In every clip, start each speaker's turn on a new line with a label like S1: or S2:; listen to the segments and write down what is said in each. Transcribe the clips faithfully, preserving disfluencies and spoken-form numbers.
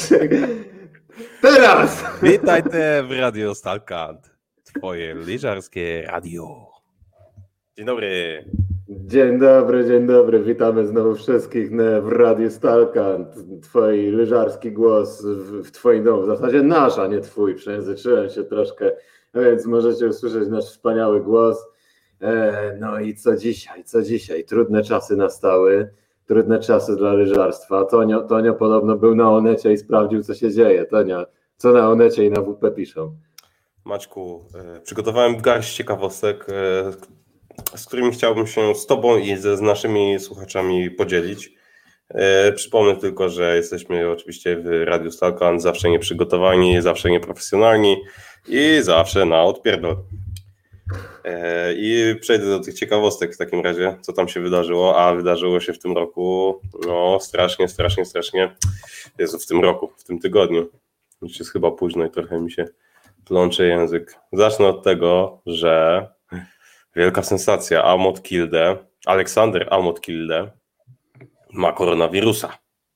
S1: Teraz!
S2: Witajcie w Radio Stalkant, twoje lyżarskie radio. Dzień dobry.
S1: Dzień dobry, dzień dobry. Witamy znowu wszystkich w Radio Stalkant. Twój lyżarski głos w, w twoim domu. W zasadzie nasz, a nie twój. Przejęzyczyłem się troszkę, więc możecie usłyszeć nasz wspaniały głos. E, no i co dzisiaj? Co dzisiaj? Trudne czasy nastały. Trudne czasy dla lyżarstwa. Tonio, Tonio podobno był na Onecie i sprawdził, co się dzieje. Tonia, co na Onecie i na W P piszą?
S2: Maćku, e, przygotowałem garść ciekawostek, e, z którymi chciałbym się z tobą i ze, z naszymi słuchaczami podzielić. E, przypomnę tylko, że jesteśmy oczywiście w Radiu Stalkant zawsze nieprzygotowani, zawsze nieprofesjonalni i zawsze na odpierdol. E, I przejdę do tych ciekawostek w takim razie, co tam się wydarzyło, a wydarzyło się w tym roku, no strasznie, strasznie, strasznie, Jezu, w tym roku, w tym tygodniu. Już jest chyba późno i trochę mi się plącze język. Zacznę od tego, że wielka sensacja, Amod Kilde, Aleksander Amod Kilde ma koronawirusa.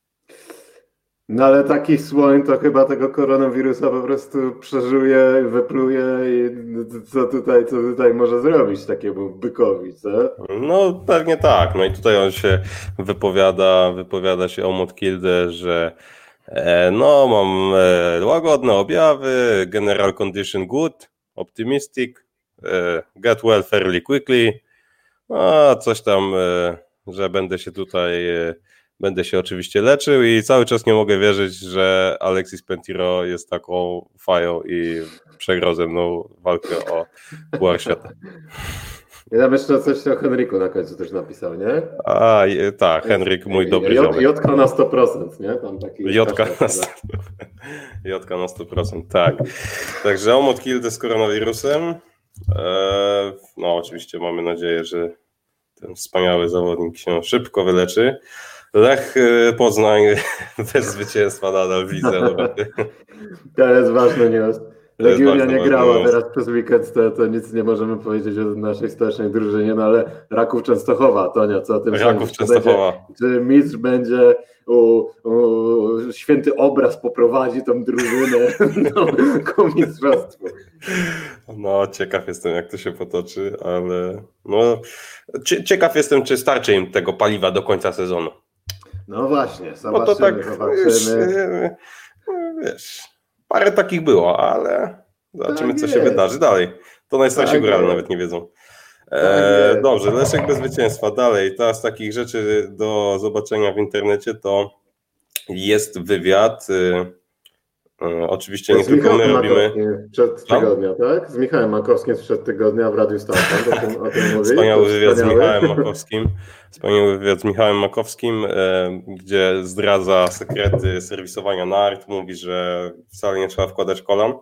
S1: No ale taki słoń to chyba tego koronawirusa po prostu przeżuje, wypluje i co tutaj, co tutaj może zrobić takiemu bykowi, co?
S2: No pewnie tak, no i tutaj on się wypowiada, wypowiada się Amod Kilde, że e, no mam e, łagodne objawy, general condition good, optimistic, e, get well fairly quickly, a coś tam, e, że będę się tutaj... E, Będę się oczywiście leczył i cały czas nie mogę wierzyć, że Alexis Pentiro jest taką fają i przegrał ze mną walkę o Puchar Świata.
S1: Ja tam jeszcze coś o Henryku na końcu też napisał, nie?
S2: A, tak, Henryk, mój dobry ziomek.
S1: Jotka na sto procent, nie? Tam taki
S2: Jotka na sto procent. Jotka na sto procent, tak. Także Amod Kilde z koronawirusem. No oczywiście mamy nadzieję, że ten wspaniały zawodnik się szybko wyleczy. Lech Poznań bez zwycięstwa nadal w lidze Europy.
S1: To jest ważny news. Legiunia nie grała news. Teraz przez weekend, to, to nic nie możemy powiedzieć o naszej stołecznej drużynie, no ale Raków Częstochowa, Tonia, co o tym
S2: Raków Częstochowa.
S1: Będzie, czy mistrz będzie, u, u, święty obraz poprowadzi tą drużynę no, ku mistrzostwu.
S2: No ciekaw jestem, jak to się potoczy, ale no ciekaw jestem, czy starczy im tego paliwa do końca sezonu.
S1: No właśnie, zobaczymy,
S2: no to tak,
S1: zobaczymy.
S2: Wiesz, wiesz, parę takich było, ale zobaczymy, tak co jest. się wydarzy dalej. To najstarsi tak górale nawet nie wiedzą. E, tak dobrze, Leszek bez zwycięstwa. Dalej, teraz takich rzeczy do zobaczenia w internecie to jest wywiad. E, oczywiście nie tylko my robimy.
S1: Przed tygodnia, tak? Z Michałem Makowskim sprzed tygodnia w Radiu Stalkant. O tym, o tym mówi.
S2: Wspaniały wywiad z Michałem Makowskim. Wspaniały wywiad z Michałem Makowskim, e, gdzie zdradza sekrety serwisowania nart. Mówi, że wcale nie trzeba wkładać kolan.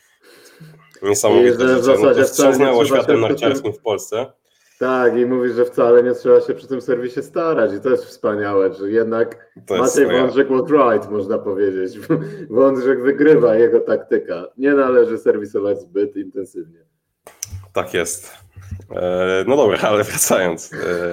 S2: Niesamowite rzeczy. No to wstrząsnęło światem narciarskim w Polsce.
S1: Tak, i mówi, że wcale nie trzeba się przy tym serwisie starać i to jest wspaniałe, że jednak Maciej Wądrzek was right, można powiedzieć. Wądrzek wygrywa, jego taktyka. Nie należy serwisować zbyt intensywnie.
S2: Tak jest. No dobra, ale wracając.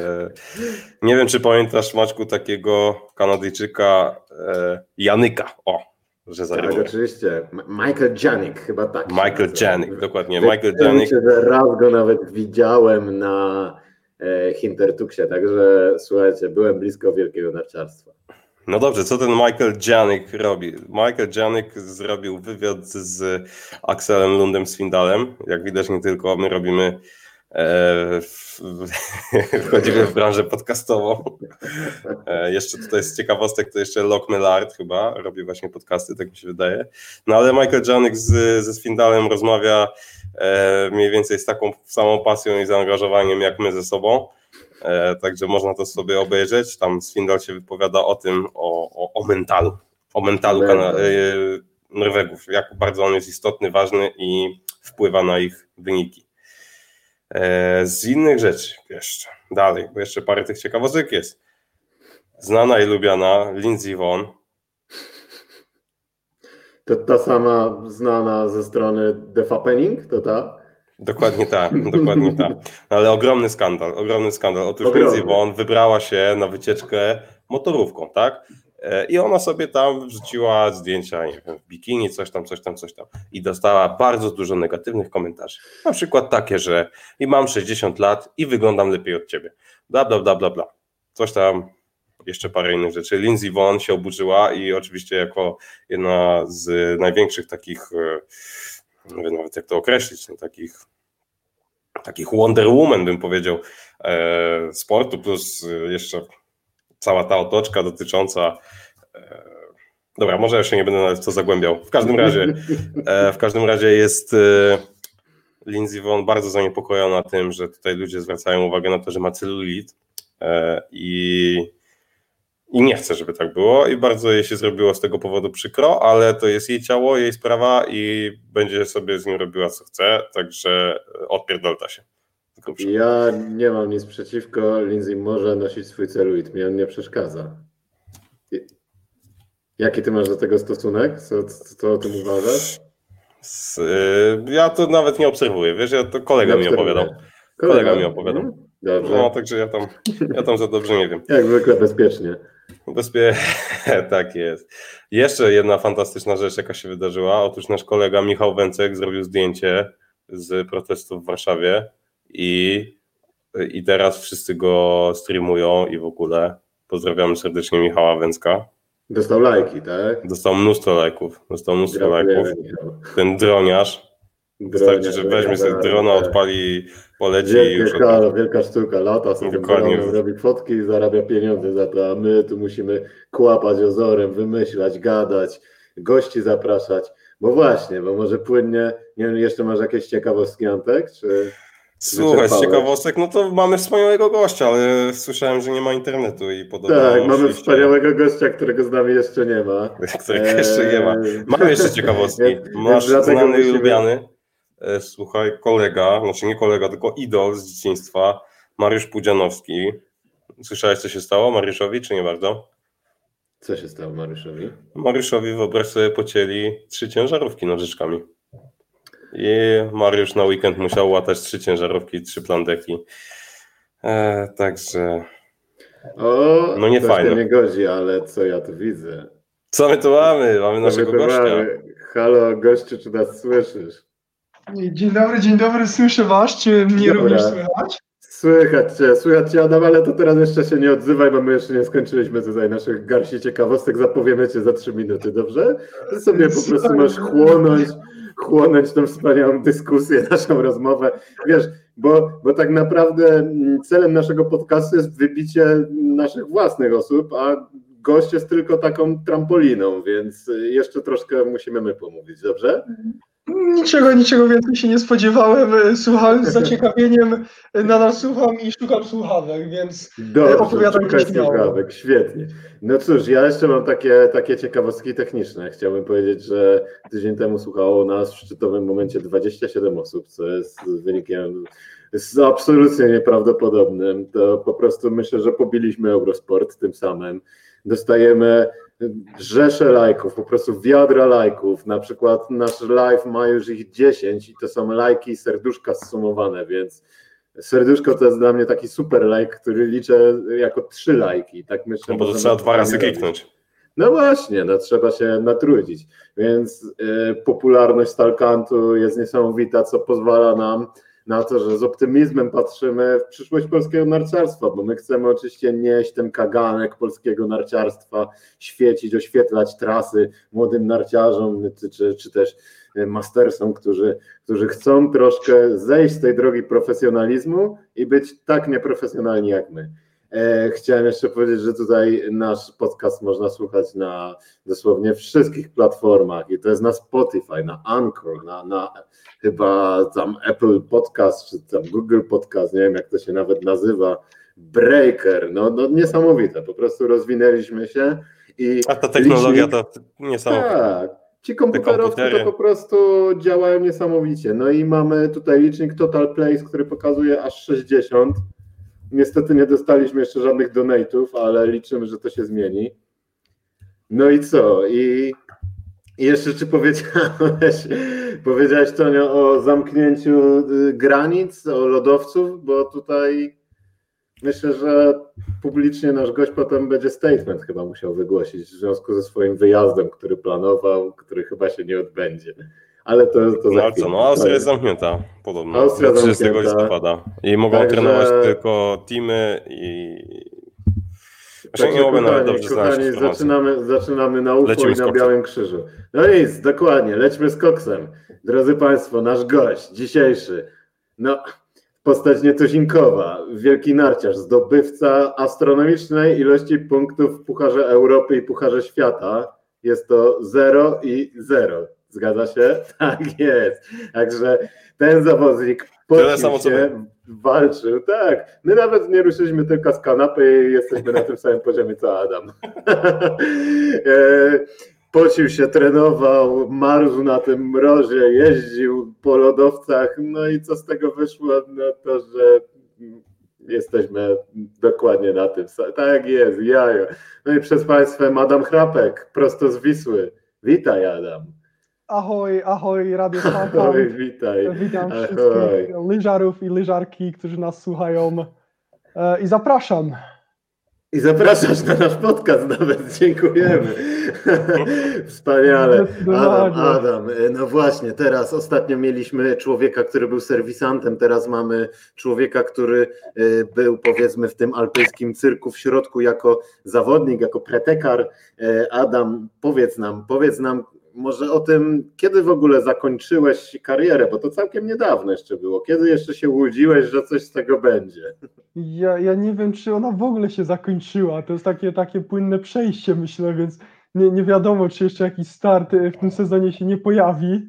S2: Nie wiem, czy pamiętasz, Maćku, takiego Kanadyjczyka Janyka. O, że
S1: tak, oczywiście. Michael Janik, chyba tak.
S2: Michael Janik, dokładnie. Michael Janik.
S1: Raz go nawet widziałem na Hintertuxie, także słuchajcie, byłem blisko wielkiego narciarstwa.
S2: No dobrze, co ten Michael Janik robi? Michael Janik zrobił wywiad z Axelem Lundem Swindalem. Jak widać, nie tylko my robimy, e, w, wchodzimy w branżę podcastową. E, jeszcze tutaj z ciekawostek to jeszcze Locke Mellard chyba robi właśnie podcasty, tak mi się wydaje. No ale Michael Janik z, ze Swindalem rozmawia e, mniej więcej z taką samą pasją i zaangażowaniem jak my ze sobą. E, także można to sobie obejrzeć. Tam Swindal się wypowiada o tym, o, o, o mentalu. O mentalu kana- e, Norwegów. Jak bardzo on jest istotny, ważny i wpływa na ich wyniki. E, z innych rzeczy jeszcze dalej, bo jeszcze parę tych ciekawostek jest. Znana i lubiana Lindsey Vonn.
S1: To ta sama znana ze strony The Fappening? To ta?
S2: Dokładnie tak, dokładnie tak. Ale ogromny skandal, ogromny skandal. Otóż Lindsey Vonn wybrała się na wycieczkę motorówką, tak? I ona sobie tam wrzuciła zdjęcia, nie wiem, w bikini, coś tam, coś tam, coś tam. I dostała bardzo dużo negatywnych komentarzy. Na przykład takie, że i mam sześćdziesiąt lat i wyglądam lepiej od ciebie. Bla, bla, bla, bla, bla. Coś tam, jeszcze parę innych rzeczy. Lindsey Vonn się oburzyła i oczywiście jako jedna z największych takich, nie wiem nawet jak to określić, no, takich, takich Wonder Woman, bym powiedział, e, sportu, plus jeszcze cała ta otoczka dotycząca. E, dobra, może ja się nie będę nawet w to zagłębiał. W każdym razie, e, w każdym razie jest e, Lindsey Vonn bardzo zaniepokojona tym, że tutaj ludzie zwracają uwagę na to, że ma celulit e, i, i nie chce, żeby tak było i bardzo jej się zrobiło z tego powodu przykro, ale to jest jej ciało, jej sprawa i będzie sobie z nim robiła co chce, także odpierdolta się.
S1: Ja nie mam nic przeciwko, Lindsey może nosić swój celulit, mi on nie przeszkadza. Jaki ty masz do tego stosunek? Co, co, co o tym uważasz?
S2: Z, ja to nawet nie obserwuję, wiesz, ja to kolega mi opowiadał. Kolega, kolega mi opowiadał. Hmm?
S1: Dobrze.
S2: No, także ja tam, ja tam za dobrze nie wiem.
S1: Jak zwykle bezpiecznie.
S2: Bezpie... tak jest. Jeszcze jedna fantastyczna rzecz, jaka się wydarzyła. Otóż nasz kolega Michał Węcek zrobił zdjęcie z protestów w Warszawie i, i teraz wszyscy go streamują i w ogóle. Pozdrawiamy serdecznie Michała Węcka.
S1: Dostał lajki, tak?
S2: Dostał mnóstwo lajków. Dostał mnóstwo
S1: Gratulujemy,
S2: lajków.
S1: Michał.
S2: Ten droniarz. Wystarczy, że weźmie sobie drona, odpali, poleci i już.
S1: Wielka, wielka sztuka, lata sobie
S2: Dokładnie.
S1: dronem, robi fotki i zarabia pieniądze za to, a my tu musimy kłapać ozorem, wymyślać, gadać, gości zapraszać. Bo właśnie, bo może płynnie, nie wiem, jeszcze masz jakieś ciekawostki, Antek? Czy
S2: Słuchaj, z ciekawostek, no to mamy wspaniałego gościa, ale słyszałem, że nie ma internetu i podobno...
S1: Tak, mamy
S2: oczywiście...
S1: wspaniałego gościa, którego z nami jeszcze nie ma.
S2: Którego jeszcze nie ma. Mamy jeszcze ciekawostki. Masz znany i musimy... lubiany, słuchaj, kolega, znaczy nie kolega, tylko idol z dzieciństwa, Mariusz Pudzianowski. Słyszałeś, co się stało Mariuszowi, czy nie bardzo?
S1: Co się stało Mariuszowi?
S2: Mariuszowi, wyobraź sobie, pocięli trzy ciężarówki nożyczkami. I Mariusz na weekend musiał łatać trzy ciężarówki, trzy plandeki. E, także...
S1: O,
S2: no nie fajne.
S1: To nie godzi, ale co ja tu widzę?
S2: Co my tu mamy? Mamy naszego gościa. Mamy.
S1: Halo, gościu, czy nas słyszysz?
S3: Dzień dobry, dzień dobry, słyszę was. Czy mnie Dobra. również słychać?
S1: Słychać cię, słychać cię, Adam, ale to teraz jeszcze się nie odzywaj, bo my jeszcze nie skończyliśmy tutaj naszych garści ciekawostek, zapowiemy cię za trzy minuty, dobrze? Ty sobie po prostu masz chłonąć, chłonąć tą wspaniałą dyskusję, naszą rozmowę, wiesz, bo, bo tak naprawdę celem naszego podcastu jest wybicie naszych własnych osób, a gość jest tylko taką trampoliną, więc jeszcze troszkę musimy my pomówić, dobrze?
S3: Niczego, niczego więcej się nie spodziewałem. Słuchałem z zaciekawieniem, nadal słucham i szukam słuchawek, więc
S1: Dobrze,
S3: opowiadam
S1: szukaj słuchawek, świetnie. No cóż, ja jeszcze mam takie, takie ciekawostki techniczne. Chciałbym powiedzieć, że tydzień temu słuchało nas w szczytowym momencie dwadzieścia siedem osób, co jest wynikiem jest absolutnie nieprawdopodobnym. To po prostu myślę, że pobiliśmy Eurosport tym samym. Dostajemy rzesze lajków, po prostu wiadra lajków, na przykład nasz live ma już ich dziesięć i to są lajki i serduszka zsumowane, więc serduszko to jest dla mnie taki super lajk, który liczę jako trzy lajki, tak myślę.
S2: No bo to trzeba dwa razy kliknąć.
S1: No właśnie, no trzeba się natrudzić, więc y, popularność Stalkantu jest niesamowita, co pozwala nam na to, że z optymizmem patrzymy w przyszłość polskiego narciarstwa, bo my chcemy oczywiście nieść ten kaganek polskiego narciarstwa, świecić, oświetlać trasy młodym narciarzom, czy, czy też mastersom, którzy, którzy chcą troszkę zejść z tej drogi profesjonalizmu i być tak nieprofesjonalni jak my. Chciałem jeszcze powiedzieć, że tutaj nasz podcast można słuchać na dosłownie wszystkich platformach i to jest na Spotify, na Anchor, na, na chyba tam Apple Podcast, czy tam Google Podcast, nie wiem jak to się nawet nazywa, Breaker, no, no niesamowite, po prostu rozwinęliśmy się. I
S2: a ta technologia licznik, to niesamowite.
S1: Tak, ci komputerowcy to po prostu działają niesamowicie, no i mamy tutaj licznik Total Plays, który pokazuje aż sześćdziesiąt. Niestety nie dostaliśmy jeszcze żadnych donate'ów, ale liczymy, że to się zmieni. No i co? I, i jeszcze czy powiedziałeś, powiedziałeś Tonio o zamknięciu granic, o lodowców, bo tutaj... Myślę, że publicznie nasz gość potem będzie statement chyba musiał wygłosić w związku ze swoim wyjazdem, który planował, który chyba się nie odbędzie. Ale to, to za
S2: No ale
S1: chwilę.
S2: co, no Austria jest zamknięta podobno
S1: Austria
S2: do trzydziestego
S1: zamknięta.
S2: listopada i mogą
S1: Także-
S2: trenować tylko teamy i... Właśnie
S1: Także
S2: nie mogę nawet
S1: kochani,
S2: dobrze znaleźć
S1: kochani
S2: informacji.
S1: zaczynamy, zaczynamy na U F O
S2: Lecimy
S1: i
S2: z
S1: na
S2: koksem.
S1: Białym Krzyżu. No nic, dokładnie, lećmy z koksem. Drodzy Państwo, nasz gość dzisiejszy, no postać nietuzinkowa, wielki narciarz, zdobywca astronomicznej ilości punktów w Pucharze Europy i Pucharze Świata. Jest to zero i zero. Zgadza się? Tak jest. Także ten zawodnik
S2: Tyle
S1: pocił
S2: samo, co
S1: się,
S2: my.
S1: walczył, tak. My nawet nie ruszyliśmy tylko z kanapy i jesteśmy na tym samym poziomie co Adam. E, Pocił się, trenował, marzł na tym mrozie, jeździł po lodowcach, no i co z tego wyszło? No to, że jesteśmy dokładnie na tym. Tak jest, jajo. No i przez Państwem Adam Chrapek, prosto z Wisły. Witaj, Adam.
S3: Ahoj, ahoj, Radio Stalkant.
S1: Ahoj, witaj.
S3: Witam
S1: Ahoj.
S3: wszystkich lyżarów i lyżarki, którzy nas słuchają e, i zapraszam.
S1: I zapraszasz na nasz podcast nawet, dziękujemy. Wspaniale. Adam,
S3: Zdecydowanie.
S1: Adam, no właśnie, teraz ostatnio mieliśmy człowieka, który był serwisantem, teraz mamy człowieka, który y, był powiedzmy w tym alpejskim cyrku w środku jako zawodnik, jako pretekar. Y, Adam, powiedz nam, powiedz nam może o tym, kiedy w ogóle zakończyłeś karierę, bo to całkiem niedawno jeszcze było. Kiedy jeszcze się łudziłeś, że coś z tego będzie?
S3: Ja, ja nie wiem, czy ona w ogóle się zakończyła. To jest takie, takie płynne przejście, myślę, więc nie, nie wiadomo, czy jeszcze jakiś start w tym sezonie się nie pojawi.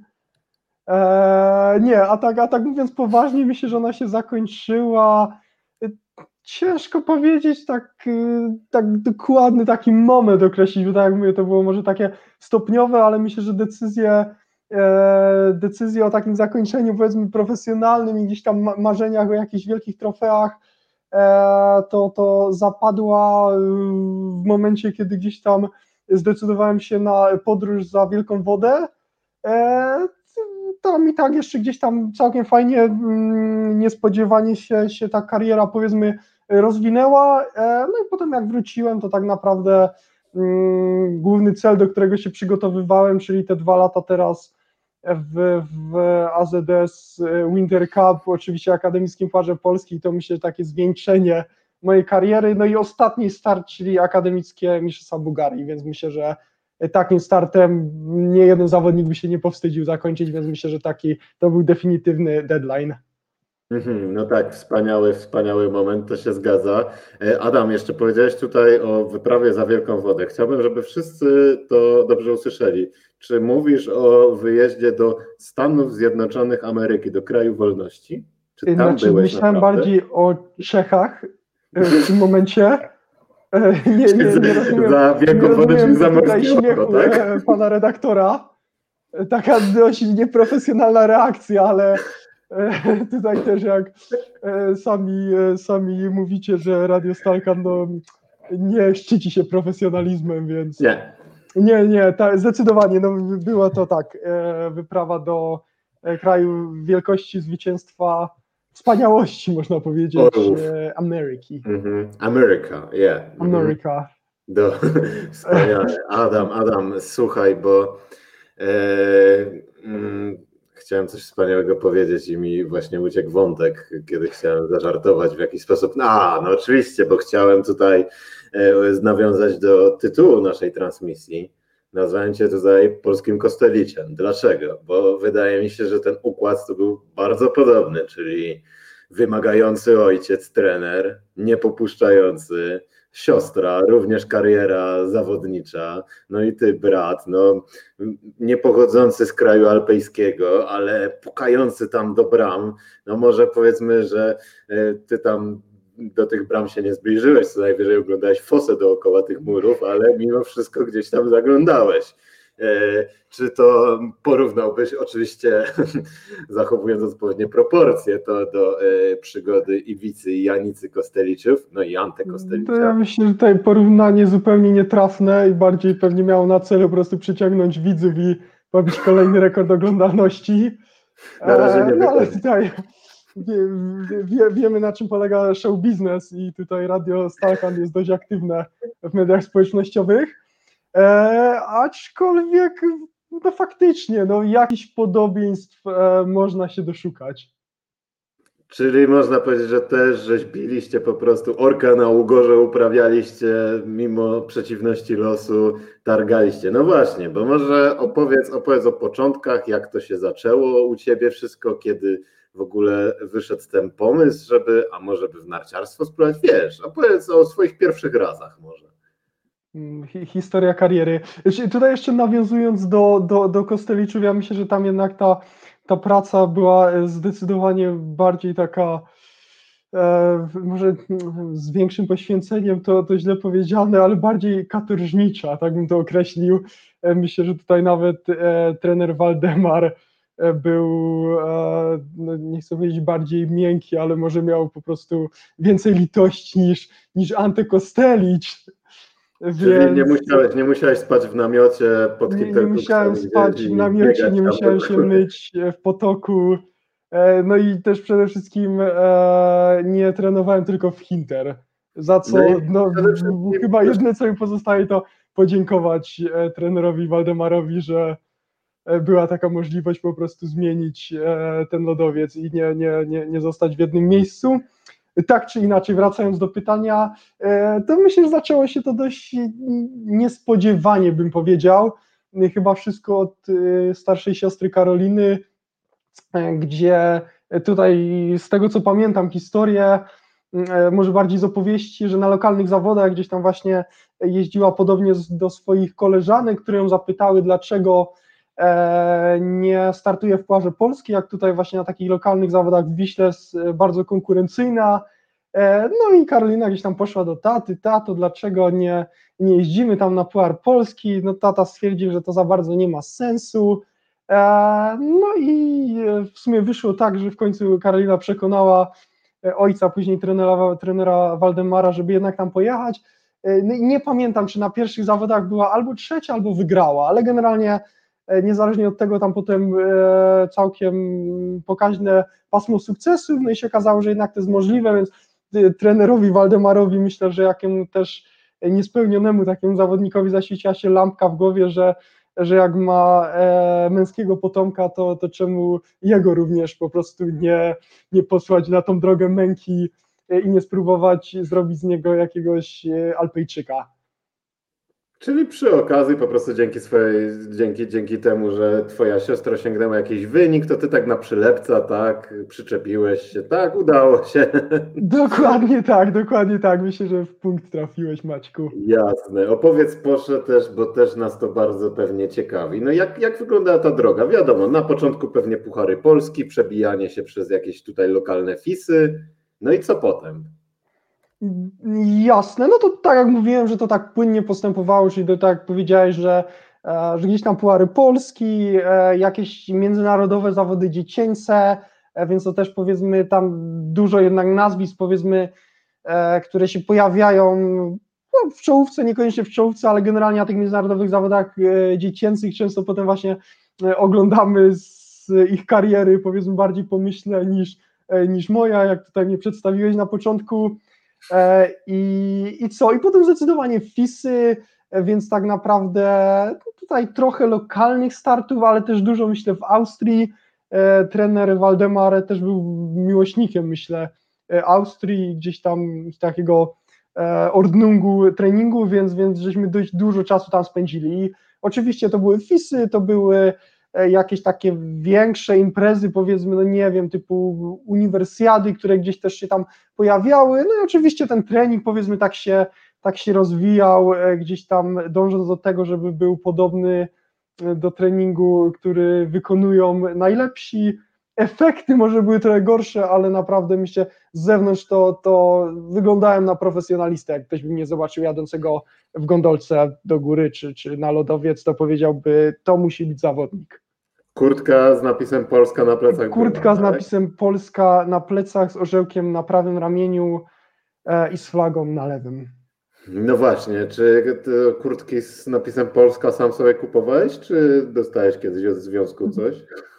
S3: Eee, nie, a tak, a tak mówiąc poważnie, myślę, że ona się zakończyła. Ciężko powiedzieć tak, tak dokładny taki moment określić, bo tak jak mówię, to było może takie stopniowe, ale myślę, że decyzje, e, decyzje o takim zakończeniu powiedzmy profesjonalnym i gdzieś tam ma- marzeniach o jakichś wielkich trofeach, e, to, to zapadła w momencie, kiedy gdzieś tam zdecydowałem się na podróż za Wielką Wodę. E, tam i tak jeszcze gdzieś tam całkiem fajnie, mm, niespodziewanie się, się ta kariera powiedzmy rozwinęła, e, no i potem jak wróciłem, to tak naprawdę mm, główny cel, do którego się przygotowywałem, czyli te dwa lata teraz w, w A Z S Winter Cup, oczywiście akademickim Pucharze Polski, to myślę, że takie zwieńczenie mojej kariery, no i ostatni start, czyli akademickie Mistrzostwa Bułgarii, więc myślę, że takim startem nie jeden zawodnik by się nie powstydził zakończyć, więc myślę, że taki to był definitywny deadline.
S1: No tak, wspaniały, wspaniały moment, to się zgadza. Adam, jeszcze powiedziałeś tutaj o wyprawie za Wielką Wodę. Chciałbym, żeby wszyscy to dobrze usłyszeli. Czy mówisz o wyjeździe do Stanów Zjednoczonych Ameryki, do kraju wolności? Czy tam
S3: Znaczy,
S1: byłeś
S3: myślałem
S1: naprawdę?
S3: bardziej o Czechach w tym momencie. Nie, nie, nie rozumiem,
S1: Za Wielką
S3: nie
S1: Wodę, czyli
S3: rozumiem
S1: za
S3: tutaj
S1: morskie
S3: śmiechu
S1: oko, tak?
S3: e, pana redaktora. Taka dość nieprofesjonalna reakcja, ale e, tutaj też jak e, sami, e, sami mówicie, że Radio Stalkant no, nie szczyci się profesjonalizmem, więc
S1: Nie.
S3: nie, nie, ta, zdecydowanie no, była to tak, e, wyprawa do e, kraju wielkości zwycięstwa, wspaniałości można powiedzieć,
S1: Orłów.
S3: e, Ameryki,
S1: Mhm. America, yeah. Mhm.
S3: Ameryka.
S1: Do, wspaniale. Adam, Adam, słuchaj, bo e, mm, chciałem coś wspaniałego powiedzieć i mi właśnie uciekł wątek, kiedy chciałem zażartować w jakiś sposób. No, no oczywiście, bo chciałem tutaj e, nawiązać do tytułu naszej transmisji. Nazwałem cię tutaj polskim Kosteliciem. Dlaczego? Bo wydaje mi się, że ten układ to był bardzo podobny, czyli wymagający ojciec, trener, niepopuszczający, siostra, również kariera zawodnicza, no i ty brat, no nie pochodzący z kraju alpejskiego, ale pukający tam do bram, no może powiedzmy, że ty tam do tych bram się nie zbliżyłeś, co najwyżej oglądałeś fosę dookoła tych murów, ale mimo wszystko gdzieś tam zaglądałeś. Czy to porównałbyś, oczywiście zachowując odpowiednie proporcje, to do e, przygody Iwicy i Janicy Kosteliczów, no i Ante Kostelicza?
S3: To ja myślę, że tutaj porównanie zupełnie nietrafne i bardziej pewnie miało na celu po prostu przyciągnąć widzów i pobić kolejny rekord oglądalności.
S1: Na razie nie
S3: no, ale
S1: wychodzi.
S3: tutaj wie, wie, wiemy, na czym polega show biznes i tutaj Radio Stalkan jest dość aktywne w mediach społecznościowych. E, aczkolwiek no faktycznie, no jakichś podobieństw e, można się doszukać.
S1: Czyli można powiedzieć, że też rzeźbiliście po prostu orka na ugorze, uprawialiście mimo przeciwności losu, targaliście. No właśnie, bo może opowiedz, opowiedz o początkach, jak to się zaczęło u ciebie wszystko, kiedy w ogóle wyszedł ten pomysł, żeby, a może by w narciarstwo spróbować, wiesz, opowiedz o swoich pierwszych razach może.
S3: Historia kariery. Tutaj jeszcze nawiązując do, do, do Kosteliczów, ja myślę, że tam jednak ta, ta praca była zdecydowanie bardziej taka, e, może z większym poświęceniem, to, to źle powiedziane, ale bardziej katorżnicza, tak bym to określił. E, myślę, że tutaj nawet e, trener Waldemar e, był, e, no nie chcę powiedzieć bardziej miękki, ale może miał po prostu więcej litości niż, niż Ante Kostelicz.
S1: Czyli
S3: Więc
S1: nie musiałeś, nie musiałeś spać w namiocie pod
S3: nie,
S1: Hintertux,
S3: nie musiałem spać w namiocie, nie musiałem się myć w potoku, no i też przede wszystkim nie trenowałem tylko w Hinter, za co no, no, chyba jedyne, co mi pozostaje, to podziękować trenerowi Waldemarowi, że była taka możliwość po prostu zmienić ten lodowiec i nie, nie, nie, nie zostać w jednym miejscu. Tak czy inaczej, wracając do pytania, to myślę, że zaczęło się to dość niespodziewanie, bym powiedział. Chyba wszystko od starszej siostry Karoliny, gdzie tutaj z tego, co pamiętam historię, może bardziej z opowieści, że na lokalnych zawodach gdzieś tam właśnie jeździła podobnie do swoich koleżanek, które ją zapytały, dlaczego nie startuje w Pucharze Polski, jak tutaj właśnie na takich lokalnych zawodach w Wiśle jest bardzo konkurencyjna. No i Karolina gdzieś tam poszła do taty, tato, dlaczego nie, nie jeździmy tam na Puchar Polski? No tata stwierdził, że to za bardzo nie ma sensu. No i w sumie wyszło tak, że w końcu Karolina przekonała ojca, później trenera, trenera Waldemara, żeby jednak tam pojechać. No i nie pamiętam, czy na pierwszych zawodach była albo trzecia, albo wygrała, ale generalnie niezależnie od tego tam potem całkiem pokaźne pasmo sukcesów, no i się okazało, że jednak to jest możliwe, więc trenerowi Waldemarowi myślę, że jakiemu też niespełnionemu takiemu zawodnikowi zaświeciła się lampka w głowie, że, że jak ma e, męskiego potomka, to, to czemu jego również po prostu nie, nie posłać na tą drogę męki i nie spróbować zrobić z niego jakiegoś Alpejczyka.
S1: Czyli przy okazji po prostu dzięki swojej, dzięki, dzięki temu, że twoja siostra osiągnęła jakiś wynik, to ty tak na przylepca, tak, przyczepiłeś się, tak, udało się.
S3: Dokładnie tak, dokładnie tak, myślę, że w punkt trafiłeś, Maćku.
S1: Jasne, opowiedz proszę też, bo też nas to bardzo pewnie ciekawi. No jak, jak wyglądała ta droga? Wiadomo, na początku pewnie Puchary Polski, przebijanie się przez jakieś tutaj lokalne fisy, no i co potem?
S3: Jasne, no to tak jak mówiłem, że to tak płynnie postępowało, czyli to tak jak powiedziałeś, że, że gdzieś tam Puchary Polski, jakieś międzynarodowe zawody dziecięce, więc to też powiedzmy tam dużo jednak nazwisk powiedzmy, które się pojawiają no, w czołówce, niekoniecznie w czołówce, ale generalnie na tych międzynarodowych zawodach dziecięcych często potem właśnie oglądamy z ich kariery powiedzmy bardziej pomyślne niż, niż moja, jak tutaj mnie przedstawiłeś na początku. I, I co? I potem zdecydowanie fisy, więc tak naprawdę tutaj trochę lokalnych startów, ale też dużo myślę w Austrii. Trener Waldemar też był miłośnikiem, myślę, Austrii, gdzieś tam takiego Ordnungu treningu, więc, więc żeśmy dość dużo czasu tam spędzili. I oczywiście to były fisy, to były jakieś takie większe imprezy, powiedzmy, no nie wiem, typu uniwersjady, które gdzieś też się tam pojawiały, no i oczywiście ten trening, powiedzmy, tak się, tak się rozwijał, gdzieś tam dążąc do tego, żeby był podobny do treningu, który wykonują najlepsi. Efekty może były trochę gorsze, ale naprawdę myślę, z zewnątrz to, to wyglądałem na profesjonalistę. Jak ktoś by mnie zobaczył jadącego w gondolce do góry czy, czy na lodowiec, to powiedziałby, to musi być zawodnik.
S1: Kurtka z napisem Polska na plecach.
S3: Kurtka
S1: była,
S3: z
S1: tak?
S3: napisem Polska na plecach, z orzełkiem na prawym ramieniu e, i z flagą na lewym.
S1: No właśnie, czy te kurtki z napisem Polska sam sobie kupowałeś, czy dostałeś kiedyś od związku coś?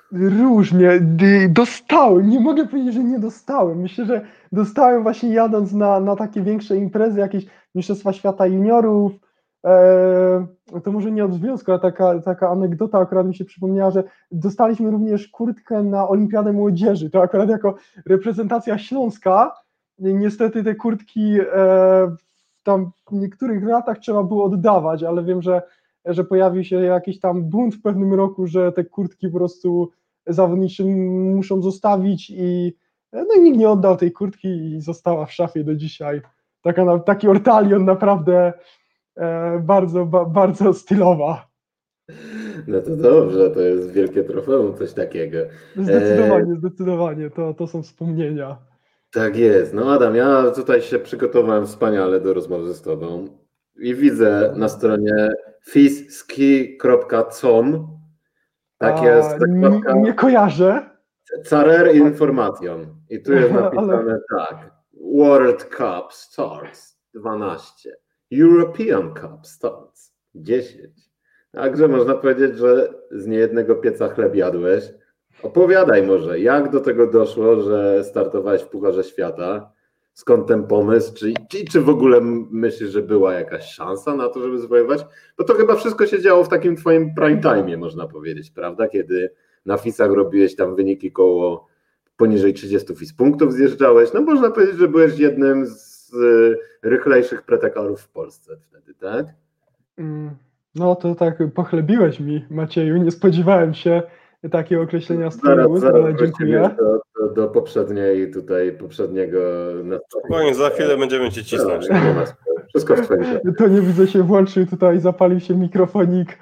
S3: Różnie. D- Dostałem, nie mogę powiedzieć, że nie dostałem. Myślę, że dostałem właśnie jadąc na, na takie większe imprezy, jakieś Mistrzostwa Świata Juniorów. E, to może nie od związku, ale taka, taka anegdota akurat mi się przypomniała, że dostaliśmy również kurtkę na Olimpiadę Młodzieży. To akurat jako reprezentacja Śląska. Niestety te kurtki e, tam w niektórych latach trzeba było oddawać, ale wiem, że, że pojawił się jakiś tam bunt w pewnym roku, że te kurtki po prostu zawodniczy muszą zostawić i no i nikt nie oddał tej kurtki i została w szafie do dzisiaj. Taka, taki ortalion naprawdę e, bardzo, ba, bardzo stylowa.
S1: No to dobrze, to jest wielkie trofeum, coś takiego.
S3: Zdecydowanie,
S1: E,
S3: zdecydowanie, to, to są wspomnienia.
S1: tak jest. No Adam, ja tutaj się przygotowałem wspaniale do rozmowy z tobą i widzę na stronie fiski kropka com takie
S3: A, nie,
S1: zakładka
S3: nie kojarzę.
S1: Career Information i tu jest
S3: Ale
S1: napisane tak: World Cup starts dwanaście, European Cup starts dziesięć. Także można powiedzieć, że z niejednego pieca chleb jadłeś. Opowiadaj może, jak do tego doszło, że startowałeś w Pucharze Świata? Skąd ten pomysł? Czy, czy, czy w ogóle myślisz, że była jakaś szansa na to, żeby zwojować? Bo to chyba wszystko się działo w takim twoim prime time'ie, można powiedzieć, prawda? Kiedy na fisach robiłeś tam wyniki koło poniżej trzydziestu fis punktów zjeżdżałeś. No można powiedzieć, że byłeś jednym z rychlejszych pretekarów w Polsce wtedy, tak?
S3: No to tak pochlebiłeś mi, Macieju, nie spodziewałem się takiego określenia z twojej
S1: Zaraz,
S3: ust,
S1: zaraz
S3: ale
S1: wrócimy
S3: dziękuję.
S1: do, do, do poprzedniej tutaj, poprzedniego
S2: Spokojnie, za chwilę będziemy cię cisnąć.
S1: Tak, nie ma sprawy. Wszystko w twoim czasie.
S3: To nie widzę, się włączył tutaj, zapalił się mikrofonik.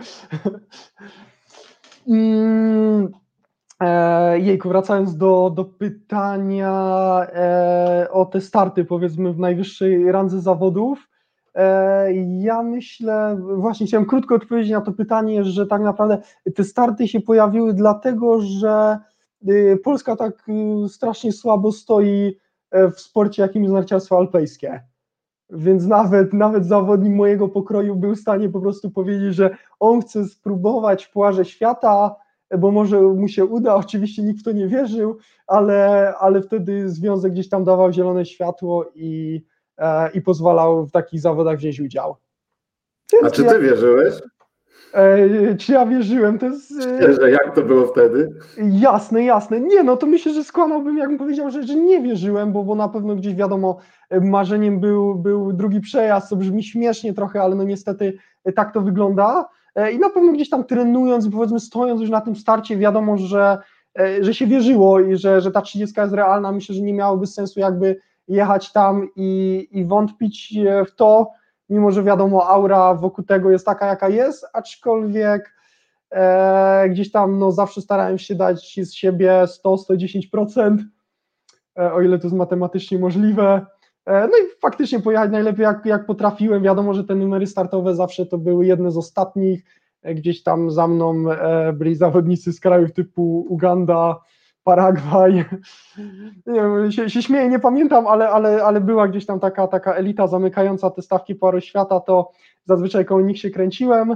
S3: Mm, e, jejku, wracając do, do pytania e, o te starty, powiedzmy w najwyższej randze zawodów. E, ja myślę, właśnie chciałem krótko odpowiedzieć na to pytanie, że tak naprawdę te starty się pojawiły dlatego, że y, Polska tak y, strasznie słabo stoi e, w sporcie, jakim jest narciarstwo alpejskie. Więc nawet, nawet zawodnik mojego pokroju był w stanie po prostu powiedzieć, że on chce spróbować w Pucharze Świata, bo może mu się uda. Oczywiście nikt w to nie wierzył, ale, ale wtedy związek gdzieś tam dawał zielone światło i, e, i pozwalał w takich zawodach wziąć udział.
S1: A czy ty wierzyłeś?
S3: E, czy ja wierzyłem? To jest... E,
S1: Szczerze, jak to było wtedy?
S3: Jasne, jasne. Nie, no to myślę, że skłamałbym, jakbym powiedział, że, że nie wierzyłem, bo, bo na pewno gdzieś wiadomo, marzeniem był, był drugi przejazd, co brzmi śmiesznie trochę, ale no niestety tak to wygląda. I na pewno gdzieś tam trenując i powiedzmy stojąc już na tym starcie, wiadomo, że, że się wierzyło i że, że ta trzydziestka jest realna. Myślę, że nie miałoby sensu jakby jechać tam i, i wątpić w to, mimo że wiadomo, aura wokół tego jest taka, jaka jest, aczkolwiek E, gdzieś tam no, zawsze starałem się dać z siebie sto do stu dziesięciu procent, e, o ile to jest matematycznie możliwe. E, no i faktycznie pojechać najlepiej jak, jak potrafiłem. Wiadomo, że te numery startowe zawsze to były jedne z ostatnich. E, gdzieś tam za mną e, byli zawodnicy z krajów typu Uganda, Paragwaj. Nie wiem, się, się śmieję, nie pamiętam, ale, ale, ale była gdzieś tam taka, taka elita zamykająca te stawki Pucharu Świata, to zazwyczaj koło nich się kręciłem.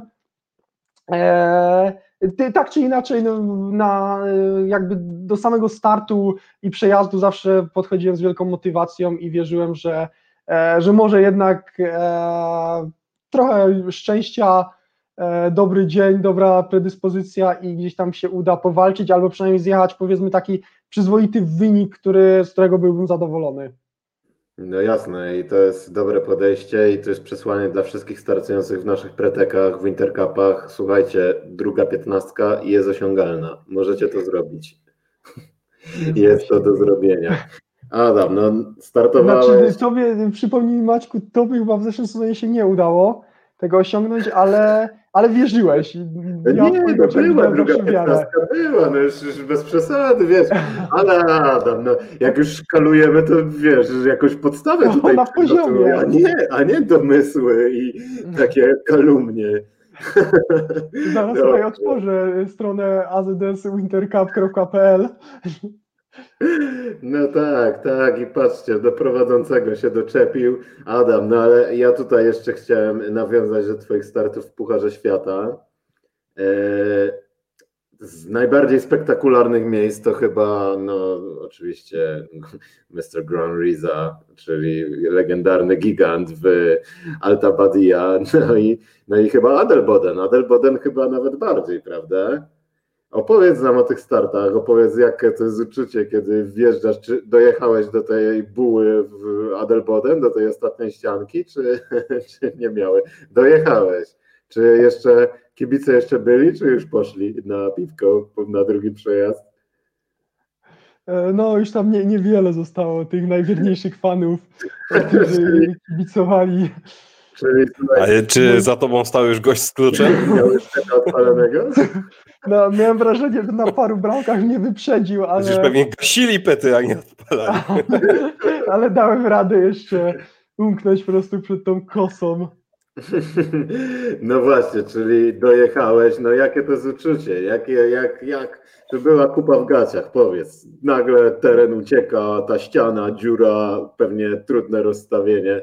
S3: Eee, tak czy inaczej, no, na, jakby do samego startu i przejazdu zawsze podchodziłem z wielką motywacją i wierzyłem, że, e, że może jednak e, trochę szczęścia, e, dobry dzień, dobra predyspozycja i gdzieś tam się uda powalczyć, albo przynajmniej zjechać powiedzmy taki przyzwoity wynik, który, z którego byłbym zadowolony.
S1: No jasne, i to jest dobre podejście i to jest przesłanie dla wszystkich startujących w naszych pretekach, w Intercupach. Słuchajcie, druga piętnastka jest osiągalna. Możecie to zrobić. Jest, jest to do zrobienia. Adam, no startowałeś...
S3: Znaczy, tobie, przypomnij mi Maćku, tobie chyba w zeszłym sezonie się nie udało tego osiągnąć, ale, ale wierzyłeś.
S1: Ja nie, no była druga piętnastka, była, no już, już bez przesady, wiesz, ale Adam, no jak już szkalujemy, to wiesz, jakąś podstawę tutaj
S3: no, na poziomie.
S1: A nie, a nie domysły i takie kalumnie.
S3: Zaraz no. Tutaj otworzę stronę a z d s wintercup kropka p l.
S1: No tak, tak i patrzcie, do prowadzącego się doczepił Adam, no ale ja tutaj jeszcze chciałem nawiązać do twoich startów w Pucharze Świata. Z najbardziej spektakularnych miejsc to chyba, no oczywiście mister Grand Riza, czyli legendarny gigant w Alta Badia, no i, no i chyba Adelboden. Adelboden chyba nawet bardziej, prawda? Opowiedz nam o tych startach, opowiedz jakie to jest uczucie, kiedy wjeżdżasz, czy dojechałeś do tej buły w Adelboden, do tej ostatniej ścianki, czy, czy nie miałeś? Dojechałeś. Czy jeszcze kibice jeszcze byli, czy już poszli na piwko na drugi przejazd?
S3: No już tam nie, niewiele zostało tych najwierniejszych fanów, którzy kibicowali.
S1: Czyli, słuchaj,
S2: Ale czy za tobą stał już gość z kluczem?
S1: miałeś tego odpalonego?
S3: No, miałem wrażenie, że na paru bramkach mnie wyprzedził, ale...
S2: Przecież pewnie gasili pety, a nie odpalali.
S3: ale dałem radę jeszcze umknąć po prostu przed tą kosą.
S1: No właśnie, czyli dojechałeś, no jakie to jest uczucie, jakie, jak, jak, to była kupa w gaciach, powiedz, nagle teren ucieka, ta ściana, dziura, pewnie trudne rozstawienie.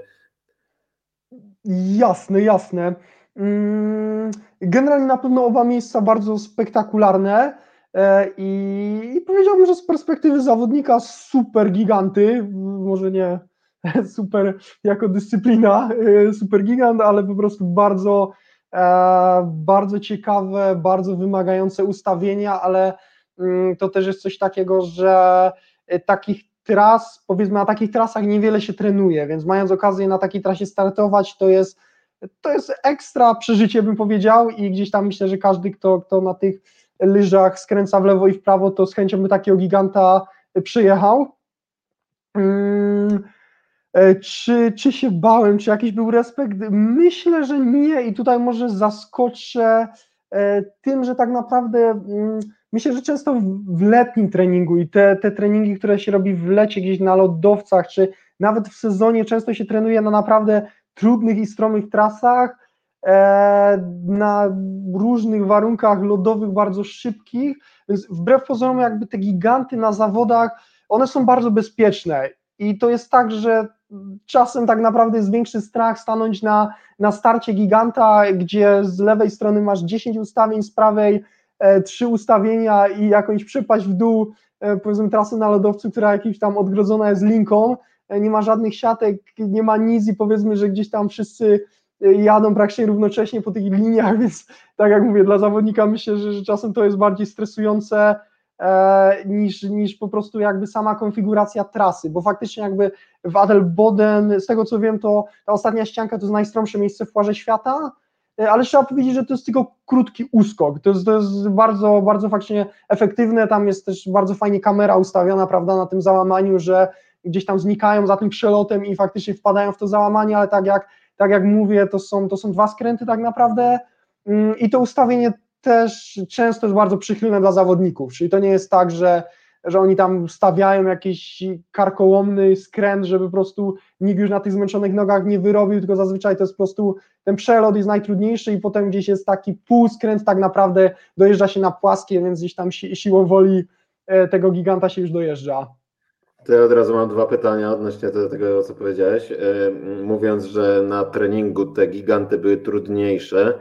S3: Jasne, jasne. Generalnie na pewno oba miejsca bardzo spektakularne i, i powiedziałbym, że z perspektywy zawodnika super giganty, może nie super jako dyscyplina, super gigant, ale po prostu bardzo, bardzo ciekawe, bardzo wymagające ustawienia, ale to też jest coś takiego, że takich tras, powiedzmy na takich trasach niewiele się trenuje, więc mając okazję na takiej trasie startować, to jest, to jest ekstra przeżycie, bym powiedział, i gdzieś tam myślę, że każdy, kto, kto na tych lyżach skręca w lewo i w prawo, to z chęcią by takiego giganta przyjechał. Hmm. Czy, czy się bałem, czy jakiś był respekt? Myślę, że nie, i tutaj może zaskoczę tym, że tak naprawdę myślę, że często w letnim treningu i te, te treningi, które się robi w lecie gdzieś na lodowcach, czy nawet w sezonie, często się trenuje na naprawdę trudnych i stromych trasach, na różnych warunkach lodowych, bardzo szybkich, więc wbrew pozorom jakby te giganty na zawodach, one są bardzo bezpieczne i to jest tak, że czasem tak naprawdę jest większy strach stanąć na, na starcie giganta, gdzie z lewej strony masz dziesięć ustawień, z prawej trzy ustawienia i jakąś przepaść w dół, powiedzmy trasy na lodowcu, która jakimś tam odgrodzona jest linką, nie ma żadnych siatek, nie ma nic i powiedzmy, że gdzieś tam wszyscy jadą praktycznie równocześnie po tych liniach, więc tak jak mówię, dla zawodnika myślę, że, że czasem to jest bardziej stresujące e, niż, niż po prostu jakby sama konfiguracja trasy, bo faktycznie jakby w Adelboden, z tego co wiem, to ta ostatnia ścianka to jest najstromsze miejsce w Pucharze Świata, ale trzeba powiedzieć, że to jest tylko krótki uskok, to jest, to jest bardzo, bardzo faktycznie efektywne, tam jest też bardzo fajnie kamera ustawiona, prawda, na tym załamaniu, że gdzieś tam znikają za tym przelotem i faktycznie wpadają w to załamanie, ale tak jak, tak jak mówię, to są, to są dwa skręty tak naprawdę i to ustawienie też często jest bardzo przychylne dla zawodników, czyli to nie jest tak, że że oni tam stawiają jakiś karkołomny skręt, żeby po prostu nikt już na tych zmęczonych nogach nie wyrobił, tylko zazwyczaj to jest po prostu ten przelot jest najtrudniejszy i potem gdzieś jest taki półskręt, tak naprawdę dojeżdża się na płaskie, więc gdzieś tam si- siłą woli tego giganta się już dojeżdża.
S1: To ja od razu mam dwa pytania odnośnie do tego, co powiedziałeś. Mówiąc, że na treningu te giganty były trudniejsze,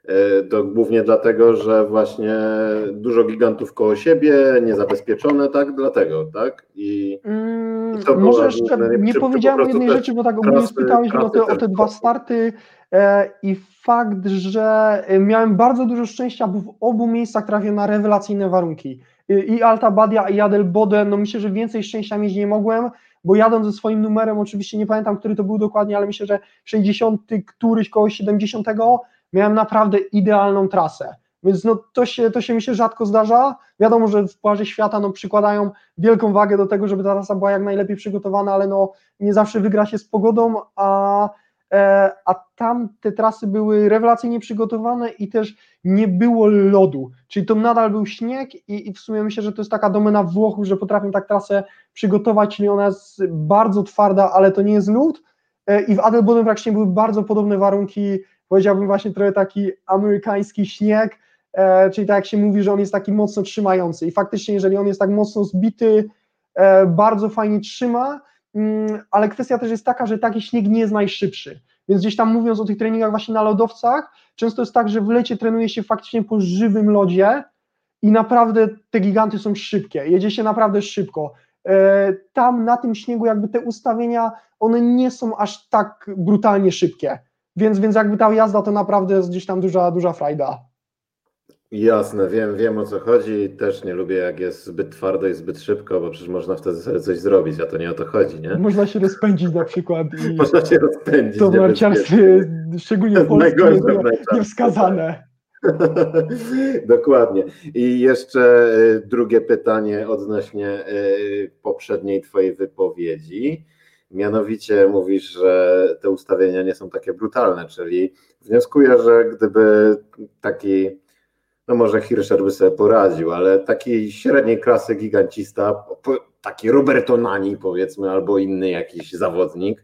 S1: to głównie dlatego, że właśnie dużo gigantów koło siebie, niezabezpieczone, tak? Dlatego, tak? I,
S3: mm,
S1: i to
S3: może
S1: była
S3: jeszcze
S1: główna,
S3: nie
S1: czy,
S3: powiedziałem
S1: czy
S3: o jednej rzeczy, bo tak ogólnie
S1: trasy,
S3: spytałeś mnie o te, o te dwa starty e, i fakt, że miałem bardzo dużo szczęścia, bo w obu miejscach trafiłem na rewelacyjne warunki. I, i Alta Badia i Adelboden, no myślę, że więcej szczęścia mieć nie mogłem, bo jadąc ze swoim numerem, oczywiście nie pamiętam, który to był dokładnie, ale myślę, że sześćdziesiąty któryś koło siedemdziesiątego miałem naprawdę idealną trasę, więc no to się, to się mi się rzadko zdarza, wiadomo, że w Pucharze Świata no przykładają wielką wagę do tego, żeby ta trasa była jak najlepiej przygotowana, ale no nie zawsze wygra się z pogodą, a, e, a tam te trasy były rewelacyjnie przygotowane i też nie było lodu, czyli to nadal był śnieg i, i w sumie myślę, że to jest taka domena Włochów, że potrafią tak trasę przygotować, czyli ona jest bardzo twarda, ale to nie jest lód e, i w Adelboden praktycznie były bardzo podobne warunki, powiedziałbym właśnie trochę taki amerykański śnieg, e, czyli tak jak się mówi, że on jest taki mocno trzymający i faktycznie jeżeli on jest tak mocno zbity, e, bardzo fajnie trzyma, mm, ale kwestia też jest taka, że taki śnieg nie jest najszybszy, więc gdzieś tam mówiąc o tych treningach właśnie na lodowcach, często jest tak, że w lecie trenuje się faktycznie po żywym lodzie i naprawdę te giganty są szybkie, jedzie się naprawdę szybko. E, tam na tym śniegu jakby te ustawienia, one nie są aż tak brutalnie szybkie, więc, więc jakby ta jazda to naprawdę jest gdzieś tam duża, duża frajda.
S1: Jasne, wiem, wiem o co chodzi. Też nie lubię, jak jest zbyt twardo i zbyt szybko, bo przecież można wtedy sobie coś zrobić, a to nie o to chodzi, nie?
S3: Można się rozpędzić na przykład i
S1: Można się rozpędzić.
S3: to w narciarstwie, szczególnie w Polsce, jest
S1: Najgorsze w
S3: nie,
S1: narciarstwie,
S3: niewskazane.
S1: Dokładnie. I jeszcze y, drugie pytanie odnośnie y, poprzedniej twojej wypowiedzi. Mianowicie mówisz, że te ustawienia nie są takie brutalne, czyli wnioskuję, że gdyby taki, no może Hirscher by sobie poradził, ale taki średniej klasy gigancista, po- taki Roberto Nani powiedzmy, albo inny jakiś zawodnik,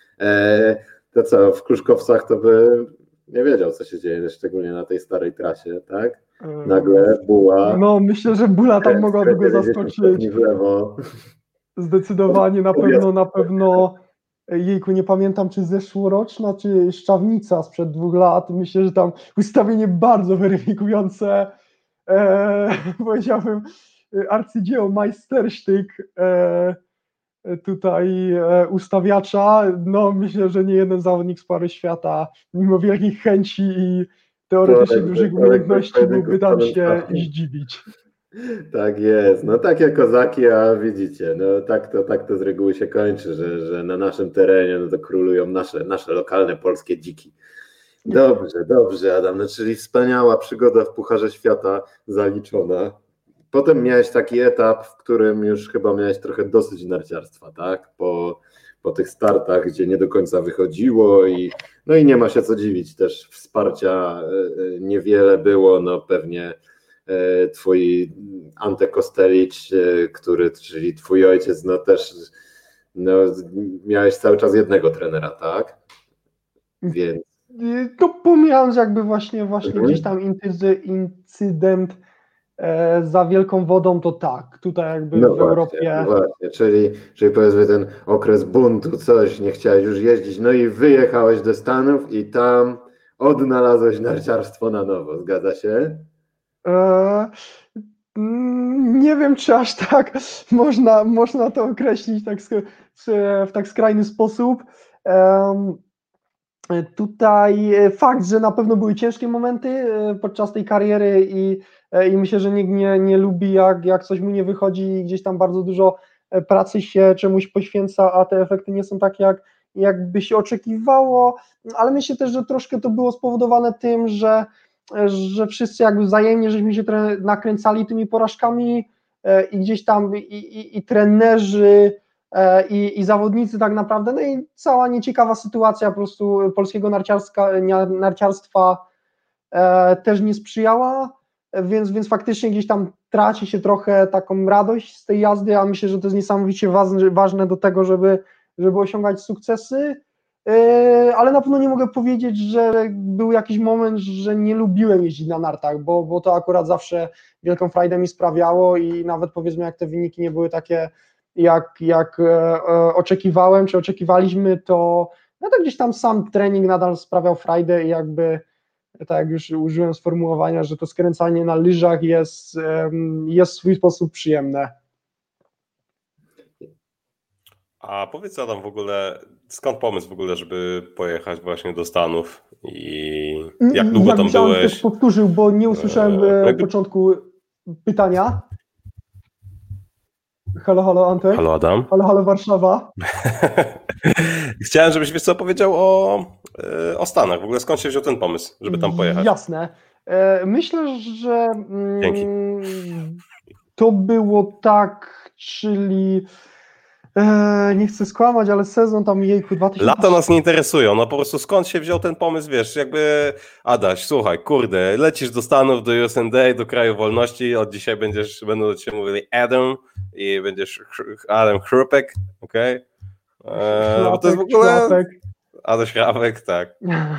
S1: e, to co, w Kruszkowcach to by nie wiedział, co się dzieje, szczególnie na tej starej trasie, tak? Nagle buła.
S3: No myślę, że Bula tam mogłaby go zaskoczyć.
S1: W lewo.
S3: Zdecydowanie na pewno, na pewno, jejku, nie pamiętam, czy zeszłoroczna, czy Szczawnica sprzed dwóch lat. Myślę, że tam ustawienie bardzo weryfikujące, e, powiedziałbym, arcydzieło, majstersztyk e, tutaj e, ustawiacza. No myślę, że nie jeden zawodnik z pary świata, mimo wielkich chęci i teoretycznie
S1: Korekt,
S3: dużych
S1: korekt,
S3: umiejętności,
S1: korekt,
S3: mógłby tam
S1: korekt,
S3: się
S1: korekt.
S3: zdziwić.
S1: Tak jest, no takie kozaki, a widzicie, no tak to, tak to z reguły się kończy, że, że na naszym terenie no to królują nasze, nasze lokalne polskie dziki. Dobrze, dobrze Adam, no czyli wspaniała przygoda w Pucharze Świata zaliczona. Potem miałeś taki etap, w którym już chyba miałeś trochę dosyć narciarstwa, tak? Po, po tych startach, gdzie nie do końca wychodziło i no i nie ma się co dziwić, też wsparcia e, e, niewiele było, no pewnie e, twój Ante Kostelić, e, który, czyli twój ojciec, no też no, miałeś cały czas jednego trenera, tak? Więc
S3: To pomijając jakby właśnie, właśnie
S1: Mhm.
S3: gdzieś tam incyzy- incydent e, za wielką wodą, to tak, tutaj jakby
S1: no
S3: w
S1: właśnie,
S3: Europie.
S1: no właśnie, czyli, czyli powiedzmy ten okres buntu, coś, nie chciałeś już jeździć, no i wyjechałeś do Stanów i tam odnalazłeś narciarstwo na nowo, zgadza się?
S3: E, mm, nie wiem, czy aż tak można, można to określić tak, sk- w tak skrajny sposób. Em, Tutaj e, fakt, że na pewno były ciężkie momenty e, podczas tej kariery i, e, i myślę, że nikt nie, nie lubi, jak, jak coś mu nie wychodzi i gdzieś tam bardzo dużo e, pracy się czemuś poświęca, a te efekty nie są takie, jak, jakby się oczekiwało, ale myślę też, że troszkę to było spowodowane tym, że, że wszyscy jakby wzajemnie żeśmy się tre- nakręcali tymi porażkami e, i gdzieś tam i, i, i trenerzy I, i zawodnicy tak naprawdę, no i cała nieciekawa sytuacja po prostu polskiego narciarska, narciarstwa e, też nie sprzyjała, więc, więc faktycznie gdzieś tam traci się trochę taką radość z tej jazdy, a myślę, że to jest niesamowicie ważne, ważne do tego, żeby, żeby osiągać sukcesy, e, ale na pewno nie mogę powiedzieć, że był jakiś moment, że nie lubiłem jeździć na nartach, bo, bo to akurat zawsze wielką frajdę mi sprawiało i nawet powiedzmy, jak te wyniki nie były takie jak, jak e, oczekiwałem, czy oczekiwaliśmy, to, no to gdzieś tam sam trening nadal sprawiał frajdę i jakby, tak jak już użyłem sformułowania, że to skręcanie na lyżach jest, em, jest w swój sposób przyjemne.
S2: A powiedz Adam w ogóle, skąd pomysł w ogóle, żeby pojechać właśnie do Stanów i jak długo
S3: ja
S2: tam
S3: chciałem
S2: byłeś?
S3: też powtórzył, bo nie usłyszałem
S2: Eee,
S3: e,
S2: jakby-
S3: początku pytania. Halo, halo Antek?
S2: Halo Adam?
S3: Halo, halo Warszawa?
S2: Chciałem, żebyś wiesz co powiedział o, e, o Stanach. W ogóle skąd się wziął ten pomysł, żeby tam pojechać?
S3: Jasne. E, Myślę, że mm,
S2: Dzięki.
S3: to było tak, czyli e, nie chcę skłamać, ale sezon tam jejku dwa tysiące...
S2: Lata nas nie interesują, no po prostu skąd się wziął ten pomysł, wiesz, jakby Adaś, słuchaj, kurde, lecisz do Stanów, do U S A, do kraju wolności, od dzisiaj będziesz, będą do ciebie mówili Adam i będziesz Chr- Adam Chrupek, okej? Okay? Bo to jest w ogóle
S3: Szlapek.
S2: Adaś Chrapek, tak.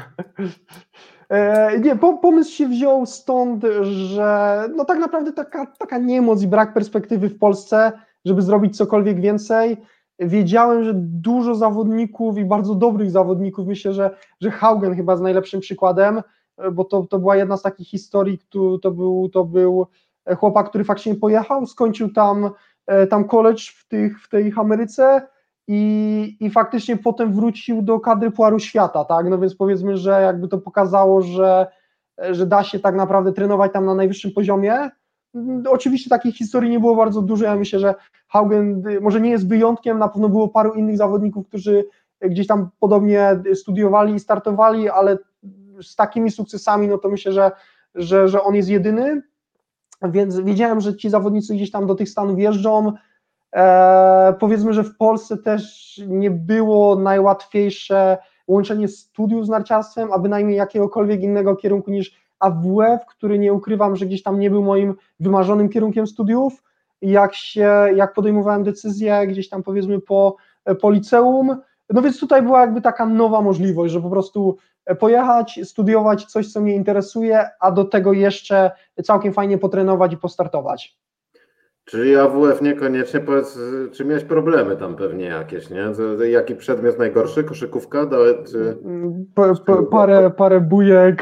S3: E, nie, po, pomysł się wziął stąd, że no tak naprawdę taka, taka niemoc i brak perspektywy w Polsce, żeby zrobić cokolwiek więcej. Wiedziałem, że dużo zawodników i bardzo dobrych zawodników, myślę, że, że Haugen chyba jest najlepszym przykładem, bo to, to była jedna z takich historii, to, to był, to był chłopak, który faktycznie pojechał, skończył tam, tam college w, tych, w tej Ameryce i, i faktycznie potem wrócił do kadry Puaru Świata, tak, no więc powiedzmy, że jakby to pokazało, że, że da się tak naprawdę trenować tam na najwyższym poziomie. Oczywiście takich historii nie było bardzo dużo, ja myślę, że Haugen może nie jest wyjątkiem, na pewno było paru innych zawodników, którzy gdzieś tam podobnie studiowali i startowali, ale z takimi sukcesami, no to myślę, że, że, że on jest jedyny, więc wiedziałem, że ci zawodnicy gdzieś tam do tych Stanów jeżdżą. E, powiedzmy, że w Polsce też nie było najłatwiejsze łączenie studiów z narciarstwem, a bynajmniej jakiegokolwiek innego kierunku niż A W F, który nie ukrywam, że gdzieś tam nie był moim wymarzonym kierunkiem studiów. Jak się, jak podejmowałem decyzję gdzieś tam powiedzmy po, po liceum, no więc tutaj była jakby taka nowa możliwość, że po prostu pojechać, studiować coś, co mnie interesuje, a do tego jeszcze całkiem fajnie potrenować i postartować.
S1: Czyli A W F niekoniecznie, powiedz, czy miałeś problemy tam pewnie jakieś, nie? Jaki przedmiot najgorszy? Koszykówka? Czy...
S3: Pa, pa, parę, parę bujek.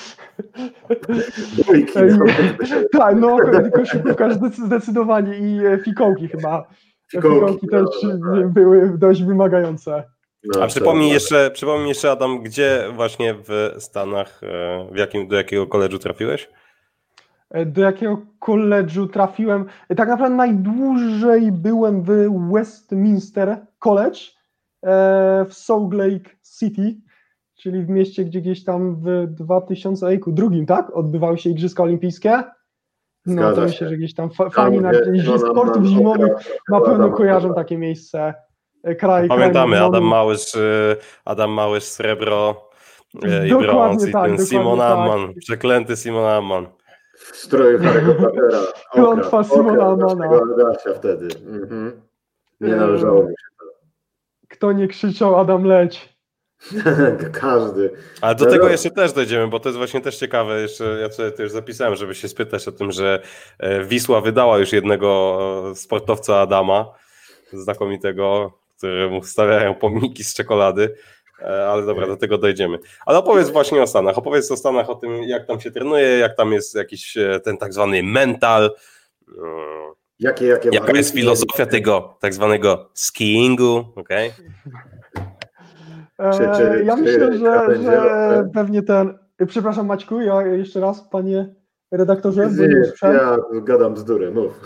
S1: Bujki. No.
S3: Tak, no koszykówka zdecydowanie i fikołki chyba. Fikołki, fikołki też no, tak. Były dość wymagające.
S2: No, A przypomnij jeszcze, przypomnij jeszcze, Adam, gdzie właśnie w Stanach, w jakim, do jakiego koledżu trafiłeś?
S3: Do jakiego koledżu trafiłem? Tak naprawdę najdłużej byłem w Westminster College w Salt Lake City, czyli w mieście, gdzie gdzieś tam w dwa tysiące drugim, tak? Odbywały się Igrzyska Olimpijskie. No Zgadza to myślę, że gdzieś tam fani na sportów zimowych na pewno kojarzą takie miejsce. Kraj,
S2: Pamiętamy,
S3: kraj
S2: Adam Małysz, Adam Małysz, srebro i
S3: dokładnie
S2: brąz i
S3: tak,
S2: ten Simon
S3: tak.
S2: Amman, przeklęty Simon Amman.
S1: W stroju Harry'ego Pottera.
S3: Klątwa Simona Ammana.
S1: wtedy. Mhm. Nie należało mi się to.
S3: Kto nie krzyczał Adam leć?
S1: Każdy.
S2: Ale do tego jeszcze też dojdziemy, bo to jest właśnie też ciekawe. Jeszcze ja sobie też zapisałem, żeby się spytać o tym, że Wisła wydała już jednego sportowca Adama, znakomitego, któremu stawiają pomniki z czekolady. Ale dobra, do tego dojdziemy. Ale opowiedz właśnie o Stanach. Opowiedz o Stanach, o tym, jak tam się trenuje, jak tam jest jakiś ten tak zwany mental.
S1: Jakie, jakie
S2: jaka jest filozofia tego tak zwanego skiingu, okej?
S3: Okay? Eee, ja myślę, że, że pewnie ten... Przepraszam Maćku, ja jeszcze raz, panie redaktorze.
S1: Nie, nie ja gadam bzdury, mów.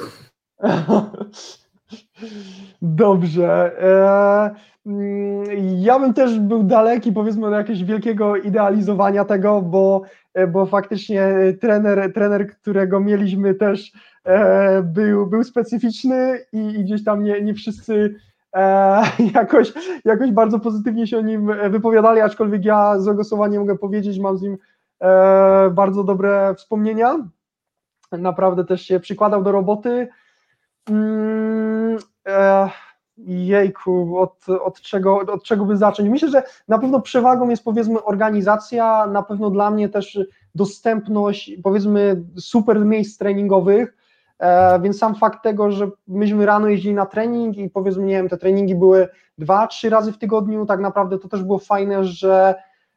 S3: Dobrze. Ja bym też był daleki, powiedzmy, do jakiegoś wielkiego idealizowania tego, bo, bo faktycznie trener, trener, którego mieliśmy też był, był specyficzny i, i gdzieś tam nie, nie wszyscy jakoś, jakoś bardzo pozytywnie się o nim wypowiadali, aczkolwiek ja złego słowa nie mogę powiedzieć, mam z nim bardzo dobre wspomnienia. Naprawdę też się przykładał do roboty. Mm, e, jejku, od, od, czego, od czego by zacząć? Myślę, że na pewno przewagą jest powiedzmy organizacja, na pewno dla mnie też dostępność powiedzmy super miejsc treningowych, e, więc sam fakt tego, że myśmy rano jeździli na trening i powiedzmy, nie wiem, te treningi były dwa, trzy razy w tygodniu, tak naprawdę to też było fajne, że,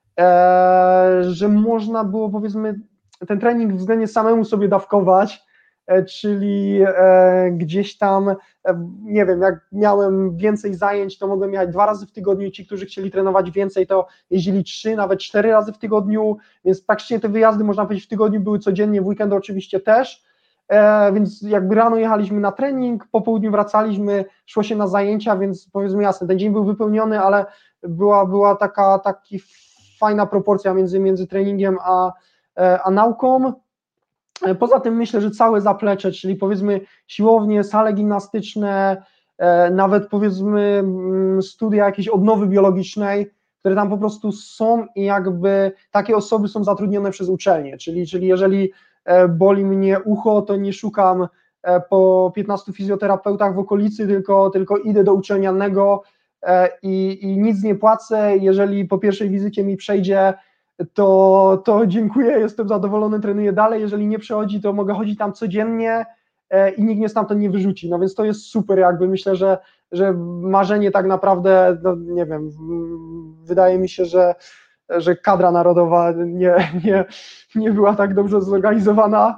S3: e, że można było powiedzmy ten trening względnie samemu sobie dawkować, czyli e, gdzieś tam, e, nie wiem, jak miałem więcej zajęć, to mogłem jechać dwa razy w tygodniu, ci, którzy chcieli trenować więcej, to jeździli trzy, nawet cztery razy w tygodniu, więc praktycznie te wyjazdy, można powiedzieć, w tygodniu były codziennie, w weekend oczywiście też, e, więc jakby rano jechaliśmy na trening, po południu wracaliśmy, szło się na zajęcia, więc powiedzmy jasne, ten dzień był wypełniony, ale była, była taka taki fajna proporcja między, między treningiem a, a nauką. Poza tym myślę, że całe zaplecze, czyli powiedzmy siłownie, sale gimnastyczne, nawet powiedzmy studia jakiejś odnowy biologicznej, które tam po prostu są i jakby takie osoby są zatrudnione przez uczelnię, czyli, czyli jeżeli boli mnie ucho, to nie szukam po piętnastu fizjoterapeutach w okolicy, tylko, tylko idę do uczelnianego i, i nic nie płacę, jeżeli po pierwszej wizycie mi przejdzie, to, to dziękuję, jestem zadowolony, trenuję dalej, jeżeli nie przechodzi, to mogę chodzić tam codziennie i nikt mnie stamtąd nie wyrzuci, no więc to jest super, jakby myślę, że, że marzenie tak naprawdę, no nie wiem, wydaje mi się, że, że kadra narodowa nie, nie, nie była tak dobrze zorganizowana,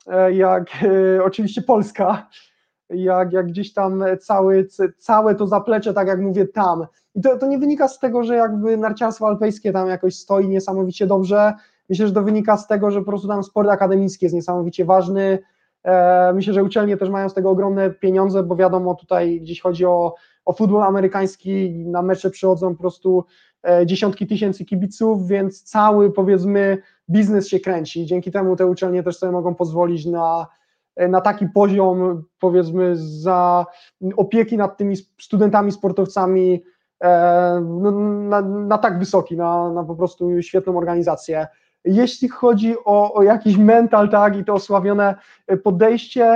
S3: e, jak e, oczywiście Polska, jak, jak gdzieś tam cały, całe to zaplecze, tak jak mówię, tam. I to, to nie wynika z tego, że jakby narciarstwo alpejskie tam jakoś stoi niesamowicie dobrze. Myślę, że to wynika z tego, że po prostu tam sport akademicki jest niesamowicie ważny. E, myślę, że uczelnie też mają z tego ogromne pieniądze, bo wiadomo, tutaj gdzieś chodzi o, o futbol amerykański, na mecze przychodzą po prostu e, dziesiątki tysięcy kibiców, więc cały, powiedzmy, biznes się kręci. Dzięki temu te uczelnie też sobie mogą pozwolić na na taki poziom, powiedzmy, za opieki nad tymi studentami, sportowcami no, na, na tak wysoki, na, na po prostu świetną organizację. Jeśli chodzi o, o jakiś mental, tak, i to osławione podejście,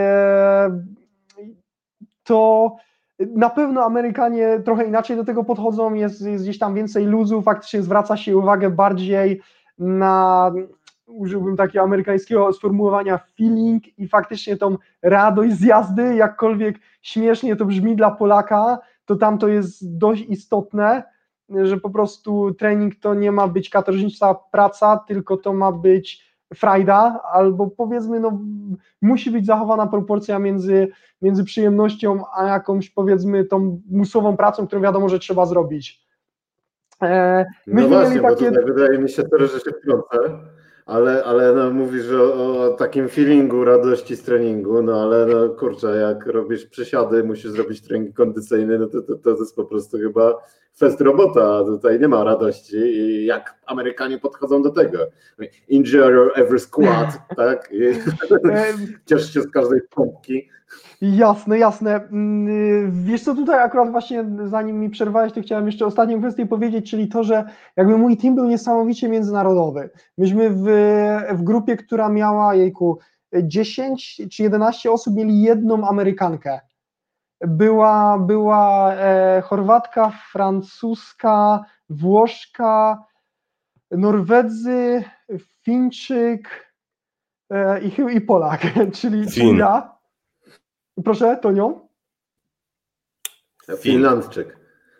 S3: to na pewno Amerykanie trochę inaczej do tego podchodzą, jest, jest gdzieś tam więcej luzu, faktycznie zwraca się uwagę bardziej na, użyłbym takiego amerykańskiego sformułowania, feeling i faktycznie tą radość z jazdy, jakkolwiek śmiesznie to brzmi dla Polaka, to tam to jest dość istotne, że po prostu trening to nie ma być katorżnicza praca, tylko to ma być frajda, albo powiedzmy, no musi być zachowana proporcja między, między przyjemnością a jakąś, powiedzmy, tą musową pracą, którą wiadomo, że trzeba zrobić.
S1: E, no właśnie, takie... bo tutaj wydaje mi się teraz, że się wtrącę, ale, ale no, mówisz o, o takim feelingu radości z treningu, no ale no kurczę, jak robisz przysiady, musisz zrobić trening kondycyjny, no to, to, to jest po prostu chyba fest robota, tutaj nie ma radości i jak Amerykanie podchodzą do tego. Enjoy every squat, tak? I ciesz się z każdej pompki.
S3: Jasne, jasne. Wiesz co, tutaj akurat właśnie zanim mi przerwałeś, to chciałem jeszcze ostatnią kwestię powiedzieć, czyli to, że jakby mój team był niesamowicie międzynarodowy. Myśmy w, w grupie, która miała, jejku, dziesięć czy jedenaście osób, mieli jedną Amerykankę. Była, była e, Chorwatka, Francuska, Włoszka, Norwedzy, Fińczyk e, i, i Polak, czyli, czyli ja. Proszę, Tonią?
S1: Finlandczyk.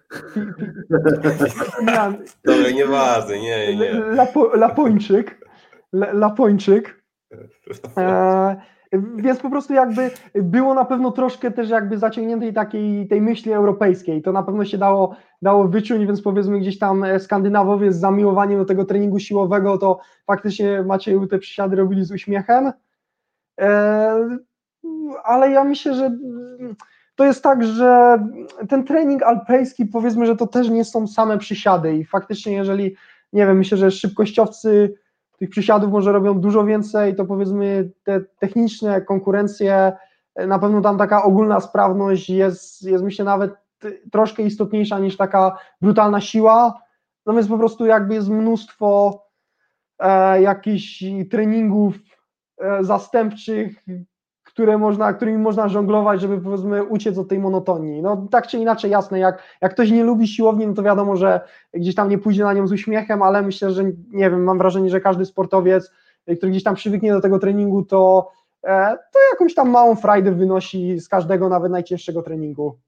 S2: Dobra, nieważne, nie, nie.
S3: Lapo, Lapończyk. Lapończyk. E, więc po prostu jakby było na pewno troszkę też jakby zaciągniętej takiej tej myśli europejskiej. To na pewno się dało, dało wyczuć, więc powiedzmy gdzieś tam Skandynawowie z zamiłowaniem do tego treningu siłowego, to faktycznie Macieju te przysiady robili z uśmiechem. E, ale ja myślę, że to jest tak, że ten trening alpejski, powiedzmy, że to też nie są same przysiady i faktycznie jeżeli, nie wiem, myślę, że szybkościowcy tych przysiadów może robią dużo więcej, to powiedzmy te techniczne konkurencje, na pewno tam taka ogólna sprawność jest, jest myślę nawet troszkę istotniejsza niż taka brutalna siła, no więc po prostu jakby jest mnóstwo e, jakichś treningów e, zastępczych, które można, którymi można żonglować, żeby powiedzmy uciec od tej monotonii. No tak czy inaczej, jasne, jak, jak ktoś nie lubi siłowni, no to wiadomo, że gdzieś tam nie pójdzie na nią z uśmiechem, ale myślę, że nie wiem, mam wrażenie, że każdy sportowiec, który gdzieś tam przywyknie do tego treningu, to, e, to jakąś tam małą frajdę wynosi z każdego, nawet najcięższego treningu.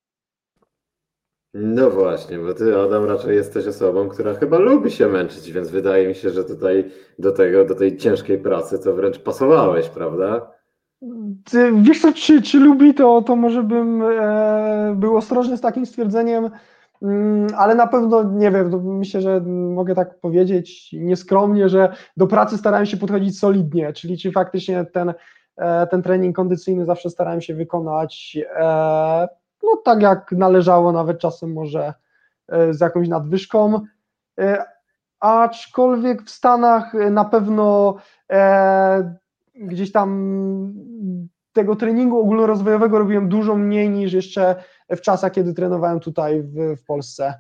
S1: No właśnie, bo ty, Adam, raczej jesteś osobą, która chyba lubi się męczyć, więc wydaje mi się, że tutaj do tego, do tej ciężkiej pracy to wręcz pasowałeś, prawda?
S3: Wiesz co, czy, czy lubi, to, to może bym e, był ostrożny z takim stwierdzeniem, mm, ale na pewno, nie wiem, myślę, że mogę tak powiedzieć nieskromnie, że do pracy starałem się podchodzić solidnie, czyli czy faktycznie ten, e, ten trening kondycyjny zawsze starałem się wykonać e, no tak jak należało, nawet czasem może e, z jakąś nadwyżką, e, aczkolwiek w Stanach na pewno e, gdzieś tam tego treningu ogólnorozwojowego robiłem dużo mniej niż jeszcze w czasach, kiedy trenowałem tutaj w, w Polsce.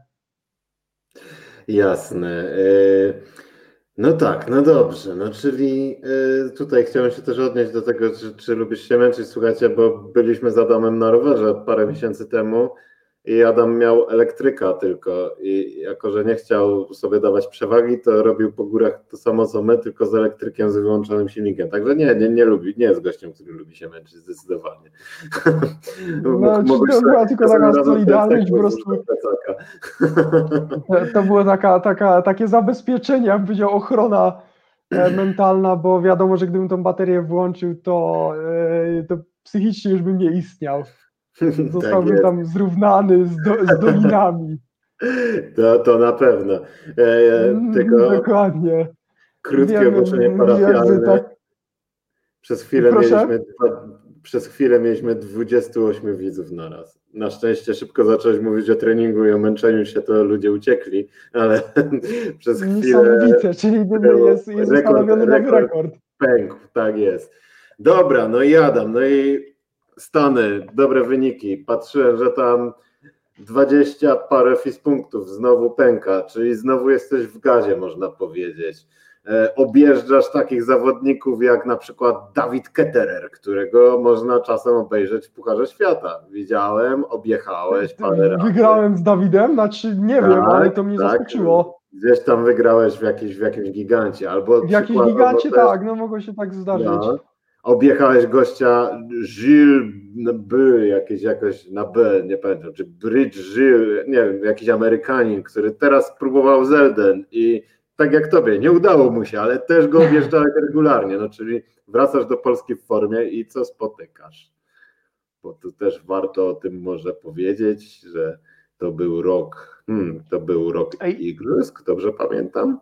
S1: Jasne. No tak, no dobrze, no czyli tutaj chciałem się też odnieść do tego, czy, czy lubisz się męczyć, słuchajcie, bo byliśmy z Adamem na rowerze parę miesięcy temu i Adam miał elektryka tylko i jako, że nie chciał sobie dawać przewagi, to robił po górach to samo co my, tylko z elektrykiem z wyłączonym silnikiem. Także nie, nie, nie lubi, nie jest gościem, który lubi się męczyć zdecydowanie.
S3: No, to była tylko taka solidarność po prostu. To było taka, taka, takie zabezpieczenie, jak powiedział, ochrona, e, mentalna, bo wiadomo, że gdybym tą baterię włączył, to, e, to psychicznie już bym nie istniał.
S1: Tak
S3: Zostałbym
S1: jest.
S3: tam zrównany z, do, z dolinami.
S1: To, to na pewno. E,
S3: Mm,
S1: tylko
S3: Dokładnie.
S1: krótkie
S3: Wiemy,
S1: ogłoszenie
S3: jakby
S1: parafialne.
S3: tak.
S1: Przez chwilę
S3: Proszę?
S1: mieliśmy dwa, przez chwilę mieliśmy dwudziestu ośmiu widzów na raz. Na szczęście szybko zacząłeś mówić o treningu i o męczeniu się, to ludzie uciekli, ale przez chwilę
S3: Niesamowite, czyli jest, jest ustanowiony nowy rekord.
S1: Pękł, tak jest. Dobra, no i Adam, no i Stany, dobre wyniki. Patrzyłem, że tam dwadzieścia parę fis punktów znowu pęka, czyli znowu jesteś w gazie, można powiedzieć. E, objeżdżasz takich zawodników jak na przykład David Ketterer, którego można czasem obejrzeć w Pucharze Świata. Widziałem, objechałeś parę razy.
S3: Wygrałem z Dawidem, znaczy nie
S1: Tak,
S3: wiem, ale to mnie
S1: tak.
S3: zaskoczyło.
S1: Gdzieś tam wygrałeś w, jakiś, w jakimś gigancie. Albo
S3: W jakimś
S1: przykładowo
S3: gigancie
S1: też-
S3: tak, no mogło się tak zdarzyć.
S1: No. Objechałeś gościa Gilles B, jakieś jakoś na B, nie pamiętam, czy Bridge Gilles, nie wiem, jakiś Amerykanin, który teraz próbował Zelden i tak jak tobie, nie udało mu się, ale też go objeżdżałeś regularnie, no czyli wracasz do Polski w formie i co spotykasz? Bo tu też warto o tym może powiedzieć, że to był rok, hmm, to był rok
S3: Ej.
S1: igrzysk, dobrze pamiętam?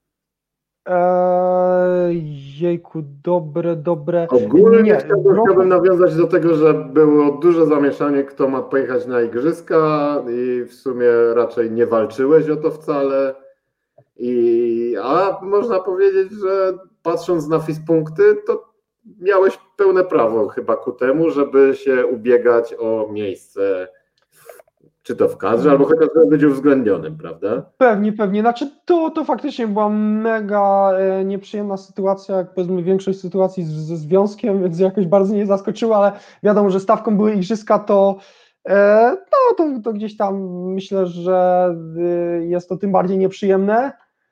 S3: Eee, jejku, dobre, dobre.
S1: Ogólnie
S3: Nie,
S1: chciałbym,
S3: w roku-
S1: chciałbym nawiązać do tego, że było duże zamieszanie, kto ma pojechać na igrzyska i w sumie raczej nie walczyłeś o to wcale. I, a można powiedzieć, że patrząc na fis punkty, to miałeś pełne prawo chyba ku temu, żeby się ubiegać o miejsce, czy to w kadrze, albo chociaż żeby być uwzględnionym, prawda?
S3: Pewnie, pewnie. Znaczy to, to faktycznie była mega e, nieprzyjemna sytuacja, jak powiedzmy większość sytuacji z, ze związkiem, więc jakoś bardzo nie zaskoczyła, ale wiadomo, że stawką były igrzyska, to e, no to, to gdzieś tam myślę, że e, jest to tym bardziej nieprzyjemne.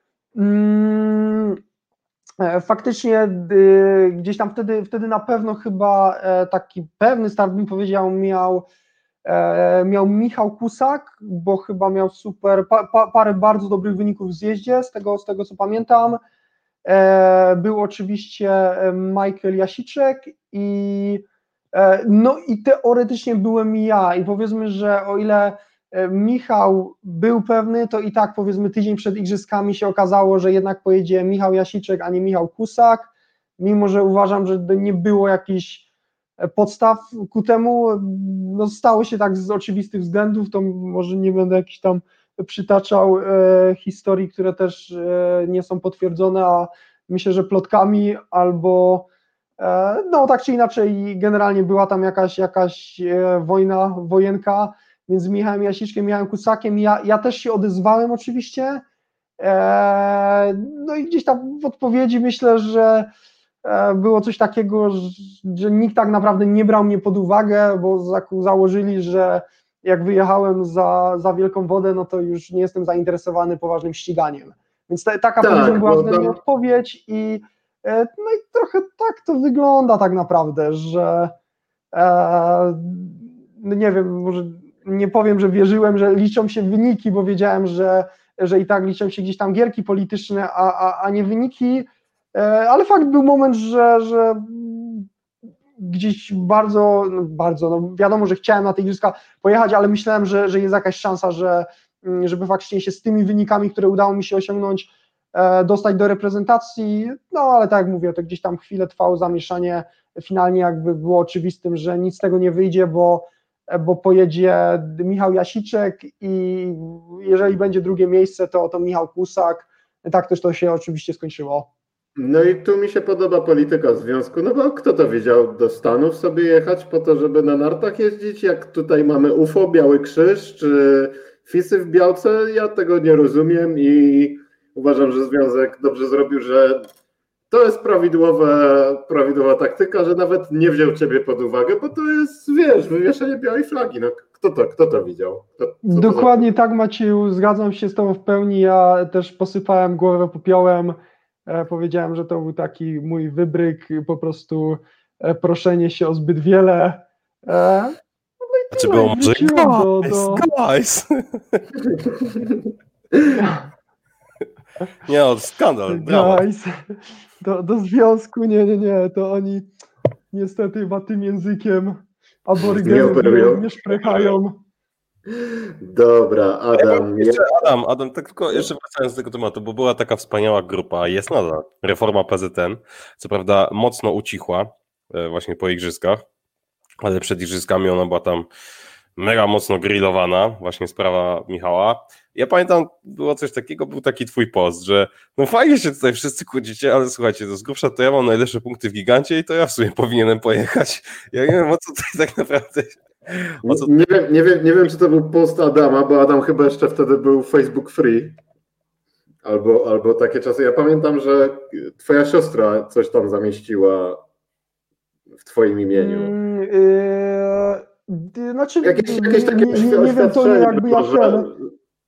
S3: Mm, e, faktycznie e, gdzieś tam wtedy, wtedy na pewno chyba e, taki pewny start, bym powiedział, miał E, miał Michał Kusak, bo chyba miał super, pa, pa, parę bardzo dobrych wyników w zjeździe, z tego, z tego co pamiętam. E, był oczywiście Michael Jasiczek i e, no i teoretycznie byłem ja i powiedzmy, że o ile Michał był pewny, to i tak powiedzmy tydzień przed igrzyskami się okazało, że jednak pojedzie Michał Jasiczek, a nie Michał Kusak, mimo że uważam, że nie było jakichś podstaw ku temu, no stało się tak z oczywistych względów, to może nie będę jakiś tam przytaczał e, historii, które też e, nie są potwierdzone, a myślę, że plotkami albo e, no tak czy inaczej generalnie była tam jakaś, jakaś e, wojna, wojenka między Michałem Jasiczkiem i Michałem Kusakiem. Ja, ja też się odezwałem oczywiście, e, no i gdzieś tam w odpowiedzi myślę, że było coś takiego, że nikt tak naprawdę nie brał mnie pod uwagę, bo założyli, że jak wyjechałem za, za wielką wodę, no to już nie jestem zainteresowany poważnym ściganiem. Więc ta, taka
S1: Tak,
S3: powiedzmy była
S1: bo
S3: wtedy
S1: tam-
S3: odpowiedź i no i trochę tak to wygląda tak naprawdę, że e, no nie wiem, może nie powiem, że wierzyłem, że liczą się wyniki, bo wiedziałem, że, że i tak liczą się gdzieś tam gierki polityczne, a, a, a nie wyniki. Ale fakt był moment, że, że gdzieś bardzo, no bardzo, no wiadomo, że chciałem na te igrzyska pojechać, ale myślałem, że, że jest jakaś szansa, że, żeby faktycznie się z tymi wynikami, które udało mi się osiągnąć, dostać do reprezentacji, no ale tak jak mówię, to gdzieś tam chwilę trwało zamieszanie, finalnie jakby było oczywistym, że nic z tego nie wyjdzie, bo, bo pojedzie Michał Jasiczek i jeżeli będzie drugie miejsce, to, to Michał Kusak, tak też to się oczywiście skończyło.
S1: No i tu mi się podoba polityka związku, no bo kto to wiedział do Stanów sobie jechać po to, żeby na nartach jeździć, jak tutaj mamy U F O, Biały Krzyż, czy fisy w Białce, ja tego nie rozumiem i uważam, że związek dobrze zrobił, że to jest prawidłowa, prawidłowa taktyka, że nawet nie wziął ciebie pod uwagę, bo to jest, wiesz, wywieszenie białej flagi, no kto to, kto to widział? Kto, co
S3: Dokładnie
S1: to za...
S3: tak, Macieju, zgadzam się z tobą w pełni, ja też posypałem głowę popiołem, e, powiedziałem, że to był taki mój wybryk, po prostu e, proszenie się o zbyt wiele. E, no i
S2: Czy
S3: tyle,
S2: było może
S3: wróciłem do,
S2: guys,
S3: do...
S2: guys. Nie, no, skandal, dramat.
S3: Guys, do, do związku, nie, nie, nie, to oni niestety chyba tym językiem
S1: Nie
S3: aborygenów
S1: operują.
S3: nie, nie szprechają.
S1: Dobra, Adam.
S2: Jeszcze
S1: ja-
S2: Adam, Adam, tak tylko jeszcze wracając do tego tematu, bo była taka wspaniała grupa, jest nadal, Reforma P Z N, co prawda mocno ucichła e, właśnie po igrzyskach, ale przed igrzyskami ona była tam mega mocno grillowana, właśnie sprawa Michała. Ja pamiętam, było coś takiego, był taki twój post, że no fajnie się tutaj wszyscy kłócicie, ale słuchajcie, to z grubsza to ja mam najlepsze punkty w Gigancie i to ja w sumie powinienem pojechać. Ja nie wiem, o co tutaj tak naprawdę... O co...
S1: Nie wiem, nie, wiem, nie wiem, czy to był post Adama, bo Adam chyba jeszcze wtedy był Facebook Free. Albo, albo takie czasy. Ja pamiętam, że twoja siostra coś tam zamieściła w twoim imieniu.
S3: Mm, yy, znaczy,
S1: Jakieś, jakieś takie
S3: nie, nie, nie wiem, to nie jakby ja
S1: było,
S3: ten...
S1: że-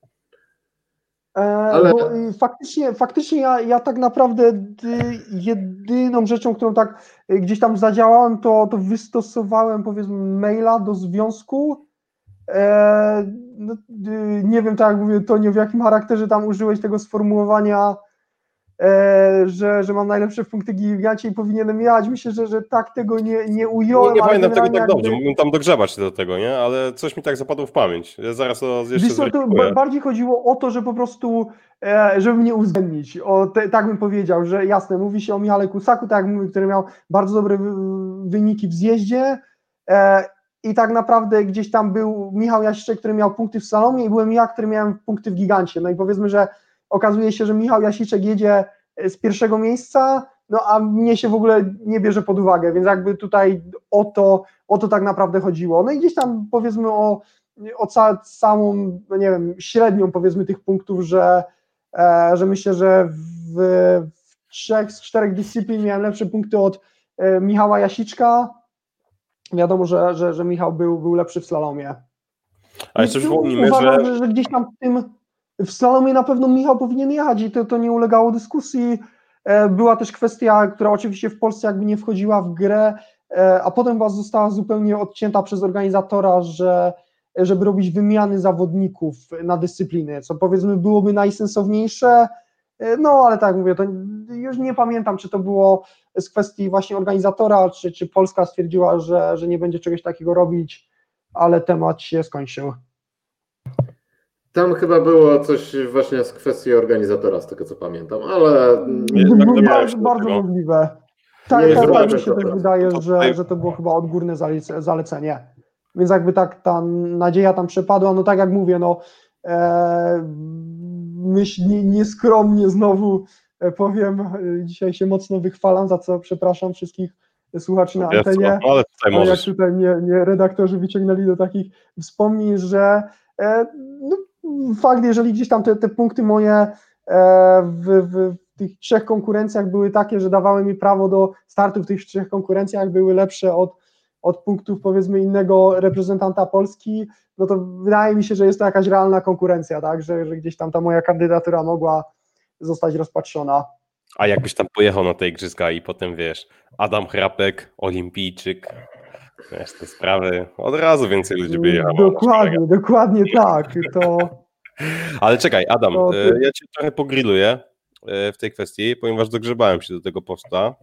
S3: E,
S1: Ale-
S3: Bo y, faktycznie, faktycznie ja, ja tak naprawdę y, jedyną rzeczą, którą tak y, gdzieś tam zadziałałem, to, to wystosowałem powiedzmy maila do związku. E, no, y, nie wiem, tak jak mówię, Tonio, w jakim charakterze tam użyłeś tego sformułowania, e, że, że mam najlepsze punkty w gigancie i powinienem jechać. Myślę, że, że tak tego nie, nie ująłem.
S2: Nie, nie
S3: ale
S2: pamiętam tego
S3: generalnie
S2: tak dobrze,
S3: jakby-
S2: mógłbym tam dogrzebać się do tego, nie? Ale coś mi tak zapadło w pamięć. Ja zaraz to jeszcze
S3: Wiesz co, to
S2: zweryfikuję.
S3: ba- bardziej chodziło o to, że po prostu, e, żeby mnie uwzględnić. O, te, tak bym powiedział, że jasne, mówi się o Michale Kusaku, tak jak mówię, który miał bardzo dobre wy, wyniki w zjeździe e, i tak naprawdę gdzieś tam był Michał Jasiczek, który miał punkty w Salomie i byłem ja, który miałem punkty w Gigancie. No i powiedzmy, że okazuje się, że Michał Jasiczek jedzie z pierwszego miejsca, no a mnie się w ogóle nie bierze pod uwagę, więc jakby tutaj o to, o to tak naprawdę chodziło. No i gdzieś tam powiedzmy o o ca- całą, no nie wiem, średnią powiedzmy tych punktów, że, e, że myślę, że w, w trzech z czterech dyscyplin miałem lepsze punkty od e, Michała Jasiczka. Wiadomo, że, że, że Michał był, był lepszy w slalomie.
S2: A jeszcze
S3: I
S2: przypomnijmy,
S3: uważam,
S2: że...
S3: że, że gdzieś tam w tym w slalomie na pewno Michał powinien jechać i to, to nie ulegało dyskusji. E, Była też kwestia, która oczywiście w Polsce jakby nie wchodziła w grę, e, a potem chyba została zupełnie odcięta przez organizatora, że żeby robić wymiany zawodników na dyscypliny, co powiedzmy byłoby najsensowniejsze, no ale tak jak mówię, to już nie pamiętam, czy to było z kwestii właśnie organizatora, czy, czy Polska stwierdziła, że, że nie będzie czegoś takiego robić, ale temat się skończył.
S1: Tam chyba było coś właśnie z kwestii organizatora, z tego co pamiętam, ale
S2: Nie, tak
S3: Bardzo,
S2: dobrałem się do
S3: bardzo
S2: tego.
S3: możliwe. Tak,
S1: Nie
S3: tak, tak
S1: zrobiłem
S3: mi się
S1: tego
S3: też
S1: teraz.
S3: wydaje,
S2: To
S3: że,
S2: tutaj-
S3: że to było chyba odgórne zalece- zalecenie. Więc jakby tak ta nadzieja tam przepadła, no tak jak mówię, no e, myśl nie- nieskromnie znowu e, powiem, e, dzisiaj się mocno wychwalam, za co przepraszam wszystkich słuchaczy na
S2: Wiesz co,
S3: antenie.
S2: no ale tutaj
S3: Ale jak
S2: możesz.
S3: tutaj mnie, mnie redaktorzy wyciągnęli do takich wspomnień, że e, no, fakt, jeżeli gdzieś tam te, te punkty moje e, w, w tych trzech konkurencjach były takie, że dawały mi prawo do startu w tych trzech konkurencjach, były lepsze od, od punktów powiedzmy innego reprezentanta Polski, no to wydaje mi się, że jest to jakaś realna konkurencja, tak, że, że gdzieś tam ta moja kandydatura mogła zostać rozpatrzona.
S2: A jakbyś tam pojechał na te igrzyska i potem wiesz, Adam Chrapek, olimpijczyk, wiesz, te sprawy, od razu więcej ludzi by jechało.
S3: Dokładnie, dokładnie tak. To
S2: Ale czekaj, Adam,
S3: To ty-
S2: e, ja cię trochę pogrilluję e, w tej kwestii, ponieważ dogrzebałem się do tego posta.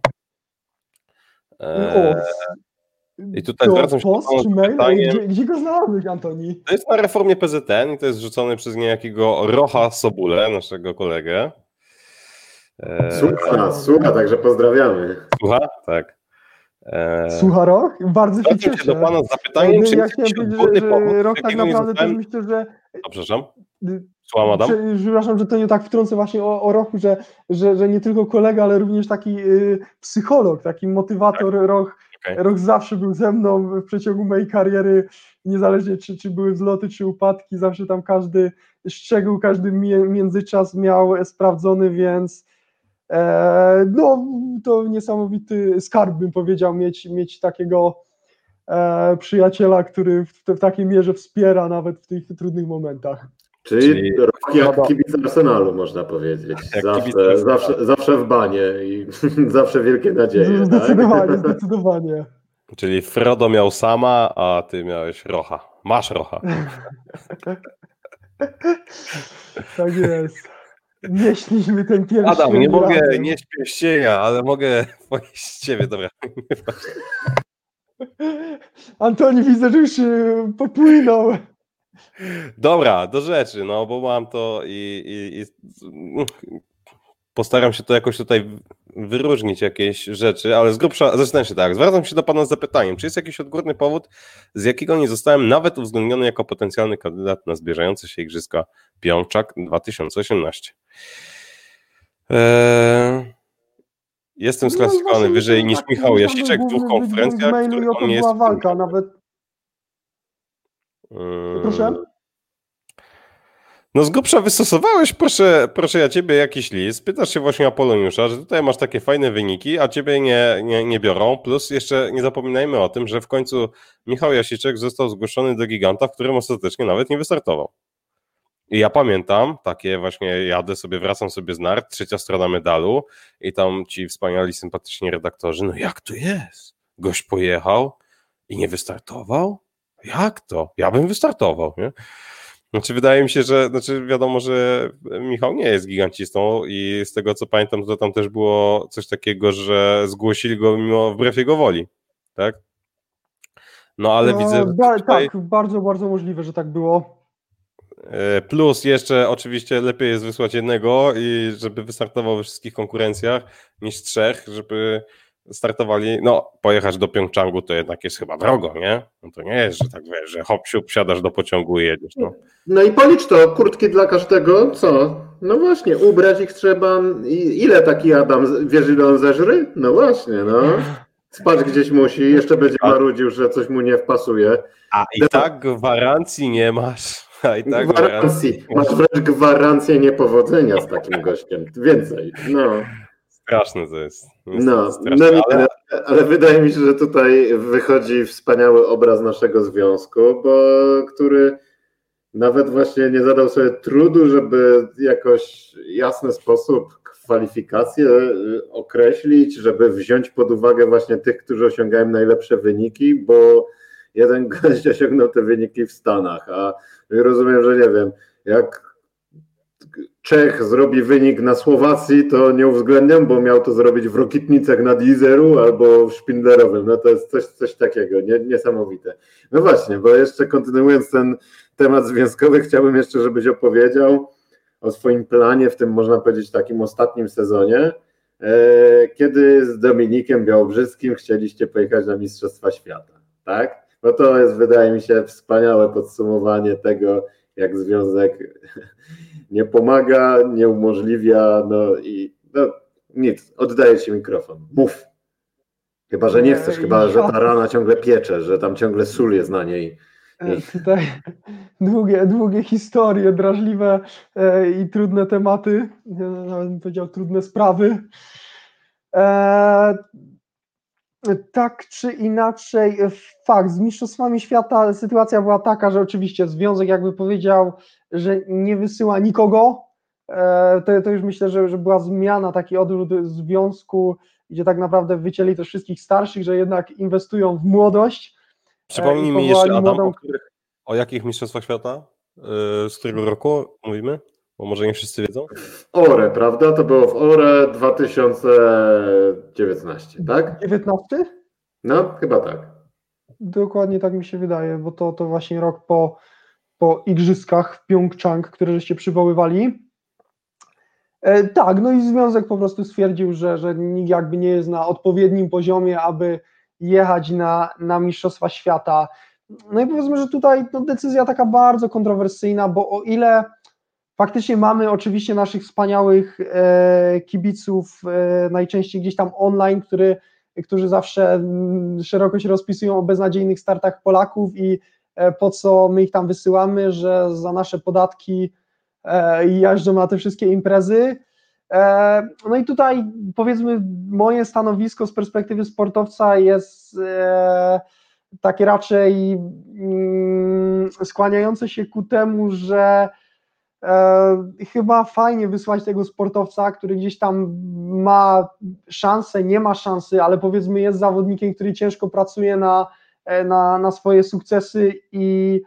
S2: E,
S3: o,
S2: I tutaj
S3: to
S2: zwracam się
S3: post
S2: do pana
S3: czy
S2: z
S3: mail? Ej,
S2: pytaniem.
S3: Gdzie, gdzie go znalazłeś, Antoni?
S2: To jest na reformie P Z N i to jest rzucone przez niejakiego Rocha Sobule, naszego kolegę. E,
S1: słucha nas, słucha, także pozdrawiamy.
S2: Słucha? Tak. E,
S3: Słucha Rok? Bardzo się
S2: zwracam się
S3: cieszę.
S2: do pana z zapytaniem,
S3: Ej,
S2: czy
S3: ja
S2: jest
S3: chciałem
S2: jakiś
S3: powiedzieć,
S2: odgórny
S3: że,
S2: powód,
S3: że Rok
S2: z
S3: tak
S2: jakiego nie
S3: naprawdę też
S2: zostałem...
S3: myślę, że
S2: O, przepraszam. Słucham, Adam?
S3: Prze- Przepraszam, że to nie tak wtrącę właśnie o, o Rochu, że, że, że nie tylko kolega, ale również taki y, psycholog, taki motywator.
S2: Tak.
S3: Roch,
S2: Okay.
S3: Roch zawsze był ze mną w przeciągu mojej kariery, niezależnie czy, czy były wzloty, czy upadki, zawsze tam każdy szczegół, każdy mie- międzyczas miał sprawdzony, więc e, no to niesamowity skarb, bym powiedział, mieć, mieć takiego e, przyjaciela, który w, w takiej mierze wspiera nawet w tych trudnych momentach.
S1: Czyli,
S2: Czyli-
S1: rok jak kibic Arsenalu, można powiedzieć.
S2: Jak
S1: Zawsze,
S2: kibic Arsenalu.
S1: zawsze, zawsze w banie i zawsze wielkie nadzieje.
S3: Zdecydowanie,
S1: tak?
S3: zdecydowanie.
S2: Czyli Frodo miał sama, a ty miałeś Rocha. Masz Rocha.
S3: Tak jest. Nie śliśmy ten pierwszy.
S2: Adam, nie mogę
S3: razem.
S2: nie pierścienia, ale mogę pojeść ciebie, dobra.
S3: Antoni, widzę, że już y, popłynął.
S2: Dobra, do rzeczy, no bo mam to i, i, i postaram się to jakoś tutaj wyróżnić jakieś rzeczy, ale z grubsza, zacznę się tak, zwracam się do pana z zapytaniem, czy jest jakiś odgórny powód, z jakiego nie zostałem nawet uwzględniony jako potencjalny kandydat na zbliżające się Igrzyska Pjongczak dwa tysiące osiemnaście? Eee, jestem
S3: No,
S2: sklasyfikowany
S3: właśnie
S2: wyżej
S3: to
S2: niż
S3: tak
S2: Michał
S3: myślałem,
S2: Jasiczek w
S3: główny
S2: dwóch
S3: wydźwięk
S2: konferencjach, w
S3: mailu,
S2: których
S3: jaka
S2: on nie jest
S3: była walka, nawet.
S2: Eee,
S3: Proszę?
S2: No z grubsza wystosowałeś, proszę, proszę ja ciebie, jakiś list, pytasz się właśnie Apoloniusza, że tutaj masz takie fajne wyniki, a ciebie nie, nie, nie biorą, plus jeszcze nie zapominajmy o tym, że w końcu Michał Jasiczek został zgłoszony do Giganta, w którym ostatecznie nawet nie wystartował. I ja pamiętam, takie właśnie jadę sobie, wracam sobie z nart, trzecia strona medalu i tam ci wspaniali, sympatyczni redaktorzy, no jak to jest? Gość pojechał i nie wystartował? Jak to? Ja bym wystartował, nie? Znaczy wydaje mi się, że znaczy wiadomo, że Michał nie jest gigancistą i z tego co pamiętam, to tam też było coś takiego, że zgłosili go mimo wbrew jego woli, tak? No ale
S3: No,
S2: widzę, że
S3: ba-
S2: tutaj
S3: tak, bardzo, bardzo możliwe, że tak było.
S2: plus jeszcze oczywiście lepiej jest wysłać jednego i żeby wystartował we wszystkich konkurencjach niż trzech, żeby startowali, no pojechać do Pjongczangu to jednak jest chyba drogo, nie? No to nie jest, że tak wiesz, że hop siup, wsiadasz do pociągu i jedziesz, no.
S1: No i policz to, kurtki dla każdego, co? No właśnie, ubrać ich trzeba. I ile taki Adam, wiesz ile on zeżry? No właśnie, no. Spać gdzieś musi, jeszcze będzie marudził, że coś mu nie wpasuje.
S2: A i tak gwarancji nie masz. A i tak
S1: Gwarancji. Masz wręcz gwarancję niepowodzenia z takim gościem. Więcej, no.
S2: Straszne to jest.
S1: No,
S2: straszne,
S1: no nie,
S2: ale...
S1: ale wydaje mi się, że tutaj wychodzi wspaniały obraz naszego związku, bo który nawet właśnie nie zadał sobie trudu, żeby jakoś jasny sposób kwalifikacje określić, żeby wziąć pod uwagę właśnie tych, którzy osiągają najlepsze wyniki, bo jeden gość osiągnął te wyniki w Stanach, a rozumiem, że nie wiem, jak Czech zrobi wynik na Słowacji, to nie uwzględniam, bo miał to zrobić w Rokitnicach nad Izeru albo w Szpindlerowym. No to jest coś, coś takiego, nie, niesamowite. No właśnie, bo jeszcze kontynuując ten temat związkowy, chciałbym jeszcze, żebyś opowiedział o swoim planie w tym, można powiedzieć, takim ostatnim sezonie, kiedy z Dominikiem Białobrzyskim chcieliście pojechać na Mistrzostwa Świata, tak? No to jest, wydaje mi się, wspaniałe podsumowanie tego, jak związek nie pomaga, nie umożliwia, no i no nic, oddaję ci mikrofon, mów. Chyba, że nie chcesz, chyba, że ta rana ciągle piecze, że tam ciągle sól jest na niej.
S3: I... Tutaj długie, długie historie, drażliwe e, i trudne tematy, nawet bym powiedział trudne sprawy. E, tak czy inaczej, fakt, z Mistrzostwami Świata sytuacja była taka, że oczywiście związek jakby powiedział, że nie wysyła nikogo, e, to, to już myślę, że, że była zmiana, taki odwrót związku, gdzie tak naprawdę wycięli też wszystkich starszych, że jednak inwestują w młodość.
S2: Przypomnij mi jeszcze, Adam, młodą... o, których, o jakich Mistrzostwach Świata? Yy, z którego roku mówimy? Bo może nie wszyscy wiedzą.
S1: Ore, prawda? To było w Ore dwa tysiące dziewiętnaście, tak?
S3: dziewiętnasty?
S1: No, chyba tak.
S3: Dokładnie tak mi się wydaje, bo to, to właśnie rok po, po igrzyskach w Pjongczang, które żeście przywoływali. E, tak, no i związek po prostu stwierdził, że, że nikt jakby nie jest na odpowiednim poziomie, aby jechać na, na Mistrzostwa Świata. No i powiedzmy, że tutaj no, decyzja taka bardzo kontrowersyjna, bo o ile faktycznie mamy oczywiście naszych wspaniałych e, kibiców, e, najczęściej gdzieś tam online, który, którzy zawsze m, szeroko się rozpisują o beznadziejnych startach Polaków i e, po co my ich tam wysyłamy, że za nasze podatki e, jeżdżą na te wszystkie imprezy. E, no i tutaj powiedzmy moje stanowisko z perspektywy sportowca jest e, takie raczej mm, skłaniające się ku temu, że E, chyba fajnie wysłać tego sportowca, który gdzieś tam ma szansę, nie ma szansy, ale powiedzmy jest zawodnikiem, który ciężko pracuje na, na, na swoje sukcesy i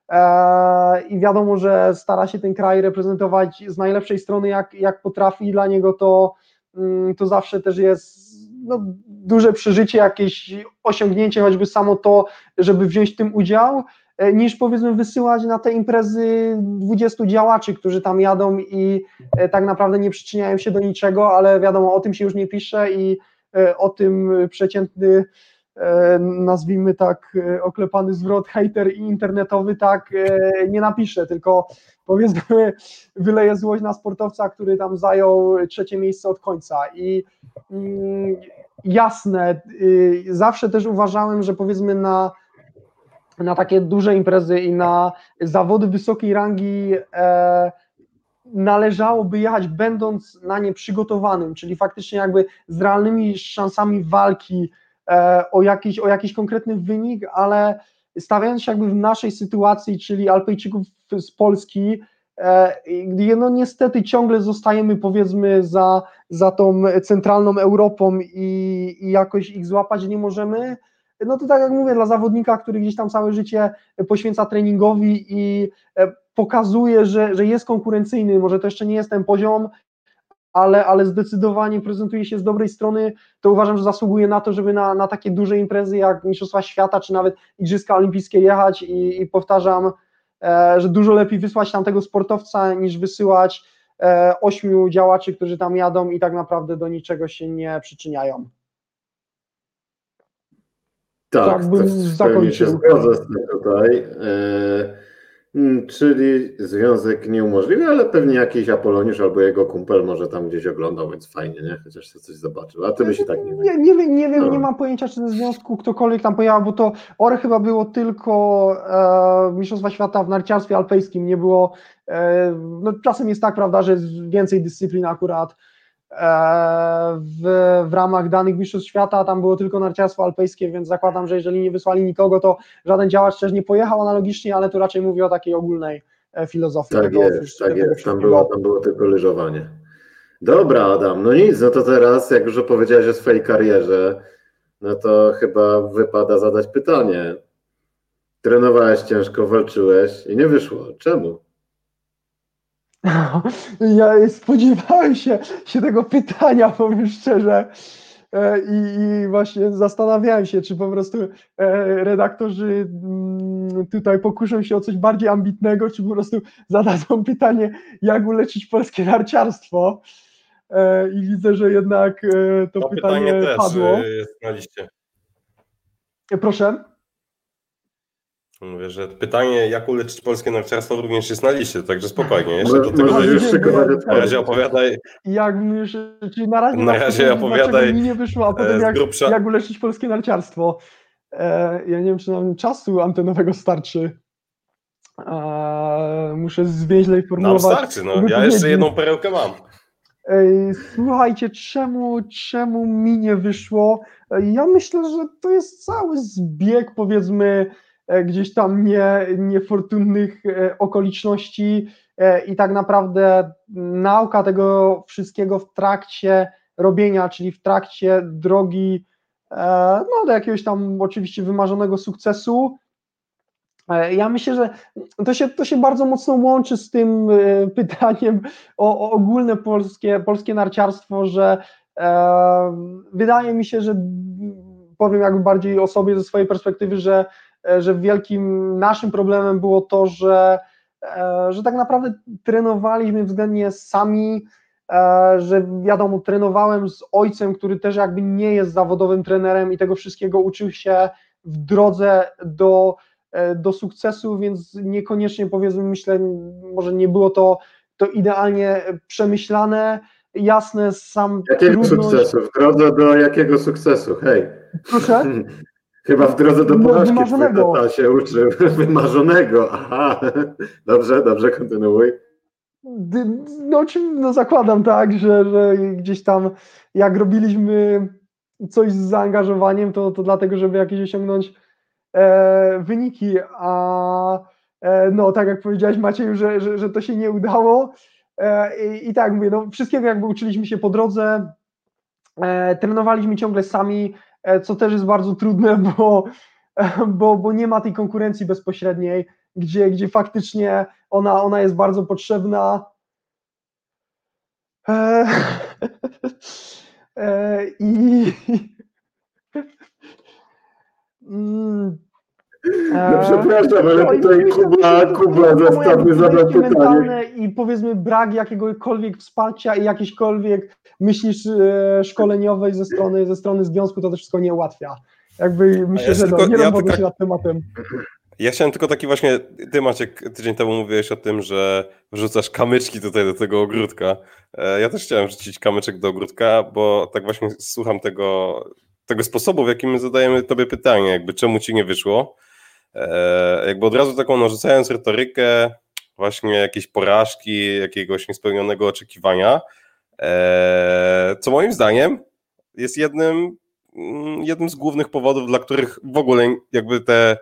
S3: i wiadomo, że stara się ten kraj reprezentować z najlepszej strony, jak, jak potrafi. Dla niego to, to zawsze też jest no, duże przeżycie, jakieś osiągnięcie, choćby samo to, żeby wziąć w tym udział, niż powiedzmy wysyłać na te imprezy dwudziestu działaczy, którzy tam jadą i tak naprawdę nie przyczyniają się do niczego, ale wiadomo, o tym się już nie pisze i o tym przeciętny, nazwijmy tak, oklepany zwrot hejter i internetowy tak nie napisze, tylko powiedzmy wyleje złość na sportowca, który tam zajął trzecie miejsce od końca. I jasne, zawsze też uważałem, że powiedzmy na na takie duże imprezy i na zawody wysokiej rangi e, należałoby jechać będąc na nie przygotowanym, czyli faktycznie jakby z realnymi szansami walki e, o, jakiś, o jakiś konkretny wynik, ale stawiając się jakby w naszej sytuacji, czyli Alpejczyków z Polski, e, gdzie no niestety ciągle zostajemy powiedzmy za, za tą centralną Europą i, i jakoś ich złapać nie możemy, no to tak jak mówię, dla zawodnika, który gdzieś tam całe życie poświęca treningowi i pokazuje, że, że jest konkurencyjny, może to jeszcze nie jest ten poziom, ale, ale zdecydowanie prezentuje się z dobrej strony, to uważam, że zasługuje na to, żeby na, na takie duże imprezy jak Mistrzostwa Świata, czy nawet Igrzyska Olimpijskie jechać i, i powtarzam, e, że dużo lepiej wysłać tam tego sportowca, niż wysyłać e, ośmiu działaczy, którzy tam jadą i tak naprawdę do niczego się nie przyczyniają.
S1: Tak,
S3: tak
S1: to
S3: bym
S1: w pełni się
S3: zakończył.
S1: zgodzę z tym tutaj. E, czyli związek nieumożliwy, ale pewnie jakiś Apoloniusz albo jego kumpel może tam gdzieś oglądał, więc fajnie, nie? Chociaż się coś zobaczył, a ty byś i tak nie
S3: Nie, nie, wiem, nie wiem,
S1: no.
S3: nie mam pojęcia, czy ze związku ktokolwiek tam pojechał, bo to Ore chyba było tylko e, Mistrzostwa Świata w narciarstwie alpejskim, nie było, e, no czasem jest tak, prawda, że jest więcej dyscyplin akurat w, w ramach danych Mistrzostw Świata, tam było tylko narciarstwo alpejskie, więc zakładam, że jeżeli nie wysłali nikogo, to żaden działacz też nie pojechał analogicznie, ale tu raczej mówię o takiej ogólnej filozofii
S1: tak
S3: tego,
S1: jest,
S3: tego
S1: tak jest. Tam
S3: wszystkiego.
S1: było, tam było tylko lyżowanie. Dobra, Adam, no nic, no to teraz, jak już opowiedziałeś o swojej karierze, no to chyba wypada zadać pytanie. Trenowałeś ciężko, walczyłeś i nie wyszło. Czemu?
S3: Ja spodziewałem się, się tego pytania, powiem szczerze, i, i właśnie zastanawiałem się, czy po prostu redaktorzy tutaj pokuszą się o coś bardziej ambitnego, czy po prostu zadadzą pytanie, jak uleczyć polskie narciarstwo. I widzę, że jednak to,
S2: to
S3: pytanie,
S2: pytanie też
S3: padło.
S2: jest na liście.
S3: Proszę?
S2: Mówię, że pytanie, jak uleczyć polskie narciarstwo, również jest na liście, także spokojnie. Jeszcze
S1: Może,
S2: do tego
S1: możesz już
S3: nie,
S1: szykować
S3: nie,
S1: odpowiedź.
S2: na razie opowiadaj.
S3: Jak już, czyli na razie,
S2: Na razie
S3: powiedzieć,
S2: opowiadaj,
S3: dlaczego mi nie wyszło, a potem
S2: z
S3: jak,
S2: grubsza.
S3: jak uleczyć polskie narciarstwo. E, ja nie wiem, czy nam czasu antenowego starczy. E, muszę zwięźlej
S2: Nam
S3: formułować.
S2: starczy, no. Ja jeszcze jedną perełkę mam.
S3: E, słuchajcie, czemu, czemu mi nie wyszło? E, ja myślę, że to jest cały zbieg, powiedzmy, e, gdzieś tam nie, niefortunnych e, okoliczności e, i tak naprawdę nauka tego wszystkiego w trakcie robienia, czyli w trakcie drogi e, no, do jakiegoś tam oczywiście wymarzonego sukcesu. Ja myślę, że to się, to się bardzo mocno łączy z tym pytaniem o, o ogólne polskie, polskie narciarstwo, że e, wydaje mi się, że powiem jakby bardziej o sobie ze swojej perspektywy, że, że wielkim naszym problemem było to, że, e, że tak naprawdę trenowaliśmy względnie sami, e, że wiadomo, trenowałem z ojcem, który też jakby nie jest zawodowym trenerem i tego wszystkiego uczył się w drodze do do sukcesu, więc niekoniecznie powiedzmy, myślę, może nie było to, to idealnie przemyślane, jasne, sam
S1: Jakiego
S3: trudność...
S1: sukcesu? W drodze do jakiego sukcesu? Hej.
S3: Proszę?
S1: Chyba w drodze do
S3: No,
S1: porażki
S3: wymarzonego.
S1: twój tata się uczył. Wymarzonego, aha. Dobrze, dobrze, kontynuuj.
S3: No, no zakładam tak, że, że gdzieś tam jak robiliśmy coś z zaangażowaniem, to, to dlatego, żeby jakieś osiągnąć E, wyniki, a e, no tak jak powiedziałeś Macieju, że, że, że to się nie udało e, i, i tak mówię, no wszystkiego jakby uczyliśmy się po drodze, e, trenowaliśmy ciągle sami, e, co też jest bardzo trudne, bo, bo, bo nie ma tej konkurencji bezpośredniej, gdzie, gdzie faktycznie ona, ona jest bardzo potrzebna. E, e, I mm,
S1: No przepraszam, ale
S3: no i
S1: tutaj
S3: myślę,
S1: Kuba,
S3: myślę, że to
S1: Kuba
S3: jest samo jakby
S1: zastawny zadał
S3: podejście
S1: pytanie.
S3: mentalne i powiedzmy brak jakiegokolwiek wsparcia i jakiejśkolwiek myśli e, szkoleniowej ze strony, ze strony związku, to też wszystko nie ułatwia. Jakby myślę,
S2: ja
S3: że no,
S2: tylko-
S3: nie
S2: ja
S3: rozwodzę
S2: tylko-
S3: się nad tematem.
S2: Ja chciałem tylko taki właśnie, ty Maciek tydzień temu mówiłeś o tym, że wrzucasz kamyczki tutaj do tego ogródka. E, Ja też chciałem wrzucić kamyczek do ogródka, bo tak właśnie słucham tego, tego sposobu, w jakim my zadajemy tobie pytanie, jakby czemu ci nie wyszło. E, Jakby od razu taką narzucając retorykę właśnie jakiejś porażki, jakiegoś niespełnionego oczekiwania, e, co moim zdaniem jest jednym, mm, jednym z głównych powodów, dla których w ogóle jakby te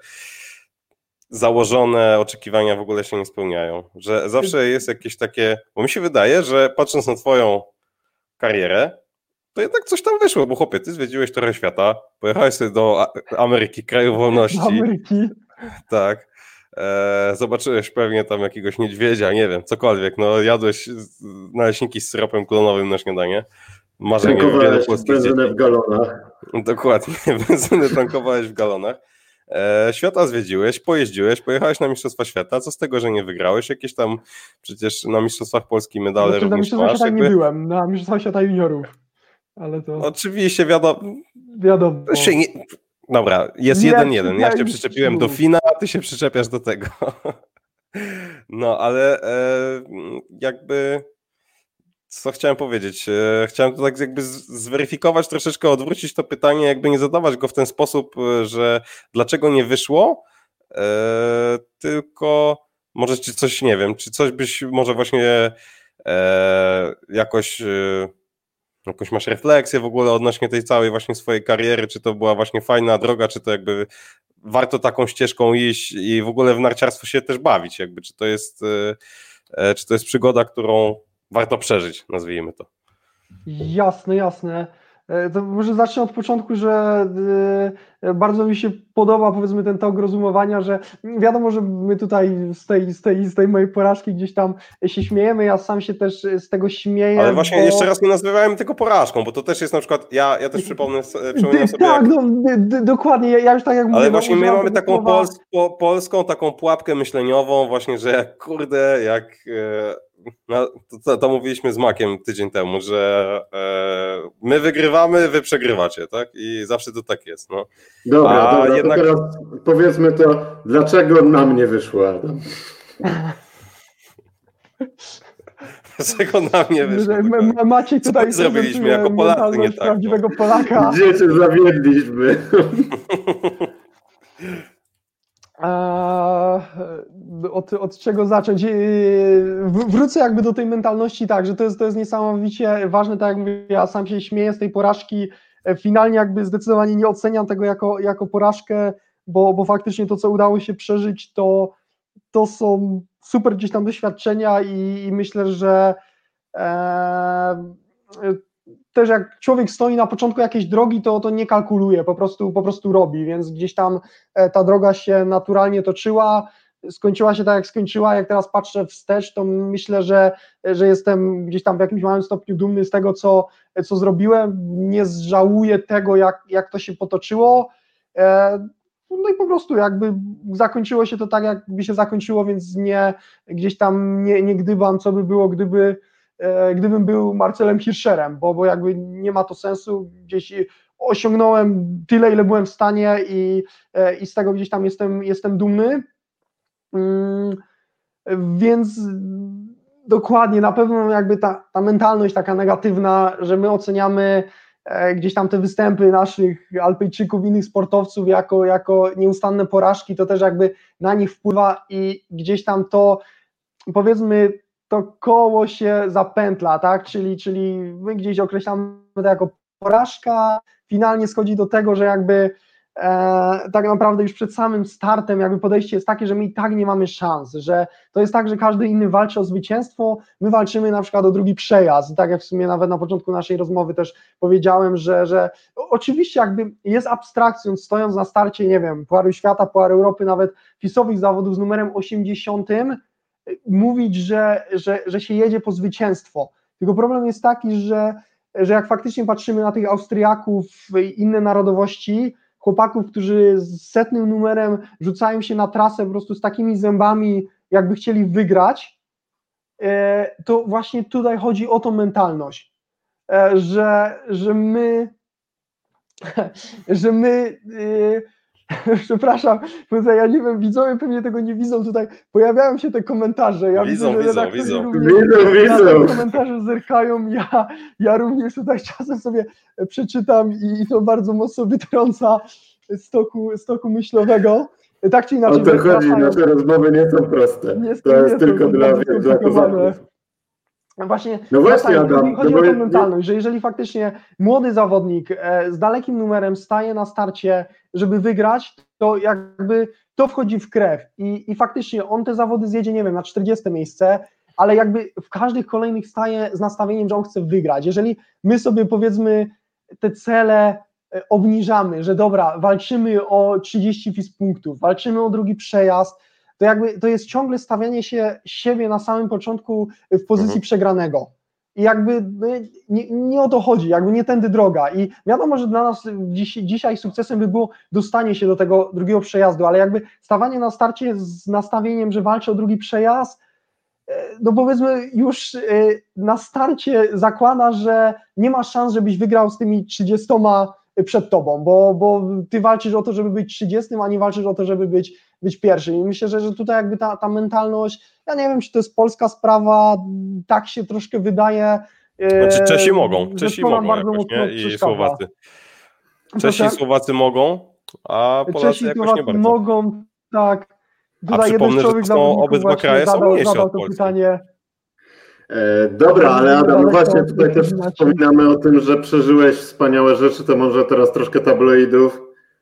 S2: założone oczekiwania w ogóle się nie spełniają. Że zawsze jest jakieś takie, bo mi się wydaje, że patrząc na twoją karierę, to jednak coś tam wyszło, bo chłopie, ty zwiedziłeś trochę świata, pojechałeś sobie do A- Ameryki, kraju wolności,
S3: Do Ameryki.
S2: tak, e, zobaczyłeś pewnie tam jakiegoś niedźwiedzia, nie wiem, cokolwiek, no jadłeś z- naleśniki z syropem klonowym na śniadanie, marzenie wielu
S1: Tankowałeś
S2: polskich
S1: benzynę
S2: dzieci.
S1: w galonach.
S2: Dokładnie, benzynę tankowałeś w galonach. E, świata zwiedziłeś, pojeździłeś, pojechałeś na Mistrzostwa Świata, co z tego, że nie wygrałeś? Jakieś tam przecież na Mistrzostwach Polski medale
S3: Znaczy, na
S2: również
S3: Mistrzostwach
S2: masz.
S3: Świata nie
S2: Jakby,
S3: byłem, na Mistrzostwach Świata juniorów, ale to
S2: oczywiście wiadomo,
S3: wiadomo.
S2: się nie, dobra, jest
S3: Nie
S2: jeden jeden, ja się
S3: przyznaj
S2: przyczepiłem do
S3: mistrzów.
S2: Fina, ty się przyczepiasz do tego. No, ale e, jakby co chciałem powiedzieć? E, Chciałem to tak jakby z- zweryfikować, troszeczkę odwrócić to pytanie, jakby nie zadawać go w ten sposób, e, że dlaczego nie wyszło, e, tylko może czy coś, nie wiem, czy coś byś może właśnie e, jakoś, e, jakąś masz refleksję w ogóle odnośnie tej całej właśnie swojej kariery, czy to była właśnie fajna droga, czy to jakby warto taką ścieżką iść i w ogóle w narciarstwo się też bawić, jakby, czy to jest, e, e, czy to jest przygoda, którą warto przeżyć, nazwijmy to.
S3: Jasne, jasne. E, To może zacznę od początku, że e, bardzo mi się podoba, powiedzmy, ten tok rozumowania, że wiadomo, że my tutaj z tej, z tej, z tej mojej porażki gdzieś tam się śmiejemy, ja sam się też z tego śmieję,
S2: Ale właśnie
S3: bo...
S2: jeszcze raz nie nazywałem tego porażką, bo to też jest na przykład, ja, ja też przypomnę, przypominam
S3: Ty-
S2: sobie,
S3: Tak,
S2: jak,
S3: no d- d- dokładnie, ja ja już tak jak mówię,
S2: ale
S3: no,
S2: właśnie my
S3: używam
S2: mamy
S3: tego
S2: taką
S3: słowa-
S2: pols, po, polską, taką pułapkę myśleniową właśnie, że jak kurde, jak e, no, to, to, to mówiliśmy z Makiem tydzień temu, że e, my wygrywamy, wy przegrywacie, tak? I zawsze to tak jest, no.
S1: Dobra,
S2: A
S1: dobra,
S2: jednak-
S1: to teraz powiedzmy to, dlaczego nam nie wyszło, Adam?
S2: Dlaczego nam nie wyszło?
S3: M-
S2: dokładnie?
S3: M- Maciek
S2: Co
S3: tutaj
S2: my zrobiliśmy
S3: prezentuje
S2: jako Polacy nie
S3: mentalność
S2: tak, no?
S3: prawdziwego Polaka.
S1: Gdzie cię zawiedliśmy?
S3: A, od, od czego zacząć? Yy, wr- Wrócę jakby do tej mentalności, tak, że to jest, to jest niesamowicie ważne, tak jak mówię, ja sam się śmieję z tej porażki, finalnie jakby zdecydowanie nie oceniam tego jako, jako porażkę, bo, bo faktycznie to, co udało się przeżyć, to, to są super gdzieś tam doświadczenia i, i myślę, że e, też jak człowiek stoi na początku jakiejś drogi, to, to nie kalkuluje, po prostu, po prostu robi, więc gdzieś tam e, ta droga się naturalnie toczyła, skończyła się tak jak skończyła, jak teraz patrzę wstecz, to myślę, że, że jestem gdzieś tam w jakimś małym stopniu dumny z tego, co, co zrobiłem, nie żałuję tego, jak, jak to się potoczyło, e, no i po prostu jakby zakończyło się to tak, jakby się zakończyło, więc nie, gdzieś tam nie, nie gdybam, co by było, gdyby gdybym był Marcelem Hirscherem, bo, bo jakby nie ma to sensu, gdzieś osiągnąłem tyle, ile byłem w stanie i, i z tego gdzieś tam jestem, jestem dumny, więc dokładnie, na pewno jakby ta, ta mentalność taka negatywna, że my oceniamy gdzieś tam te występy naszych Alpejczyków, innych sportowców jako, jako nieustanne porażki, to też jakby na nich wpływa i gdzieś tam to, powiedzmy, to koło się zapętla, tak, czyli, czyli my gdzieś określamy to jako porażka, finalnie schodzi do tego, że jakby e, tak naprawdę już przed samym startem jakby podejście jest takie, że my i tak nie mamy szans, że to jest tak, że każdy inny walczy o zwycięstwo, my walczymy na przykład o drugi przejazd, tak jak w sumie nawet na początku naszej rozmowy też powiedziałem, że, że oczywiście jakby jest abstrakcją, stojąc na starcie, nie wiem, Pucharu Świata, Pucharu Europy, nawet fisowych zawodów z numerem osiemdziesiątym, mówić, że, że, że się jedzie po zwycięstwo. Tylko problem jest taki, że, że jak faktycznie patrzymy na tych Austriaków i inne narodowości, chłopaków, którzy z setnym numerem rzucają się na trasę po prostu z takimi zębami, jakby chcieli wygrać, to właśnie tutaj chodzi o tą mentalność, że, że my że my przepraszam, ja nie wiem, widzowie pewnie tego nie widzą, tutaj pojawiają się te komentarze, ja
S2: widzą,
S3: widzę, że
S2: widzą,
S3: redaktorzy
S2: widzą.
S3: również
S1: Widzą,
S3: na
S1: widzą.
S3: te komentarze zerkają, ja, ja również tutaj czasem sobie przeczytam i, i to bardzo mocno wytrąca z toku, z toku myślowego. Tak czy inaczej,
S1: O to chodzi,
S3: wracając,
S1: nasze rozmowy nie są proste.
S3: nie,
S1: To jest
S3: nie
S1: tylko
S3: są
S1: dla,
S3: bardzo
S1: dla
S3: skomplikowane.
S1: kozaków.
S3: Właśnie,
S1: No właśnie,
S3: wracając,
S1: Adam,
S3: chodzi, chodzi
S1: no
S3: o
S1: bo
S3: tą
S1: nie-
S3: mentalność, że jeżeli faktycznie młody zawodnik e, z dalekim numerem staje na starcie, żeby wygrać, to jakby to wchodzi w krew i, i faktycznie on te zawody zjedzie, nie wiem, na czterdzieste miejsce, ale jakby w każdych kolejnych staje z nastawieniem, że on chce wygrać. Jeżeli my sobie powiedzmy te cele e, obniżamy, że dobra, walczymy o trzydzieści F I S punktów, walczymy o drugi przejazd, to jakby to jest ciągle stawianie się siebie na samym początku w pozycji
S2: Mhm.
S3: przegranego. I jakby no, nie, nie o to chodzi, jakby nie tędy droga. I wiadomo, że dla nas dziś, dzisiaj sukcesem by było dostanie się do tego drugiego przejazdu, ale jakby stawanie na starcie z nastawieniem, że walczę o drugi przejazd, no powiedzmy już na starcie zakłada, że nie ma szans, żebyś wygrał z tymi trzydziestoma przed tobą, bo, bo ty walczysz o to, żeby być trzydziestym, a nie walczysz o to, żeby być, być pierwszym. I myślę, że, że tutaj jakby ta, ta mentalność, ja nie wiem, czy to jest polska sprawa, tak się troszkę wydaje.
S2: Znaczy Czesi mogą,
S3: że
S2: Czesi
S3: to nam
S2: mogą
S3: bardzo
S2: jakoś,
S3: mocno
S2: nie? I
S3: przeszkadza.
S2: Słowacy. Czesi i
S3: Proszę?
S2: Słowacy mogą, a Polacy
S3: Czesi i
S2: jakoś nie
S3: Słowacy
S2: bardzo.
S3: mogą, tak.
S2: A
S3: Tutaj jeden z
S2: przypomnę, że
S3: czołowych
S2: to są
S3: zawodników
S2: obydwa
S3: właśnie
S2: kraje są
S3: zadał,
S2: mniejsze
S3: zadał
S2: od
S3: to
S2: Polski.
S3: pytanie.
S1: E, dobra, ale Adam, no właśnie tutaj też wspominamy o tym, że przeżyłeś wspaniałe rzeczy, to może teraz troszkę tabloidów.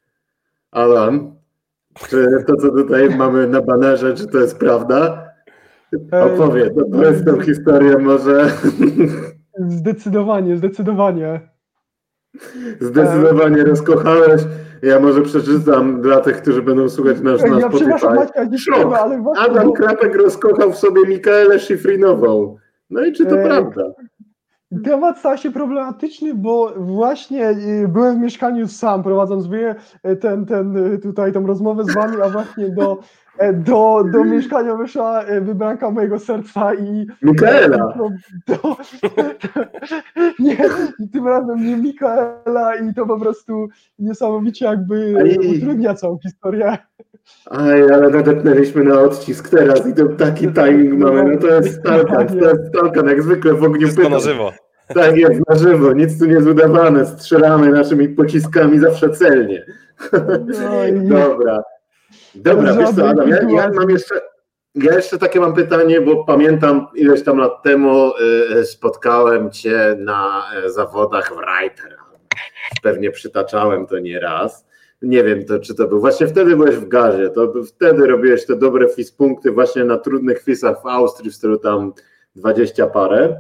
S1: Adam, czy to, co tutaj mamy na banerze, czy to jest prawda? Opowiedz, opowiedz tą historię może.
S3: Zdecydowanie, zdecydowanie.
S1: Zdecydowanie rozkochałeś. Ja może przeczytam dla tych, którzy będą słuchać nas na
S3: Ja przepraszam,
S1: Spotify.
S3: Maćka, nie
S1: Szok!
S3: przerwę, ale właśnie...
S1: Adam
S3: bo-
S1: Krapek rozkochał w sobie Mikaelę Schifrinową. No i czy to
S3: Ej,
S1: prawda?
S3: Temat stał się problematyczny, bo właśnie y, byłem w mieszkaniu sam, prowadząc wy, y, ten, ten, y, tutaj tą rozmowę z wami, a właśnie do, e, do, do mieszkania wyszła y, wybranka mojego serca i
S1: Mikaela!
S3: to, to, nie, tym razem nie Mikaela i to po prostu niesamowicie jakby
S1: Aj.
S3: utrudnia całą historię.
S1: Aj, ale nadepnęliśmy na odcisk teraz i to taki timing mamy. No to jest stalkan, to jest stalkan, jak zwykle w ogniu
S2: Wszystko na
S1: pytań.
S2: żywo.
S1: Tak jest, na żywo, nic tu nie jest udawane, strzelamy naszymi pociskami zawsze celnie.
S3: No i-
S1: Dobra. Dobra, wiesz co, Adam, ja, ja mam jeszcze, ja jeszcze takie mam pytanie, bo pamiętam ileś tam lat temu y, spotkałem Cię na y, zawodach w Reiter. Pewnie przytaczałem to nieraz. Nie wiem, to, czy to był, właśnie wtedy byłeś w gazie, to by- wtedy robiłeś te dobre F I S punkty właśnie na trudnych F I S-ach w Austrii, w stylu tam dwadzieścia parę.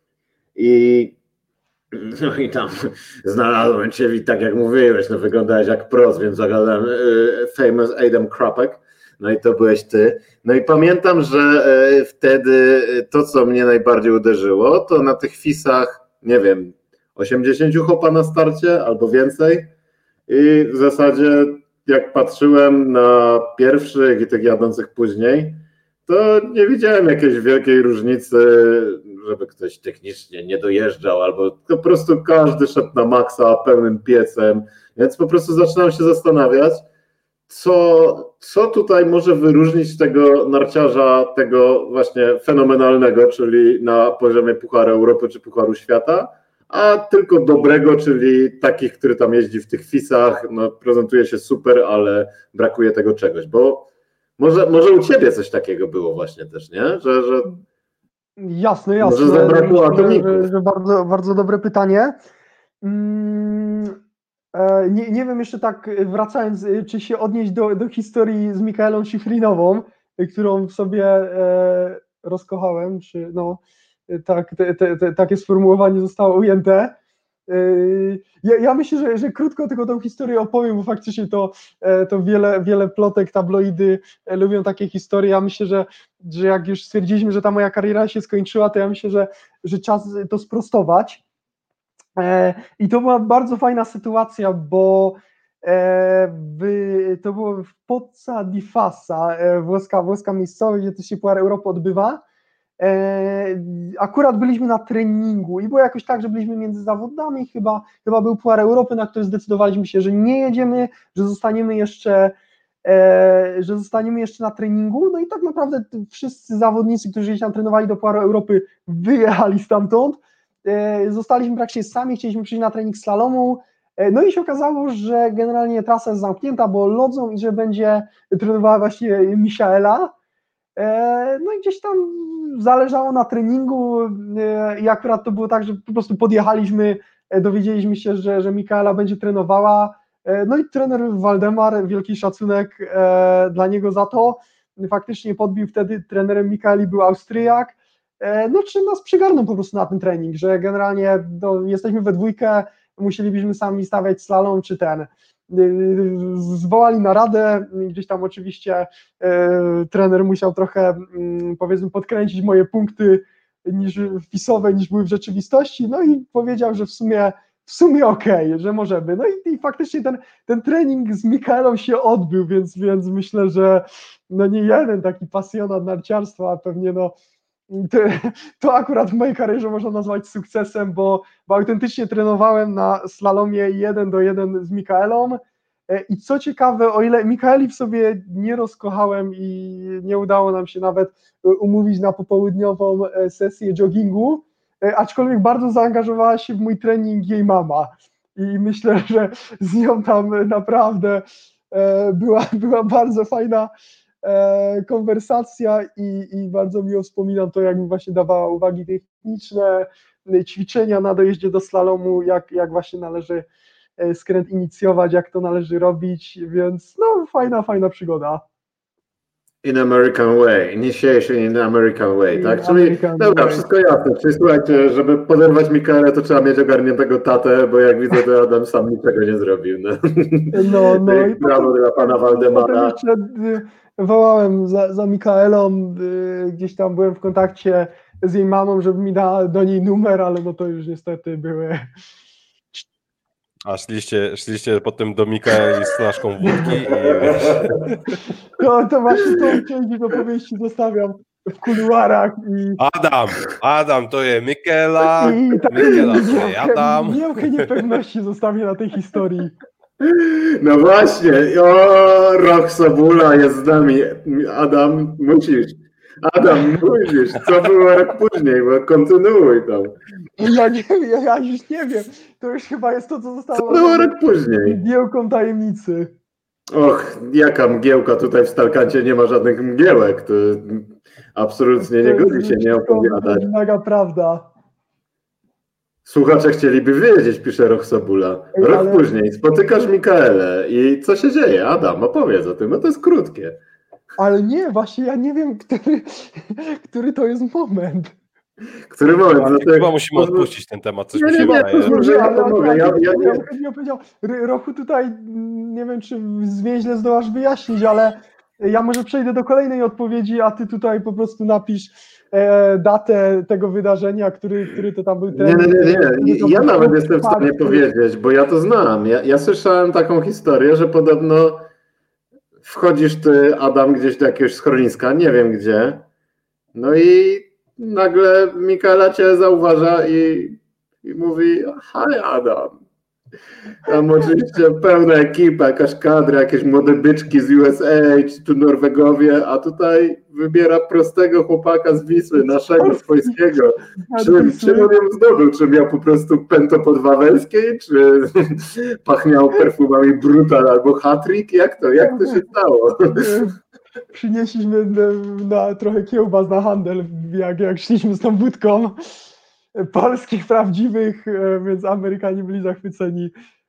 S1: I, no i tam znalazłem Cię i tak jak mówiłeś, no wyglądałeś jak pros, więc zagadałem y, famous Adam Krapek, no i to byłeś Ty. No i pamiętam, że y, wtedy y, to, co mnie najbardziej uderzyło, to na tych F I S-ach, nie wiem, osiemdziesiąt chopa na starcie albo więcej i w zasadzie jak patrzyłem na pierwszych i tych jadących później, to nie widziałem jakiejś wielkiej różnicy, żeby ktoś technicznie nie dojeżdżał, albo po prostu każdy szedł na maksa pełnym piecem, więc po prostu zaczynam się zastanawiać, co, co tutaj może wyróżnić tego narciarza, tego właśnie fenomenalnego, czyli na poziomie Pucharu Europy czy Pucharu Świata, a tylko dobrego, czyli takich, który tam jeździ w tych F I S-ach, no prezentuje się super, ale brakuje tego czegoś, bo Może, może u Ciebie coś takiego było właśnie też, nie? Że, że...
S3: Jasne, jasne.
S1: Może zabrakło
S3: Myślę,
S1: atomików.
S3: że, że bardzo, bardzo dobre pytanie. Mm, E, nie, nie wiem jeszcze tak e, wracając, e, czy się odnieść do, do historii z Mikaelą Schifrinową, e, którą w sobie e, rozkochałem, czy no e, tak, te, te, te, takie sformułowanie zostało ujęte. E, Ja, ja myślę, że, że krótko tylko tą historię opowiem, bo faktycznie to, e, to wiele, wiele plotek, tabloidy e, lubią takie historie. Ja myślę, że, że jak już stwierdziliśmy, że ta moja kariera się skończyła, to ja myślę, że, że czas to sprostować. E, I to była bardzo fajna sytuacja, bo e, w, to było w Pozza di Fassa, e, włoska, włoska miejscowość, gdzie to się Puar Europy odbywa. E, Akurat byliśmy na treningu i było jakoś tak, że byliśmy między zawodami, chyba, chyba był Puar Europy, na który zdecydowaliśmy się, że nie jedziemy, że zostaniemy jeszcze e, że zostaniemy jeszcze na treningu, no i tak naprawdę wszyscy zawodnicy, którzy gdzieś tam trenowali do Puaru Europy, wyjechali stamtąd. E, Zostaliśmy praktycznie sami, chcieliśmy przyjść na trening slalomu, e, no i się okazało, że generalnie trasa jest zamknięta, bo lodzą i że będzie trenowała właśnie Michaela. E, No i gdzieś tam zależało na treningu e, i akurat to było tak, że po prostu podjechaliśmy, e, dowiedzieliśmy się, że, że Mikaela będzie trenowała, e, no i trener Waldemar, wielki szacunek e, dla niego za to, faktycznie podbił wtedy, trenerem Mikaeli był Austriak, e, no czy nas przygarnął po prostu na ten trening, że generalnie no, jesteśmy we dwójkę, musielibyśmy sami stawiać slalom czy ten. Zwołali naradę, gdzieś tam oczywiście e, trener musiał trochę mm, powiedzmy podkręcić moje punkty niż wpisowe, niż były w rzeczywistości, no i powiedział, że w sumie w sumie okej, okay, że możemy. No i, i faktycznie ten, ten trening z Mikaelą się odbył, więc, więc myślę, że no nie jeden taki pasjonat narciarstwa, a pewnie no to, to akurat w mojej karierze można nazwać sukcesem, bo, bo autentycznie trenowałem na slalomie jeden do jeden z Mikaelą i co ciekawe, o ile Mikaeli w sobie nie rozkochałem i nie udało nam się nawet umówić na popołudniową sesję joggingu, aczkolwiek bardzo zaangażowała się w mój trening jej mama i myślę, że z nią tam naprawdę była, była bardzo fajna konwersacja i, i bardzo miło wspominam to, jak mi właśnie dawała uwagi techniczne, ćwiczenia na dojeździe do slalomu, jak, jak właśnie należy skręt inicjować, jak to należy robić, więc no fajna, fajna przygoda.
S1: In American Way, initiation in American Way,
S3: In
S1: tak? Czyli,
S3: American
S1: dobra,
S3: way.
S1: wszystko jasne. Czyli słuchajcie, żeby poderwać Mikaela, to trzeba mieć ogarniętego tatę, bo jak widzę, to Adam sam niczego nie zrobił. No,
S3: no, no i
S1: brawo dla pana Waldemara.
S3: Potem jeszcze wołałem za, za Mikaelą, gdzieś tam byłem w kontakcie z jej mamą, żeby mi dała do niej numer, ale no to już niestety były...
S2: A szliście, szliście potem do Mikaeli z flaszką wódki i
S3: To, to właśnie tą część opowieści zostawiam w kuluarach i...
S2: Adam, Adam to je Mikela,
S3: i tak,
S2: Mikela to je Adam.
S3: Wielkie niepewności zostawię na tej historii.
S1: No właśnie, o, Roch Sobula jest z nami. Adam, musisz. Adam, musisz. Co było rok później, bo kontynuuj tam.
S3: Ja, nie, ja, ja już nie wiem. To już chyba jest to, co zostało.
S1: Co było rok później?
S3: Mgiełką tajemnicy.
S1: Och, jaka mgiełka, tutaj w Stalkancie nie ma żadnych mgiełek. To absolutnie nie godzi się nie opowiadać.
S3: Mega prawda.
S1: Słuchacze chcieliby wiedzieć, pisze Roch Sobula. Rok
S3: Ale...
S1: później spotykasz Mikaelę i co się dzieje? Adam, opowiedz o tym, no to jest krótkie.
S3: Ale nie, właśnie ja nie wiem, który, który to jest moment.
S1: Który moment?
S2: No,
S1: no
S2: chyba musimy odpuścić ten temat, coś
S1: nie,
S2: mi się
S1: nie, nie,
S2: wydaje.
S1: to, że ja pomogę. Ja, ja,
S3: ja bym powiedział, Rochu tutaj, nie wiem, czy zwięźle zdołasz wyjaśnić, ale ja może przejdę do kolejnej odpowiedzi, a ty tutaj po prostu napisz e, datę tego wydarzenia, który, który to tam był ten...
S1: Nie, nie, nie, nie. Ja nawet jestem w stanie
S3: party.
S1: powiedzieć, bo ja to znam. Ja, ja słyszałem taką historię, że podobno wchodzisz ty, Adam, gdzieś do jakiegoś schroniska, nie wiem gdzie, no i nagle Mikaela cię zauważa i, i mówi: hi Adam. Tam oczywiście pełna ekipa, jakaś kadra, jakieś młode byczki z U S A, czy tu Norwegowie, a tutaj wybiera prostego chłopaka z Wisły, naszego, swojskiego. Czym, czym on ją zdobył? Czy miał po prostu pęto podwawelskiej, czy pachniał perfumami Brutal albo Hattrick? Jak to, jak to się stało?
S3: Przynieśliśmy na, na trochę kiełbas na handel, jak, jak szliśmy z tą wódką polskich, prawdziwych, więc Amerykanie byli zachwyceni.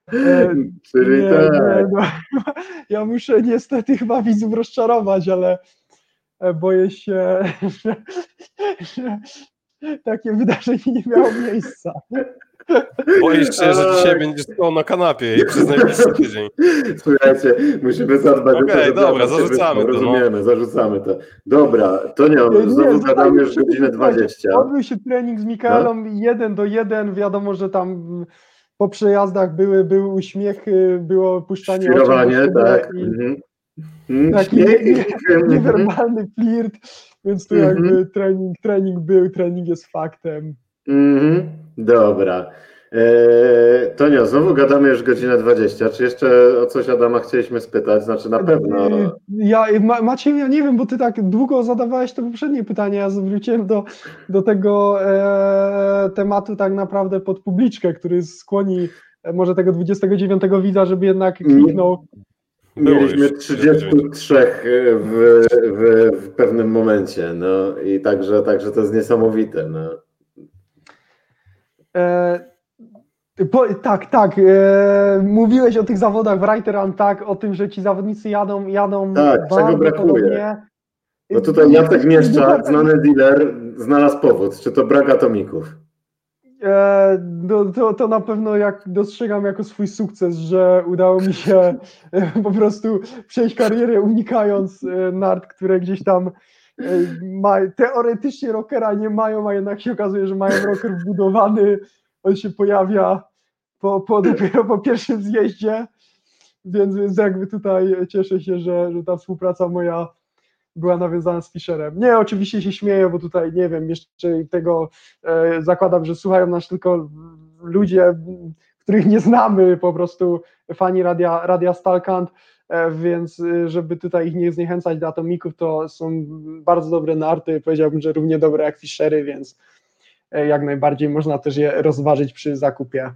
S3: E,
S1: Czyli
S3: nie,
S1: tak.
S3: nie, no, ja muszę niestety chyba widzów rozczarować, ale e, boję się, że, że takie wydarzenie nie miało miejsca.
S2: Boisz się, że dzisiaj
S1: Tak.
S2: będziesz spał na kanapie i przez najbliższy tydzień.
S1: Słuchajcie, musimy zadbać o to,
S2: Okej,
S1: żeby
S2: dobra,
S1: on się
S2: zarzucamy
S1: wyspał.
S2: to, no.
S1: Rozumiemy, zarzucamy to. Dobra, Tonio,
S3: Nie,
S1: znowu
S3: zostańmy
S1: gadamy już
S3: przy tym,
S1: godzinę
S3: słuchajcie,
S1: dwadzieścia.
S3: Odbył się trening z Mikaelą jeden do jeden, wiadomo, że tam po przejazdach były, były uśmiechy, było puszczanie oczu do
S1: Świrowanie,
S3: siebie
S1: tak.
S3: i
S1: Mhm. Mm,
S3: taki
S1: śmiech
S3: nie,
S1: i
S3: nie,
S1: kichem,
S3: niewerbalny flirt, więc tu
S1: mhm.
S3: jakby trening, trening był, trening jest faktem.
S1: Mhm. Dobra. Eee, Tonio, znowu gadamy już godzinę dwadzieścia. Czy jeszcze o coś Adama chcieliśmy spytać? Znaczy na pewno.
S3: Ja, Ma, Maciej, ja nie wiem, bo ty tak długo zadawałeś to poprzednie pytanie, ja zwróciłem do, do tego e, tematu tak naprawdę pod publiczkę, który skłoni e, może tego dwudziestego dziewiątego widza, żeby jednak kliknął.
S2: Było
S1: Mieliśmy
S2: już
S1: trzydziestu trzech w, w, w pewnym momencie, no i także, także to jest niesamowite. No.
S3: E, po, tak, tak, e, mówiłeś o tych zawodach w Right Run, tak, o tym, że ci zawodnicy jadą, jadą
S1: Tak, czego
S3: bardzo
S1: brakuje?
S3: podobnie.
S1: No tutaj Jacek Mieszczak,
S3: Dokładnie.
S1: znany dealer, znalazł powód. Czy to brak atomików?
S3: E, no, to, to na pewno jak dostrzegam jako swój sukces, że udało mi się e, po prostu przejść karierę unikając e, nart, które gdzieś tam e, ma, teoretycznie rockera nie mają, a jednak się okazuje, że mają rocker wbudowany. On się pojawia po, po, dopiero po pierwszym zjeździe, więc, więc jakby tutaj cieszę się, że, że ta współpraca moja była nawiązana z Fischerem. Nie, oczywiście się śmieję, bo tutaj nie wiem, jeszcze tego e, zakładam, że słuchają nas tylko ludzie, których nie znamy, po prostu fani radia, radia Stalkant, e, więc e, żeby tutaj ich nie zniechęcać do atomików, to są bardzo dobre narty, powiedziałbym, że równie dobre jak Fischery, więc e, jak najbardziej można też je rozważyć przy zakupie.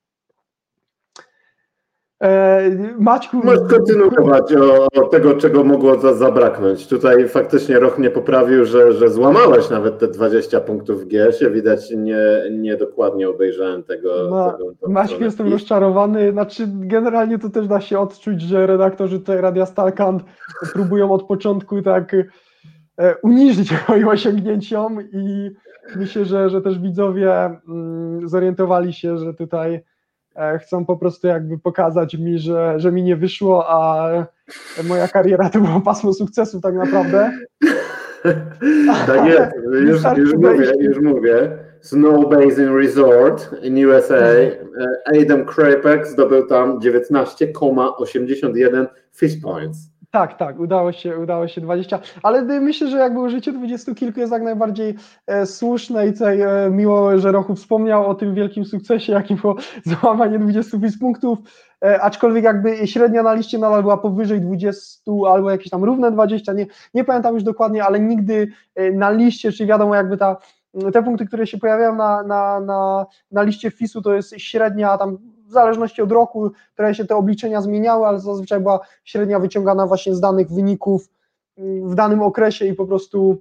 S3: E, Maćku...
S1: Możesz kontynuować o, o tego, czego mogło za, zabraknąć. Tutaj faktycznie Roch mnie poprawił, że, że złamałeś nawet te dwadzieścia punktów w G S-ie. Widać, nie, nie dokładnie obejrzałem tego.
S3: Ma,
S1: tego
S3: Maćku, jestem rozczarowany. Znaczy, generalnie to też da się odczuć, że redaktorzy tutaj Radia Stalkant próbują od początku tak e, uniżyć moim osiągnięciom i myślę, że, że też widzowie mm, zorientowali się, że tutaj e, chcą po prostu jakby pokazać mi, że, że mi nie wyszło, a moja kariera to było pasmo sukcesu tak naprawdę.
S1: Tak jest, już, już mówię, już mówię. Snow Basin Resort in U S A. Adam Krapek zdobył tam dziewiętnaście przecinek osiemdziesiąt jeden fish points.
S3: Tak, tak, udało się, udało się dwadzieścia, ale myślę, że jakby użycie dwudziestu kilku jest jak najbardziej e, słuszne i tutaj e, miło, że Rochu wspomniał o tym wielkim sukcesie, jakim było złamanie dwudziestu punktów, e, aczkolwiek jakby średnia na liście nadal była powyżej dwudziestu albo jakieś tam równe dwadzieścia, nie, nie pamiętam już dokładnie, ale nigdy e, na liście, czy wiadomo jakby ta, te punkty, które się pojawiają na, na, na, na liście F I S-u to jest średnia tam w zależności od roku, które się te obliczenia zmieniały, ale zazwyczaj była średnia wyciągana właśnie z danych wyników w danym okresie i po prostu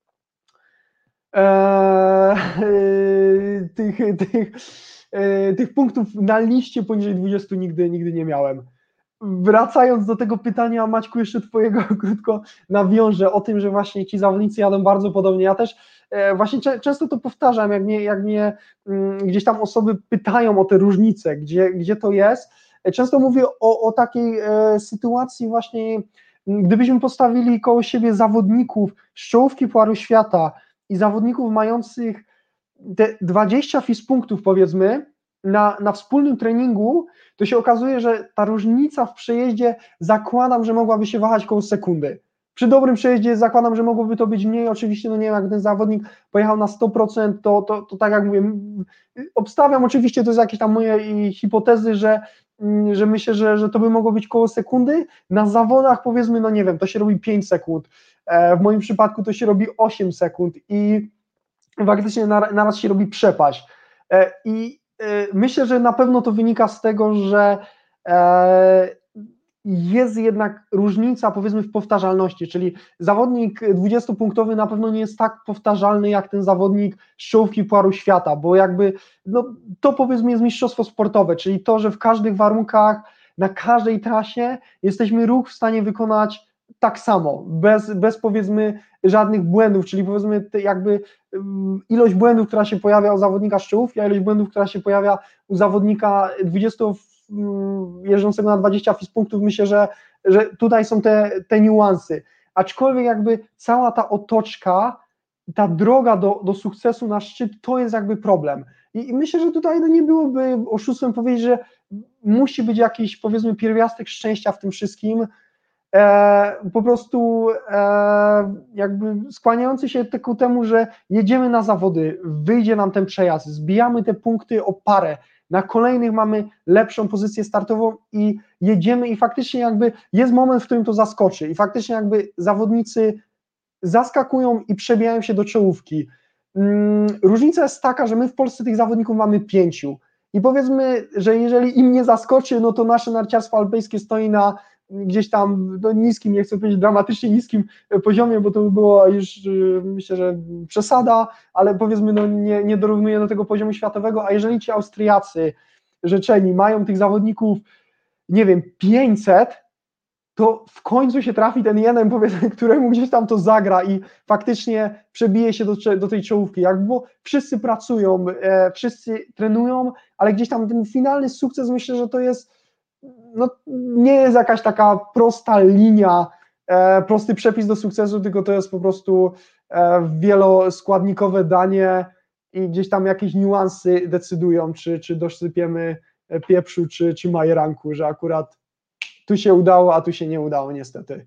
S3: e, tych, tych, e, tych punktów na liście poniżej dwudziestu nigdy, nigdy nie miałem. Wracając do tego pytania, Maćku, jeszcze twojego krótko nawiążę o tym, że właśnie ci zawodnicy jadą bardzo podobnie. Ja też e, właśnie cze- często to powtarzam, jak mnie, jak mnie m, gdzieś tam osoby pytają o te różnice, gdzie, gdzie to jest. E, często mówię o, o takiej e, sytuacji właśnie, m, gdybyśmy postawili koło siebie zawodników z czołówki Pucharu Świata i zawodników mających te dwadzieścia F I S punktów, powiedzmy, na, na wspólnym treningu, to się okazuje, że ta różnica w przejeździe, zakładam, że mogłaby się wahać koło sekundy. Przy dobrym przejeździe zakładam, że mogłoby to być mniej, oczywiście, no nie wiem, jak ten zawodnik pojechał na sto procent, to, to, to tak jak mówię, obstawiam, oczywiście to jest jakieś tam moje hipotezy, że, że myślę, że, że to by mogło być koło sekundy, na zawodach powiedzmy, no nie wiem, to się robi pięć sekund, w moim przypadku to się robi osiem sekund i faktycznie naraz się robi przepaść i myślę, że na pewno to wynika z tego, że jest jednak różnica, powiedzmy, w powtarzalności, czyli zawodnik dwudziestopunktowy na pewno nie jest tak powtarzalny jak ten zawodnik z czołówki Pucharu Świata, bo jakby no, to powiedzmy jest mistrzostwo sportowe, czyli to, że w każdych warunkach, na każdej trasie jesteśmy ruch w stanie wykonać tak samo, bez, bez powiedzmy żadnych błędów, czyli powiedzmy te jakby um, ilość błędów, która się pojawia u zawodnika z czołówki, a ilość błędów, która się pojawia u zawodnika dwudziestu jeżdżącego na dwadzieścia F I S punktów, myślę, że, że tutaj są te, te niuanse, aczkolwiek jakby cała ta otoczka, ta droga do, do sukcesu na szczyt, to jest jakby problem i, i myślę, że tutaj no nie byłoby oszustwem powiedzieć, że musi być jakiś powiedzmy pierwiastek szczęścia w tym wszystkim, e, po prostu e, jakby skłaniający się ku temu, że jedziemy na zawody, wyjdzie nam ten przejazd, zbijamy te punkty o parę, na kolejnych mamy lepszą pozycję startową i jedziemy i faktycznie jakby jest moment, w którym to zaskoczy i faktycznie jakby zawodnicy zaskakują i przebijają się do czołówki. Różnica jest taka, że my w Polsce tych zawodników mamy pięciu i powiedzmy, że jeżeli im nie zaskoczy, no to nasze narciarstwo alpejskie stoi na gdzieś tam no, niskim, nie chcę powiedzieć dramatycznie niskim poziomie, bo to by było już myślę, że przesada, ale powiedzmy no, nie, nie dorównuje do tego poziomu światowego, a jeżeli ci Austriacy rzeczeni mają tych zawodników, nie wiem, pięćset, to w końcu się trafi ten jeden, powiedzmy, któremu gdzieś tam to zagra i faktycznie przebije się do, do tej czołówki, jak bo wszyscy pracują, e, wszyscy trenują, ale gdzieś tam ten finalny sukces, myślę, że to jest no, nie jest jakaś taka prosta linia, e, prosty przepis do sukcesu, tylko to jest po prostu e, wieloskładnikowe danie i gdzieś tam jakieś niuansy decydują, czy, czy dosypiemy pieprzu, czy, czy majeranku, że akurat tu się udało, a tu się nie udało niestety.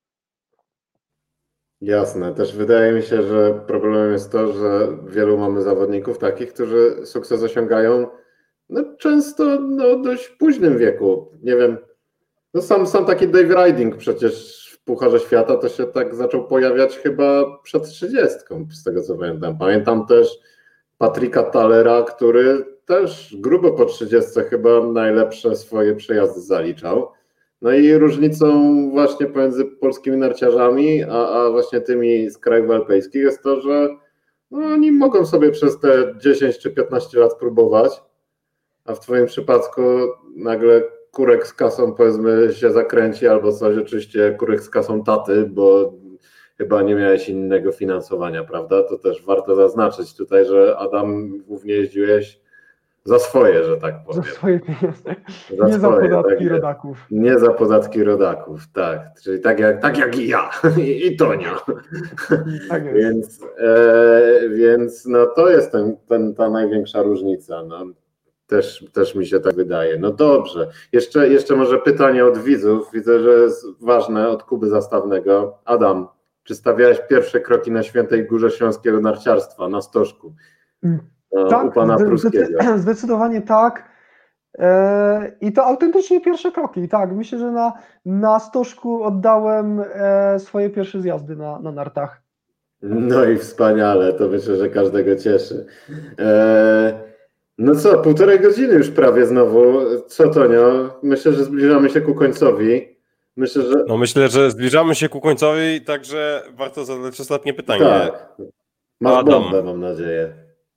S1: Jasne. Też wydaje mi się, że problemem jest to, że wielu mamy zawodników takich, którzy sukces osiągają no, często no, dość późnym wieku. Nie wiem, no sam, sam taki Dave Riding przecież w Pucharze Świata to się tak zaczął pojawiać chyba przed trzydziestką, z tego co pamiętam. Pamiętam też Patricka Thalera, który też grubo po trzydziestce chyba najlepsze swoje przejazdy zaliczał. No i różnicą właśnie pomiędzy polskimi narciarzami, a, a właśnie tymi z krajów alpejskich jest to, że no, oni mogą sobie przez te dziesięć czy piętnaście lat próbować, a w twoim przypadku nagle kurek z kasą powiedzmy się zakręci albo coś, oczywiście kurek z kasą taty, bo chyba nie miałeś innego finansowania, prawda? To też warto zaznaczyć tutaj, że Adam głównie jeździłeś za swoje, że tak powiem.
S3: Za swoje pieniądze.
S1: Za
S3: nie
S1: swoje,
S3: za podatki
S1: tak,
S3: rodaków.
S1: Nie za podatki rodaków, tak. Czyli tak jak, tak jak i ja, i, i Tonia.
S3: Tak jest.
S1: Więc, e, więc no to jest ten, ten, ta największa różnica. No. Też, też mi się tak wydaje. No dobrze. Jeszcze, jeszcze może pytanie od widzów. Widzę, że jest ważne od Kuby Zastawnego. Adam, czy stawiałeś pierwsze kroki na Świętej Górze Śląskiego Narciarstwa, na Stożku?
S3: Tak,
S1: u pana Pruskiego.
S3: Zdecydowanie tak. E, I to autentycznie pierwsze kroki. Tak, myślę, że na, na Stożku oddałem e, swoje pierwsze zjazdy na, na nartach.
S1: No i wspaniale, to myślę, że każdego cieszy. E, no co, półtorej godziny już prawie znowu. Co, Tonio? Myślę, że zbliżamy się ku końcowi. Myślę, że...
S2: No myślę, że zbliżamy się ku końcowi, także warto zadać ostatnie pytanie.
S1: Tak. Masz
S2: Adam.
S1: bombę, mam nadzieję.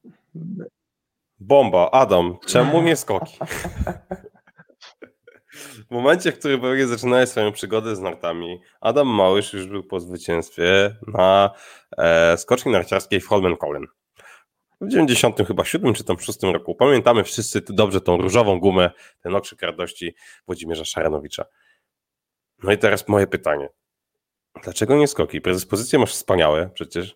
S2: Bomba. Adam, czemu nie skoki? W momencie, w którym Belgię zaczynały swoją przygodę z nartami, Adam Małysz już był po zwycięstwie na e, skoczni narciarskiej w Holmenkollen. W dziewięćdziesiątym chyba siódmym czy tam szóstym roku. Pamiętamy wszyscy dobrze tą różową gumę, ten okrzyk radości Włodzimierza Szaranowicza. No i teraz moje pytanie. Dlaczego nie skoki? Predyspozycje masz wspaniałe przecież.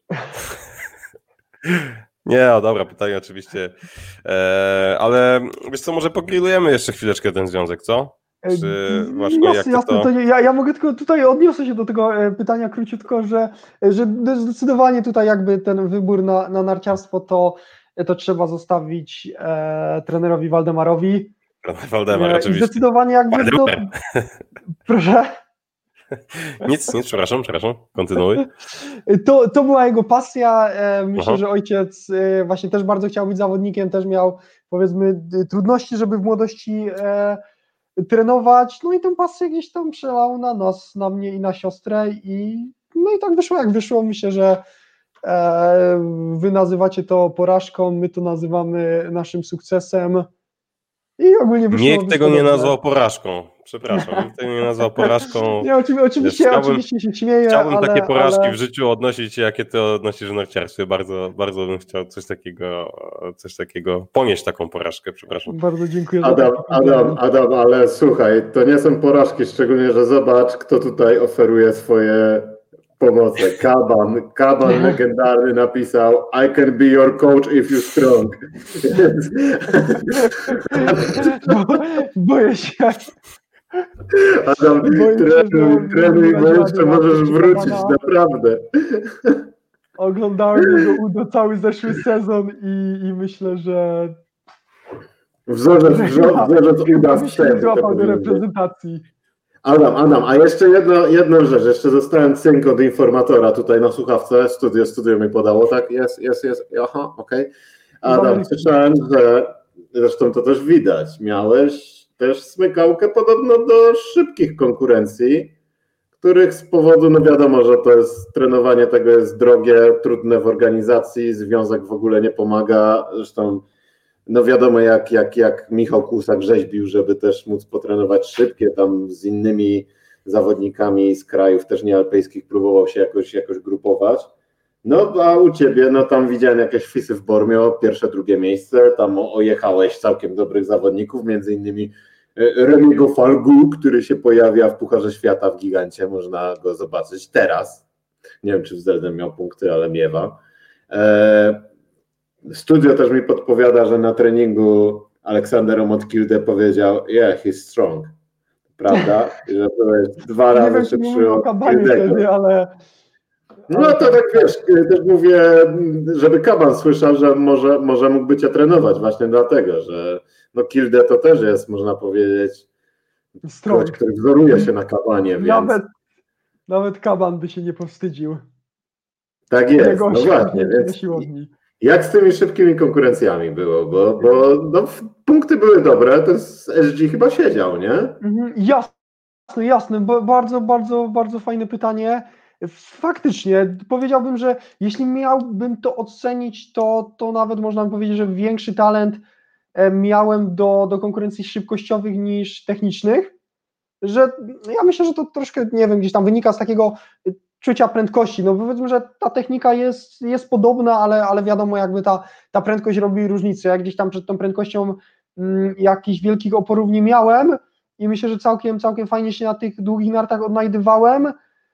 S2: Nie, no dobra, pytanie oczywiście. E, ale wiesz co, może pogrillujemy jeszcze chwileczkę ten związek, co? Czy właśnie
S3: jasne,
S2: jak
S3: jasne,
S2: to...
S3: to nie, ja, ja mogę tylko tutaj odniosę się do tego pytania króciutko, że, że zdecydowanie tutaj jakby ten wybór na, na narciarstwo to, to trzeba zostawić e, trenerowi Waldemarowi.
S2: Waldemar,
S3: e,
S2: oczywiście.
S3: Zdecydowanie jakby... No, proszę?
S2: Nic, nic, przepraszam, przepraszam, kontynuuj.
S3: To, to była jego pasja, myślę,
S2: Aha.
S3: że ojciec właśnie też bardzo chciał być zawodnikiem, też miał powiedzmy trudności, żeby w młodości trenować, no i tę pasję gdzieś tam przelał na nas, na mnie i na siostrę i no i tak wyszło jak wyszło. Myślę, że e, wy nazywacie to porażką, my to nazywamy naszym sukcesem i ogólnie wyszło,
S2: Nikt
S3: wyszło
S2: tego nie
S3: dobrze.
S2: nazwał porażką. Przepraszam, nikt tego nie nazwał porażką.
S3: Nie, oczywiście, oczywiście,
S2: Chciałbym-
S3: oczywiście się śmieję,
S2: Chciałbym
S3: ale,
S2: takie porażki
S3: ale...
S2: w życiu odnosić, jakie ty odnosisz w narciarstwie. Bardzo, bardzo bym chciał coś takiego, coś takiego, ponieść taką porażkę, przepraszam.
S3: Bardzo dziękuję za
S1: Adam,
S3: taki
S1: Adam,
S3: komplement.
S1: Adam, ale słuchaj, to nie są porażki, szczególnie, że zobacz, kto tutaj oferuje swoje pomoce. Kaban, Kaban legendarny napisał I can be your coach if you strong. Więc-
S3: Bo, boję się,
S1: Adam,
S3: Boję się,
S1: trenuj,
S3: że
S1: trenuj, bo
S3: nie
S1: jeszcze
S3: rady
S1: możesz
S3: na
S1: wrócić,
S3: Kabana.
S1: naprawdę.
S3: Oglądałem jego udo cały zeszły sezon i, i myślę, że
S1: Wzorzec,
S3: że
S1: wzorzec, wzorzec
S3: chyba
S1: uda
S3: by się nie
S1: wstęp, to
S3: złapał do
S1: powinien być.
S3: reprezentacji.
S1: Adam, Adam, a jeszcze jedno, jedną rzecz, jeszcze zostałem cynk od informatora tutaj na słuchawce, studio, studio mi podało, tak? Jest, jest, jest, aha, okej. Adam, słyszałem, że, zresztą to też widać, miałeś też smykałkę podobno do szybkich konkurencji, których z powodu, no wiadomo, że to jest, trenowanie tego jest drogie, trudne w organizacji, związek w ogóle nie pomaga, zresztą no wiadomo, jak, jak, jak Michał Kłusak rzeźbił, żeby też móc potrenować szybkie, tam z innymi zawodnikami z krajów też niealpejskich próbował się jakoś, jakoś grupować. No a u Ciebie, no tam widziałem jakieś fisy w Bormio, pierwsze, drugie miejsce, tam ojechałeś całkiem dobrych zawodników, między innymi Remiego Falgu, który się pojawia w Pucharze Świata w Gigancie, można go zobaczyć teraz. Nie wiem, czy w Zelden miał punkty, ale miewa. Eee, Studio też mi podpowiada, że na treningu Aleksander Omotkilde powiedział yeah, he's strong. Prawda? I że byłeś dwa
S3: Nie
S1: razy
S3: wiem, czy
S1: szybszy
S3: mówił o
S1: od
S3: Kabanie
S1: Kildego.
S3: wtedy, ale...
S1: No to tak wiesz, też mówię, żeby Kaban słyszał, że może, może mógłby Cię trenować właśnie dlatego, że no Kilde to też jest, można powiedzieć,
S3: Strong.
S1: gość, który wzoruje się na Kabanie, więc
S3: Nawet, nawet Kaban by się nie powstydził.
S1: tak jest,
S3: Jego
S1: no właśnie,
S3: osiągnięcie na
S1: więc
S3: siłowni.
S1: jak z tymi szybkimi konkurencjami było, bo, bo no, punkty były dobre, to z S G chyba siedział, nie?
S3: Mhm, jasne, jasne, bo bardzo, bardzo, bardzo fajne pytanie. Faktycznie, powiedziałbym, że jeśli miałbym to ocenić, to, to nawet można by powiedzieć, że większy talent miałem do, do konkurencji szybkościowych niż technicznych, że ja myślę, że to troszkę, nie wiem, gdzieś tam wynika z takiego czucia prędkości, no powiedzmy, że ta technika jest, jest podobna, ale, ale wiadomo, jakby ta, ta prędkość robi różnicę, ja gdzieś tam przed tą prędkością mm, jakichś wielkich oporów nie miałem i myślę, że całkiem, całkiem fajnie się na tych długich nartach odnajdywałem,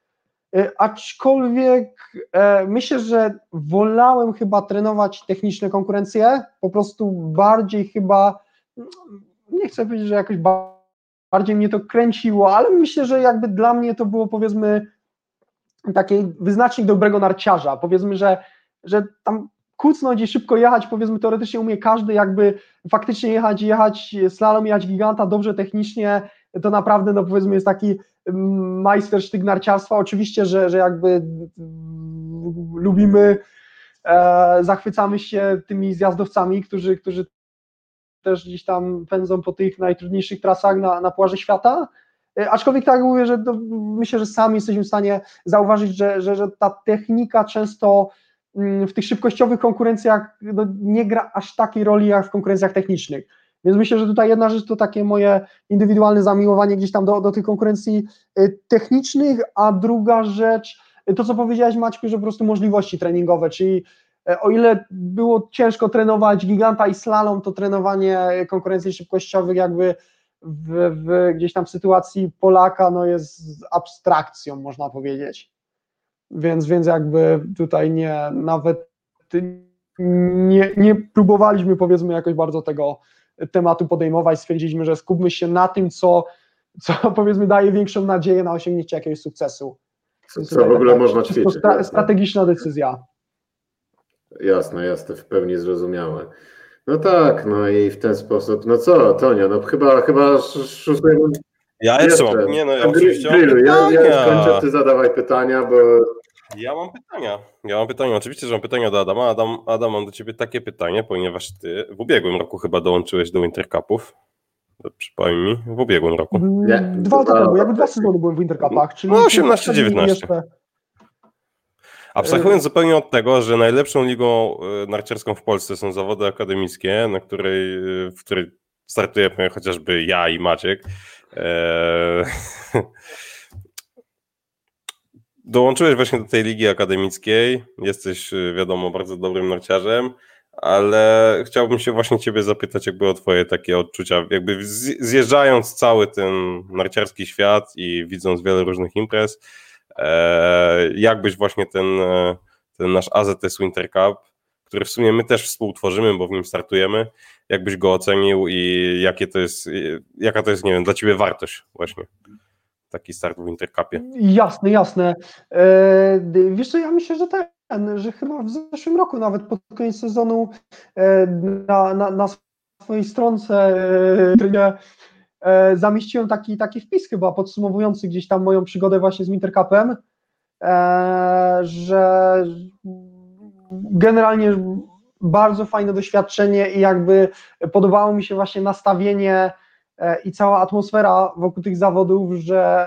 S3: e, aczkolwiek e, myślę, że wolałem chyba trenować techniczne konkurencje, po prostu bardziej chyba, nie chcę powiedzieć, że jakoś bardziej mnie to kręciło, ale myślę, że jakby dla mnie to było, powiedzmy, taki wyznacznik dobrego narciarza, powiedzmy, że, że tam kucnąć i szybko jechać, powiedzmy, teoretycznie umie każdy, jakby faktycznie jechać, jechać slalom, jechać giganta dobrze technicznie, to naprawdę, no powiedzmy, jest taki majstersztyk narciarstwa, oczywiście, że, że jakby mm, lubimy, e, zachwycamy się tymi zjazdowcami, którzy, którzy też gdzieś tam pędzą po tych najtrudniejszych trasach na, na Pucharze Świata, aczkolwiek tak mówię, że to, myślę, że sami jesteśmy w stanie zauważyć, że, że, że ta technika często w tych szybkościowych konkurencjach no, nie gra aż takiej roli jak w konkurencjach technicznych, więc myślę, że tutaj jedna rzecz to takie moje indywidualne zamiłowanie gdzieś tam do, do tych konkurencji technicznych, a druga rzecz, to co powiedziałeś, Maćku, że po prostu możliwości treningowe, czyli o ile było ciężko trenować giganta i slalom, to trenowanie konkurencji szybkościowych jakby w, w, gdzieś tam w sytuacji Polaka no jest abstrakcją, można powiedzieć. Więc, więc jakby tutaj nie, nawet nie, nie próbowaliśmy, powiedzmy, jakoś bardzo tego tematu podejmować, stwierdziliśmy, że skupmy się na tym, co, co powiedzmy daje większą nadzieję na osiągnięcie jakiegoś sukcesu.
S1: Co, co w ogóle można ćwiczyć.
S3: Stra- strategiczna decyzja.
S1: Jasne, jasne, w pełni zrozumiałe. No tak, no i w ten sposób, no co, Tonio, no chyba, chyba szóstego...
S2: Ja jeszcze mam, nie no, ja oczywiście
S1: Grillu,
S2: mam
S1: ja, ja skończę, ty zadawaj pytania, bo...
S2: Ja mam pytania, ja mam pytania, oczywiście, że mam pytania do Adama. Adam, Adam, mam do ciebie takie pytanie, ponieważ ty w ubiegłym roku chyba dołączyłeś do Winter Cupów. przypomnij mi, w ubiegłym roku.
S1: Nie,
S3: Dwa lata
S1: dwa
S3: temu, jakby
S1: lata
S3: dwa sezony byłem w Intercupach, czyli
S2: No, osiemnaście dziewiętnaście.
S3: Jeszcze...
S2: Abstrahując zupełnie od tego, że najlepszą ligą narciarską w Polsce są zawody akademickie, na której, w której startujemy chociażby ja i Maciek. Eee... Dołączyłeś właśnie do tej ligi akademickiej, jesteś, wiadomo, bardzo dobrym narciarzem, ale chciałbym się właśnie ciebie zapytać jakby o twoje takie odczucia, jakby zjeżdżając cały ten narciarski świat i widząc wiele różnych imprez, jak byś właśnie ten, ten nasz A Z S Winter Cup, który w sumie my też współtworzymy, bo w nim startujemy, jakbyś go ocenił i jakie to jest, jaka to jest, nie wiem, dla ciebie wartość właśnie taki start w Winter Cupie?
S3: Jasne, jasne. E, wiesz co, ja myślę, że ten, że chyba w zeszłym roku nawet pod koniec sezonu e, na, na, na swojej stronce e, e, zamieściłem taki, taki wpis chyba podsumowujący gdzieś tam moją przygodę właśnie z Winter Cupem, e, że generalnie bardzo fajne doświadczenie i jakby podobało mi się właśnie nastawienie i cała atmosfera wokół tych zawodów, że,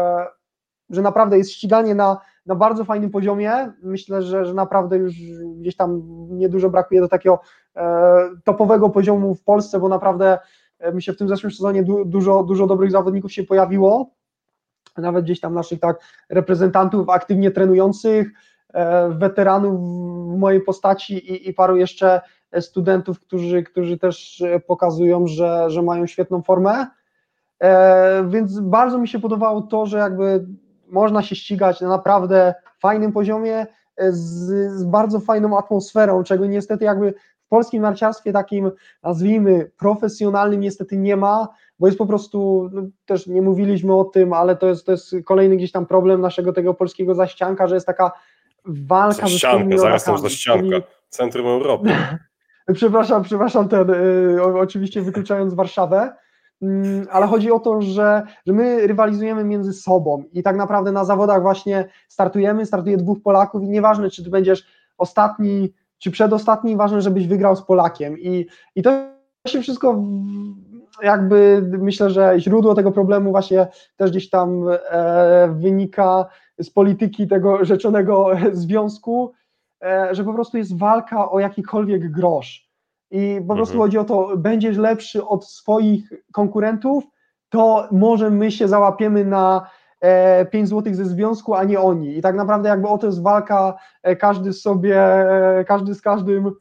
S3: że naprawdę jest ściganie na, na bardzo fajnym poziomie. Myślę, że, że naprawdę już gdzieś tam niedużo brakuje do takiego topowego poziomu w Polsce, bo naprawdę myślę, w tym zeszłym sezonie du, dużo, dużo dobrych zawodników się pojawiło, nawet gdzieś tam naszych tak reprezentantów aktywnie trenujących, weteranów w mojej postaci i, i paru jeszcze studentów, którzy, którzy też pokazują, że, że mają świetną formę, e, więc bardzo mi się podobało to, że jakby można się ścigać na naprawdę fajnym poziomie z, z bardzo fajną atmosferą, czego niestety jakby w polskim narciarstwie takim, nazwijmy, profesjonalnym niestety nie ma, bo jest po prostu, no, też nie mówiliśmy o tym, ale to jest, to jest kolejny gdzieś tam problem naszego tego polskiego zaścianka, że jest taka walka ze swoimi
S2: zaraz tam
S3: rodakami,
S2: zaścianka,
S3: czyli...
S2: centrum Europy.
S3: Przepraszam, przepraszam, ten, y, oczywiście wykluczając Warszawę, y, ale chodzi o to, że, że my rywalizujemy między sobą i tak naprawdę na zawodach właśnie startujemy, startuje dwóch Polaków i nieważne, czy ty będziesz ostatni, czy przedostatni, ważne, żebyś wygrał z Polakiem i, i to się wszystko jakby, myślę, że źródło tego problemu właśnie też gdzieś tam e, wynika z polityki tego rzeczonego związku, że po prostu jest walka o jakikolwiek grosz i po prostu
S2: Mhm.
S3: chodzi o to, będziesz lepszy od swoich konkurentów, to może my się załapiemy na pięć złotych ze związku, a nie oni i tak naprawdę jakby o to jest walka, każdy sobie, każdy z każdym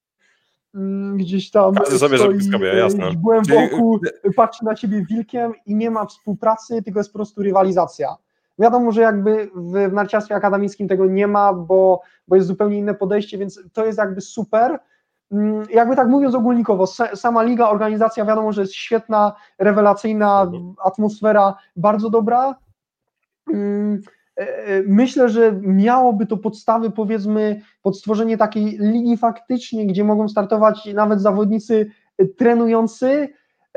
S3: gdzieś tam
S2: Każdy sobie
S3: stoi
S2: sobie, jasne.
S3: źbłem
S2: Czyli...
S3: wokół, patrzy na ciebie wilkiem i nie ma współpracy, tylko jest po prostu rywalizacja. Wiadomo, że jakby w narciarstwie akademickim tego nie ma, bo, bo jest zupełnie inne podejście, więc to jest jakby super. Jakby tak mówiąc ogólnikowo, sama liga, organizacja wiadomo, że jest świetna, rewelacyjna, atmosfera bardzo dobra. Myślę, że miałoby to podstawy, powiedzmy, pod stworzenie takiej ligi faktycznie, gdzie mogą startować nawet zawodnicy trenujący,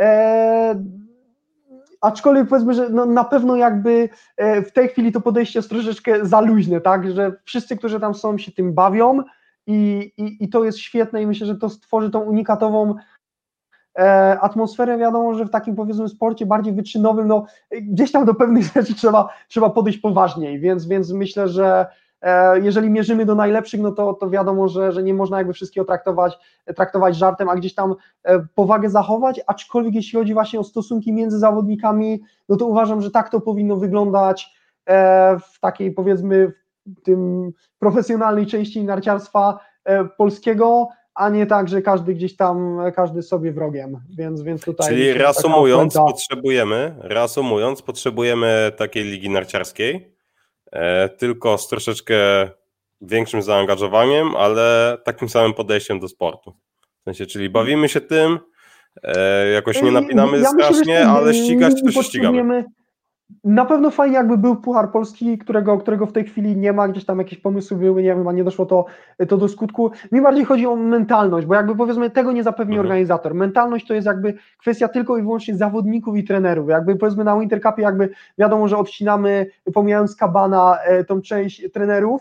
S3: aczkolwiek powiedzmy, że no na pewno jakby w tej chwili to podejście jest troszeczkę za luźne, tak, że wszyscy, którzy tam są, się tym bawią i, i, i to jest świetne i myślę, że to stworzy tą unikatową e, atmosferę. Wiadomo, że w takim, powiedzmy, sporcie bardziej wyczynowym, no gdzieś tam do pewnych rzeczy trzeba, trzeba podejść poważniej, więc, więc myślę, że e, jeżeli mierzymy do najlepszych, no to, to wiadomo, że, że nie można jakby wszystkiego traktować, traktować żartem, a gdzieś tam e, powagę zachować, aczkolwiek jeśli chodzi właśnie o stosunki między zawodnikami, no to uważam, że tak to powinno wyglądać e, w takiej, powiedzmy, w tym profesjonalnej części narciarstwa e, polskiego, a nie tak, że każdy gdzieś tam, każdy sobie wrogiem, więc, więc tutaj...
S2: Czyli
S3: myślę,
S2: reasumując,
S3: taka
S2: potrzebujemy, reasumując, potrzebujemy takiej ligi narciarskiej, e, tylko z troszeczkę większym zaangażowaniem, ale takim samym podejściem do sportu. W sensie, czyli bawimy się tym, e, jakoś nie napinamy
S3: ja
S2: strasznie,
S3: myślę, że
S2: ale ścigać to się
S3: potrzebujemy...
S2: ścigamy.
S3: Na pewno fajnie, jakby był Puchar Polski, którego, którego w tej chwili nie ma, gdzieś tam jakieś pomysły były, nie wiem, a nie doszło to, to do skutku. Mi bardziej chodzi o mentalność, bo jakby, powiedzmy, tego nie zapewni
S2: Mhm.
S3: organizator. Mentalność to jest jakby kwestia tylko i wyłącznie zawodników i trenerów. Jakby, powiedzmy, na Winter Cupie jakby wiadomo, że odcinamy, pomijając kabana, tą część trenerów,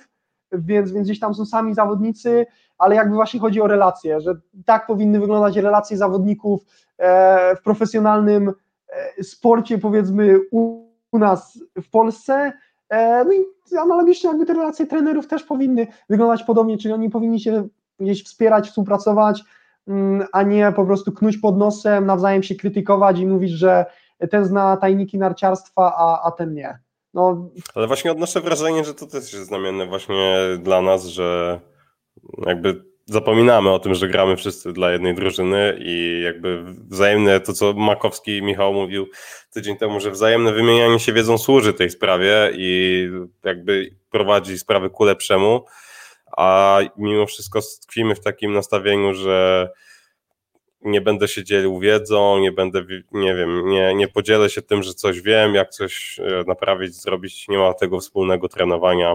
S3: więc, więc gdzieś tam są sami zawodnicy, ale jakby właśnie chodzi o relacje, że tak powinny wyglądać relacje zawodników w profesjonalnym sporcie, powiedzmy u, u nas w Polsce, no i analogicznie jakby te relacje trenerów też powinny wyglądać podobnie, czyli oni powinni się gdzieś wspierać, współpracować, a nie po prostu knuć pod nosem, nawzajem się krytykować i mówić, że ten zna tajniki narciarstwa, a, a ten nie. No.
S2: Ale właśnie odnoszę wrażenie, że to też jest znamienne właśnie dla nas, że jakby zapominamy o tym, że gramy wszyscy dla jednej drużyny i jakby wzajemne, to co Makowski i Michał mówił tydzień temu, że wzajemne wymienianie się wiedzą służy tej sprawie i jakby prowadzi sprawy ku lepszemu, a mimo wszystko tkwimy w takim nastawieniu, że nie będę się dzielił wiedzą, nie będę, nie wiem, nie, nie podzielę się tym, że coś wiem, jak coś naprawić, zrobić, nie ma tego wspólnego trenowania.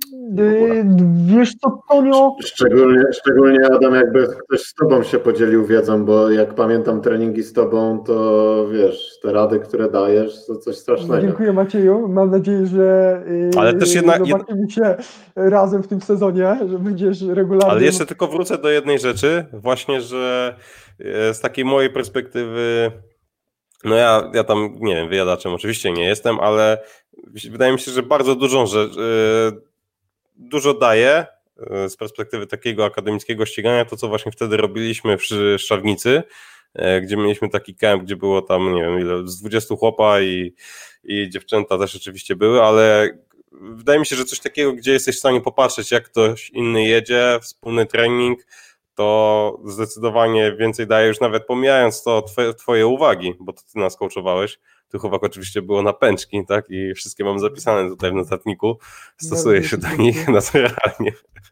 S3: Wiesz co, Tonio?
S1: Szczególnie, szczególnie Adam, jakby ktoś z tobą się podzielił wiedzą, bo jak pamiętam treningi z tobą, to wiesz, te rady, które dajesz, to coś strasznego.
S3: Dziękuję Macieju, mam nadzieję, że
S2: ale też jedna,
S3: zobaczymy się razem w tym sezonie, że będziesz regularnie.
S2: Ale jeszcze tylko wrócę do jednej rzeczy, właśnie, że z takiej mojej perspektywy, no ja, ja tam, nie wiem, wyjadaczem oczywiście nie jestem, ale wydaje mi się, że bardzo dużą rzecz, dużo daje z perspektywy takiego akademickiego ścigania, to co właśnie wtedy robiliśmy w Szczawnicy, gdzie mieliśmy taki camp, gdzie było tam, nie wiem ile, z dwudziestu chłopa i, i dziewczęta też oczywiście były, ale wydaje mi się, że coś takiego, gdzie jesteś w stanie popatrzeć, jak ktoś inny jedzie, wspólny trening, to zdecydowanie więcej daje, już nawet pomijając to twoje, twoje uwagi, bo to ty nas coachowałeś. Tu chłopak oczywiście było na pęczki, tak? I wszystkie mam zapisane tutaj w notatniku. Stosuję się do nich naturalnie.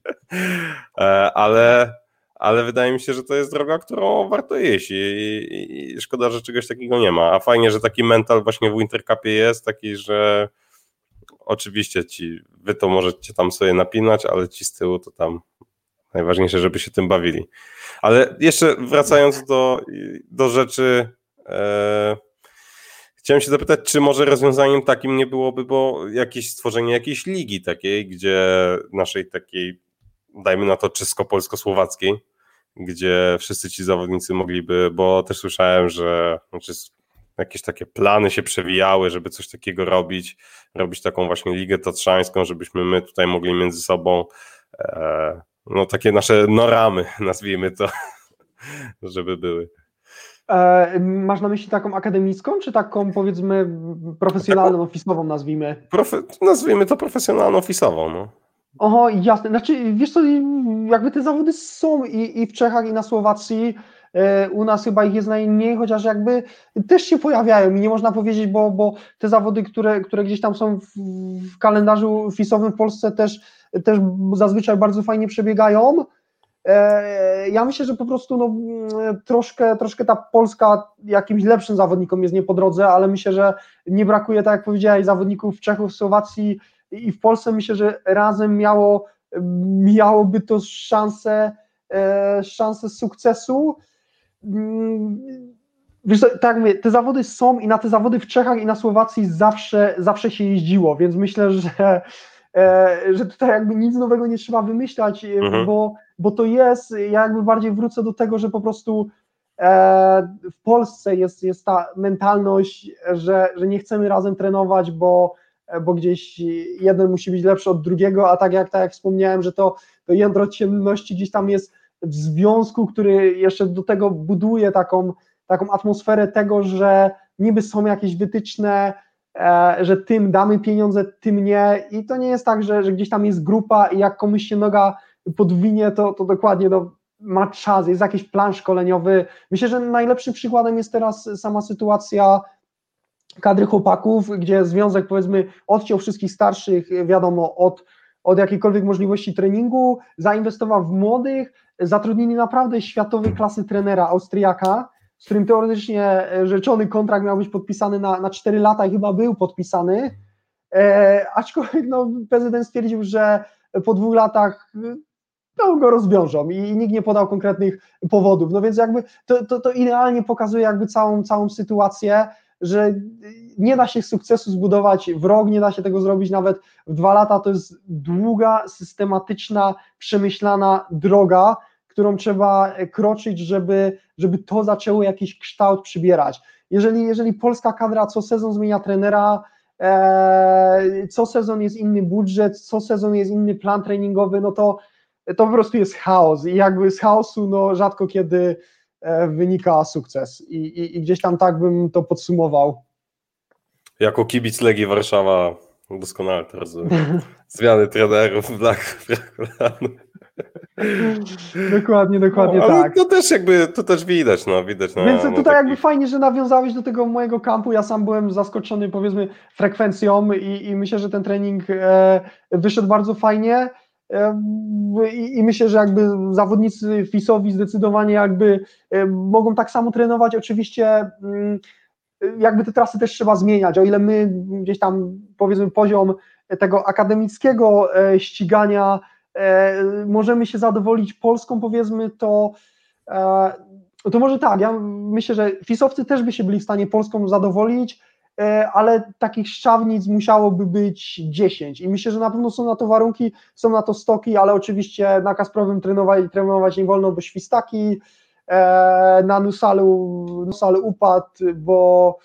S2: ale, ale wydaje mi się, że to jest droga, którą warto iść i, i, i szkoda, że czegoś takiego nie ma. A fajnie, że taki mental właśnie w Winter Cupie jest, taki, że oczywiście ci, wy to możecie tam sobie napinać, ale ci z tyłu to tam najważniejsze, żeby się tym bawili. Ale jeszcze wracając do, do rzeczy, e, chciałem się zapytać, czy może rozwiązaniem takim nie byłoby, bo jakieś stworzenie jakiejś ligi takiej, gdzie naszej takiej, dajmy na to czesko-polsko-słowackiej, gdzie wszyscy ci zawodnicy mogliby, bo też słyszałem, że znaczy, jakieś takie plany się przewijały, żeby coś takiego robić, robić taką właśnie ligę tatrzańską, żebyśmy my tutaj mogli między sobą e, no takie nasze noramy, nazwijmy to, żeby były.
S3: E, masz na myśli taką akademicką, czy taką powiedzmy profesjonalną, ofisową nazwijmy?
S2: Profe, nazwijmy to profesjonalną, ofisową, no.
S3: Oho, jasne. Znaczy, wiesz co, jakby te zawody są i, i w Czechach, i na Słowacji. E, u nas chyba ich jest najmniej, chociaż jakby też się pojawiają i nie można powiedzieć, bo, bo te zawody, które, które gdzieś tam są w, w kalendarzu fisowym w Polsce też, też zazwyczaj bardzo fajnie przebiegają. E, ja myślę, że po prostu no, troszkę, troszkę ta Polska jakimś lepszym zawodnikom jest nie po drodze, ale myślę, że nie brakuje, tak jak powiedziałeś, zawodników w Czechów, w Słowacji i w Polsce. Myślę, że razem miało, miałoby to szansę, e, szansę sukcesu. Wiesz co, tak jak mówię, te zawody są i na te zawody w Czechach i na Słowacji zawsze, zawsze się jeździło, więc myślę, że, e, że tutaj jakby nic nowego nie trzeba wymyślać, mhm. bo, bo to jest, ja jakby bardziej wrócę do tego, że po prostu e, w Polsce jest, jest ta mentalność, że, że nie chcemy razem trenować, bo, bo gdzieś jeden musi być lepszy od drugiego, a tak jak, tak jak wspomniałem, że to, to jądro ciemności gdzieś tam jest w związku, który jeszcze do tego buduje taką, taką atmosferę tego, że niby są jakieś wytyczne, e, że tym damy pieniądze, tym nie i to nie jest tak, że, że gdzieś tam jest grupa i jak komuś się noga podwinie, to, to dokładnie no, ma czas, jest jakiś plan szkoleniowy. Myślę, że najlepszym przykładem jest teraz sama sytuacja kadry chłopaków, gdzie związek powiedzmy odciął wszystkich starszych, wiadomo, od, od jakiejkolwiek możliwości treningu, zainwestował w młodych, zatrudnili naprawdę światowej klasy trenera Austriaka, z którym teoretycznie rzeczony kontrakt miał być podpisany na, na cztery lata i chyba był podpisany, e, aczkolwiek no, prezydent stwierdził, że po dwóch latach no, go rozwiążą i nikt nie podał konkretnych powodów, no więc jakby to, to, to idealnie pokazuje jakby całą, całą sytuację, że nie da się sukcesu zbudować w rok, nie da się tego zrobić nawet w dwa lata, to jest długa, systematyczna, przemyślana droga, którą trzeba kroczyć, żeby, żeby to zaczęło jakiś kształt przybierać. Jeżeli, jeżeli polska kadra co sezon zmienia trenera, e, co sezon jest inny budżet, co sezon jest inny plan treningowy, no to to po prostu jest chaos i jakby z chaosu no, rzadko kiedy e, wynika sukces I, i, i gdzieś tam tak bym to podsumował.
S2: Jako kibic Legii Warszawa doskonale to rozumiem. Zmiany trenerów, brak planu.
S3: Dokładnie, dokładnie
S2: no,
S3: tak.
S2: To też jakby, to też widać, no widać. Na,
S3: Więc
S2: na
S3: tutaj
S2: takich...
S3: jakby fajnie, że nawiązałeś do tego mojego kampu, ja sam byłem zaskoczony powiedzmy frekwencją i, i myślę, że ten trening e, wyszedł bardzo fajnie e, i, i myślę, że jakby zawodnicy F I S-owi zdecydowanie jakby e, mogą tak samo trenować, oczywiście mm, jakby te trasy też trzeba zmieniać, o ile my gdzieś tam powiedzmy poziom tego akademickiego e, ścigania e, możemy się zadowolić Polską powiedzmy, to e, to może tak, ja myślę, że F I S-owcy też by się byli w stanie Polską zadowolić, e, ale takich szczawnic musiałoby być dziesięć i myślę, że na pewno są na to warunki, są na to stoki, ale oczywiście na Kasprowym trenować, trenować nie wolno, bo świstaki, na Nusalu, Nusalu upadł, bo,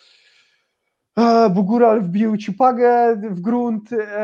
S3: bo Góral wbił ciupagę w grunt,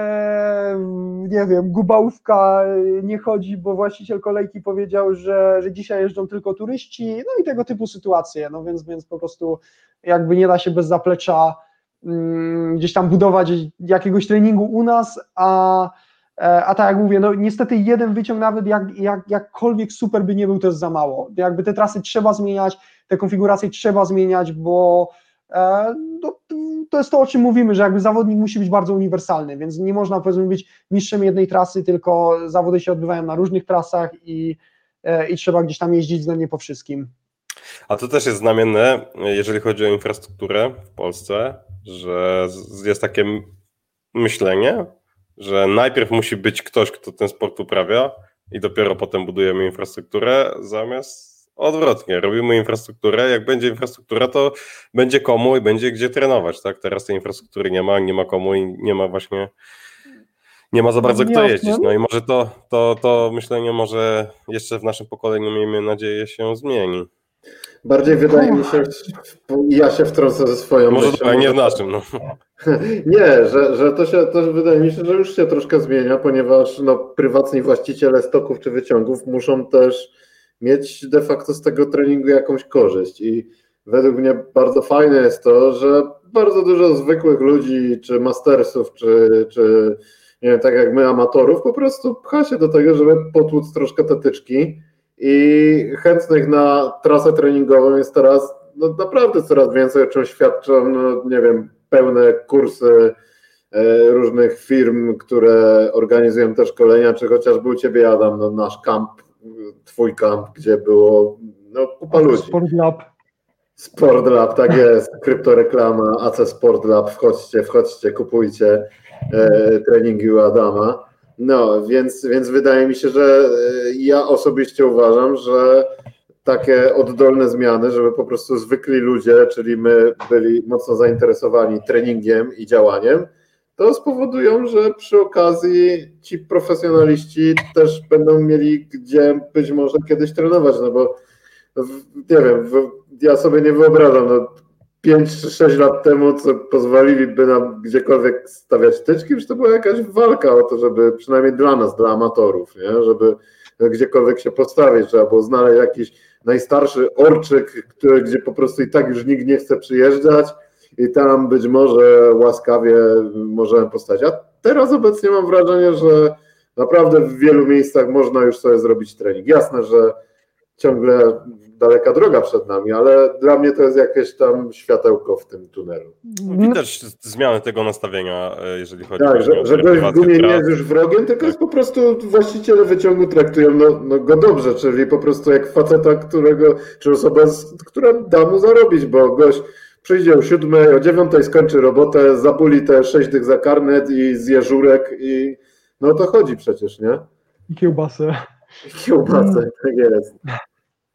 S3: nie wiem, Gubałówka nie chodzi, bo właściciel kolejki powiedział, że, że dzisiaj jeżdżą tylko turyści, no i tego typu sytuacje, no więc, więc po prostu jakby nie da się bez zaplecza gdzieś tam budować jakiegoś treningu u nas, a A tak jak mówię, no niestety jeden wyciąg nawet jak, jak, jakkolwiek super by nie był, to jest za mało. Jakby te trasy trzeba zmieniać, te konfiguracje trzeba zmieniać, bo e, no, to jest to, o czym mówimy, że jakby zawodnik musi być bardzo uniwersalny, więc nie można powiedzmy być mistrzem jednej trasy, tylko zawody się odbywają na różnych trasach i, e, i trzeba gdzieś tam jeździć względnie po wszystkim.
S2: A to też jest znamienne, jeżeli chodzi o infrastrukturę w Polsce, że jest takie myślenie, że najpierw musi być ktoś, kto ten sport uprawia i dopiero potem budujemy infrastrukturę, zamiast odwrotnie, robimy infrastrukturę, jak będzie infrastruktura, to będzie komu i będzie gdzie trenować, tak? Teraz tej infrastruktury nie ma, nie ma komu i nie ma właśnie, nie ma za bardzo kto jeździć, no i może to, to, to myślenie może jeszcze w naszym pokoleniu, miejmy nadzieję, się zmieni.
S1: Bardziej wydaje mi się, ja się wtrącę ze swoją
S2: Może
S1: myślą,
S2: to nie w naszym, no.
S1: Nie, że, że to się, to wydaje mi się, że już się troszkę zmienia, ponieważ no, prywatni właściciele stoków czy wyciągów muszą też mieć de facto z tego treningu jakąś korzyść i według mnie bardzo fajne jest to, że bardzo dużo zwykłych ludzi, czy mastersów, czy, czy nie wiem, tak jak my amatorów, po prostu pcha się do tego, żeby potłuc troszkę te tyczki i chętnych na trasę treningową jest teraz no, naprawdę coraz więcej, o czym świadczą, no, nie wiem, pełne kursy e, różnych firm, które organizują te szkolenia, czy chociażby u Ciebie, Adam, no, nasz kamp, Twój kamp, gdzie było no, kupa ludzi.
S3: Sport Lab.
S1: Sport Lab, tak jest, kryptoreklama, A C Sport Lab, wchodźcie, wchodźcie, kupujcie e, treningi u Adama. No, więc, więc wydaje mi się, że ja osobiście uważam, że takie oddolne zmiany, żeby po prostu zwykli ludzie, czyli my byli mocno zainteresowani treningiem i działaniem, to spowodują, że przy okazji ci profesjonaliści też będą mieli gdzie być może kiedyś trenować, no bo nie wiem, ja sobie nie wyobrażam, no pięć czy sześć lat temu, co pozwoliliby nam gdziekolwiek stawiać tyczki, że to była jakaś walka o to, żeby przynajmniej dla nas, dla amatorów, nie? Żeby gdziekolwiek się postawić, trzeba było znaleźć jakiś najstarszy orczyk, który, gdzie po prostu i tak już nikt nie chce przyjeżdżać i tam być może łaskawie możemy postawić. A teraz obecnie mam wrażenie, że naprawdę w wielu miejscach można już sobie zrobić trening. Jasne, że ciągle daleka droga przed nami, ale dla mnie to jest jakieś tam światełko w tym tunelu.
S2: Widać zmianę tego nastawienia, jeżeli chodzi
S1: tak,
S2: o
S1: że, że gość w gumie nie jest już wrogiem, tylko tak. Jest po prostu właściciele wyciągu traktują no, no, go dobrze, czyli po prostu jak faceta, którego, czy osoba, która da mu zarobić, bo gość przyjdzie o siódmej, o dziewiątej skończy robotę, zabuli te sześć dych za karnet i zje żurek i no to chodzi przecież, nie?
S3: I kiełbasę.
S1: I kiełbasę, tak jest.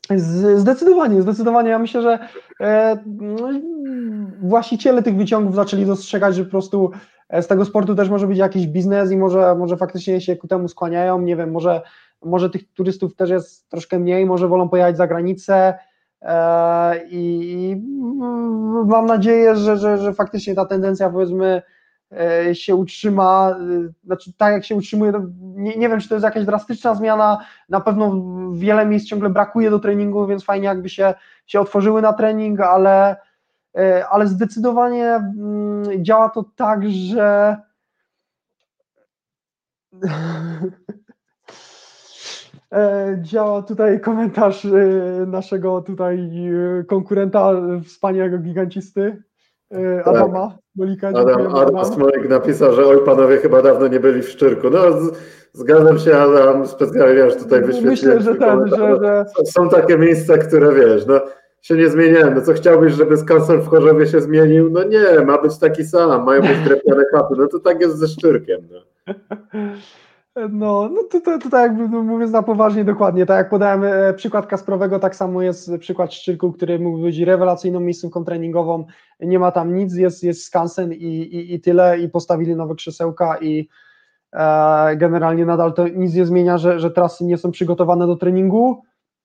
S3: Zdecydowanie, zdecydowanie. Ja myślę, że e, no, właściciele tych wyciągów zaczęli dostrzegać, że po prostu z tego sportu też może być jakiś biznes i może, może faktycznie się ku temu skłaniają. Nie wiem, może, może tych turystów też jest troszkę mniej, może wolą pojechać za granicę e, i, i mam nadzieję, że, że, że faktycznie ta tendencja, powiedzmy, się utrzyma, znaczy tak jak się utrzymuje, nie, nie wiem, czy to jest jakaś drastyczna zmiana, na pewno wiele miejsc ciągle brakuje do treningu, więc fajnie jakby się, się otworzyły na trening, ale, ale zdecydowanie działa to tak, że działa tutaj komentarz naszego tutaj konkurenta, wspaniałego gigancisty, Adama
S1: Tak.
S3: Smolika.
S1: Adam, Adam Smolik napisał, że oj panowie chyba dawno nie byli w Szczyrku. No z, zgadzam się, Adam, specjalnie już tutaj wyświetliłem.
S3: Myślę, że ten, że, że...
S1: Są takie miejsca, które wiesz, no się nie zmieniają. No co chciałbyś, żeby skansen w Chorzowie się zmienił? No nie, ma być taki sam, mają być drewniane chaty. No to tak jest ze Szczyrkiem. No.
S3: No, no to, to, to tak jakby no, mówiąc na poważnie, dokładnie, tak jak podałem e, przykład Kasprowego, tak samo jest przykład Szczyrku, który mógł być rewelacyjną miejscówką treningową, nie ma tam nic, jest, jest skansen i, i, i tyle, i postawili nowe krzesełka i e, generalnie nadal to nic nie zmienia, że, że trasy nie są przygotowane do treningu.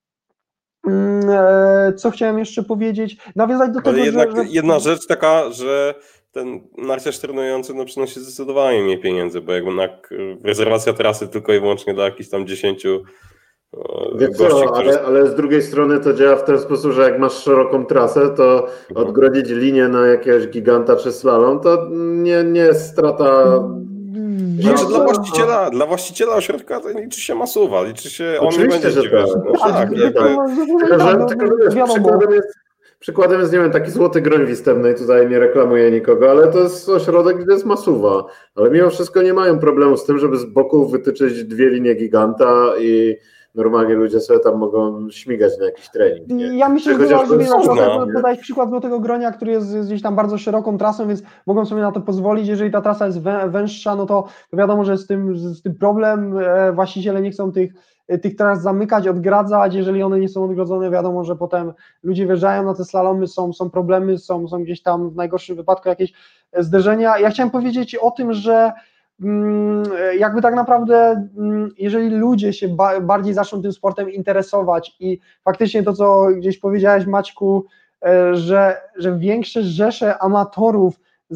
S3: E, co chciałem jeszcze powiedzieć? Nawiązać do
S2: Ale
S3: tego,
S2: jednak
S3: że, że...
S2: jedna rzecz taka, że ten narciarz trenujący no, przynosi zdecydowanie mniej pieniędzy, bo jednak rezerwacja trasy tylko i wyłącznie dla jakichś tam dziesięciu
S1: Wiesz
S2: gości,
S1: co,
S2: którzy...
S1: ale, ale z drugiej strony to działa w ten sposób, że jak masz szeroką trasę, to
S2: Mhm.
S1: odgrodzić linię na jakiegoś giganta czy slalom, to nie, nie jest strata.
S2: Znaczy
S1: No,
S2: dla właściciela, dla właściciela ośrodka to liczy się masuwa, liczy się, on nie
S1: Oczywiście,
S2: będzie
S1: że
S2: dźwigać.
S1: tak.
S2: No tak,
S1: Oczywiście,
S2: jakby...
S1: że Tylko, że,
S3: no,
S1: tylko, że wiesz,
S3: wiadomo.
S1: przykładem jest, przykładem jest, nie wiem, taki Złoty Groń Wistebnej, tutaj nie reklamuję nikogo, ale to jest ośrodek, gdzie jest masuwa, ale mimo wszystko nie mają problemu z tym, żeby z boku wytyczyć dwie linie giganta i normalnie ludzie sobie tam mogą śmigać na jakiś trening. Nie?
S3: Ja myślę, że
S1: Chociaż
S3: chyba, żeby
S1: to jest
S3: na
S1: można,
S3: podać przykład Złotego Gronia, który jest, jest gdzieś tam bardzo szeroką trasą, więc mogą sobie na to pozwolić. Jeżeli ta trasa jest wę, węższa, no to, to wiadomo, że z tym, z tym problem. E, właściciele nie chcą tych, tych tras zamykać, odgradzać. Jeżeli one nie są odgrodzone, wiadomo, że potem ludzie wjeżdżają na te slalomy, są, są problemy, są, są gdzieś tam w najgorszym wypadku jakieś zderzenia. Ja chciałem powiedzieć o tym, że jakby tak naprawdę, jeżeli ludzie się ba- bardziej zaczną tym sportem interesować i faktycznie to, co gdzieś powiedziałeś, Maćku, że, że większe rzesze amatorów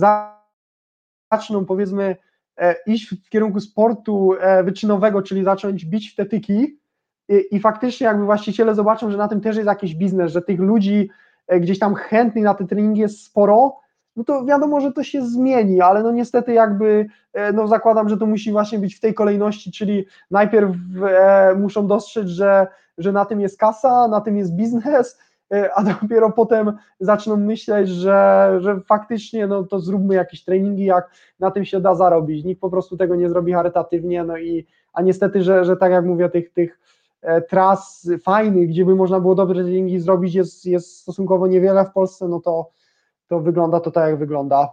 S3: zaczną, powiedzmy, iść w kierunku sportu wyczynowego, czyli zacząć bić w te tyki i, i faktycznie jakby właściciele zobaczą, że na tym też jest jakiś biznes, że tych ludzi gdzieś tam chętnych na te treningi jest sporo, no to wiadomo, że to się zmieni, ale no niestety jakby, no zakładam, że to musi właśnie być w tej kolejności, czyli najpierw e, muszą dostrzec, że, że na tym jest kasa, na tym jest biznes, e, a dopiero potem zaczną myśleć, że, że faktycznie no to zróbmy jakieś treningi, jak na tym się da zarobić. Nikt po prostu tego nie zrobi charytatywnie, no i a niestety, że, że tak jak mówię, tych, tych e, tras fajnych, gdzie by można było dobre treningi zrobić, jest, jest stosunkowo niewiele w Polsce, no to to wygląda to tak, jak wygląda.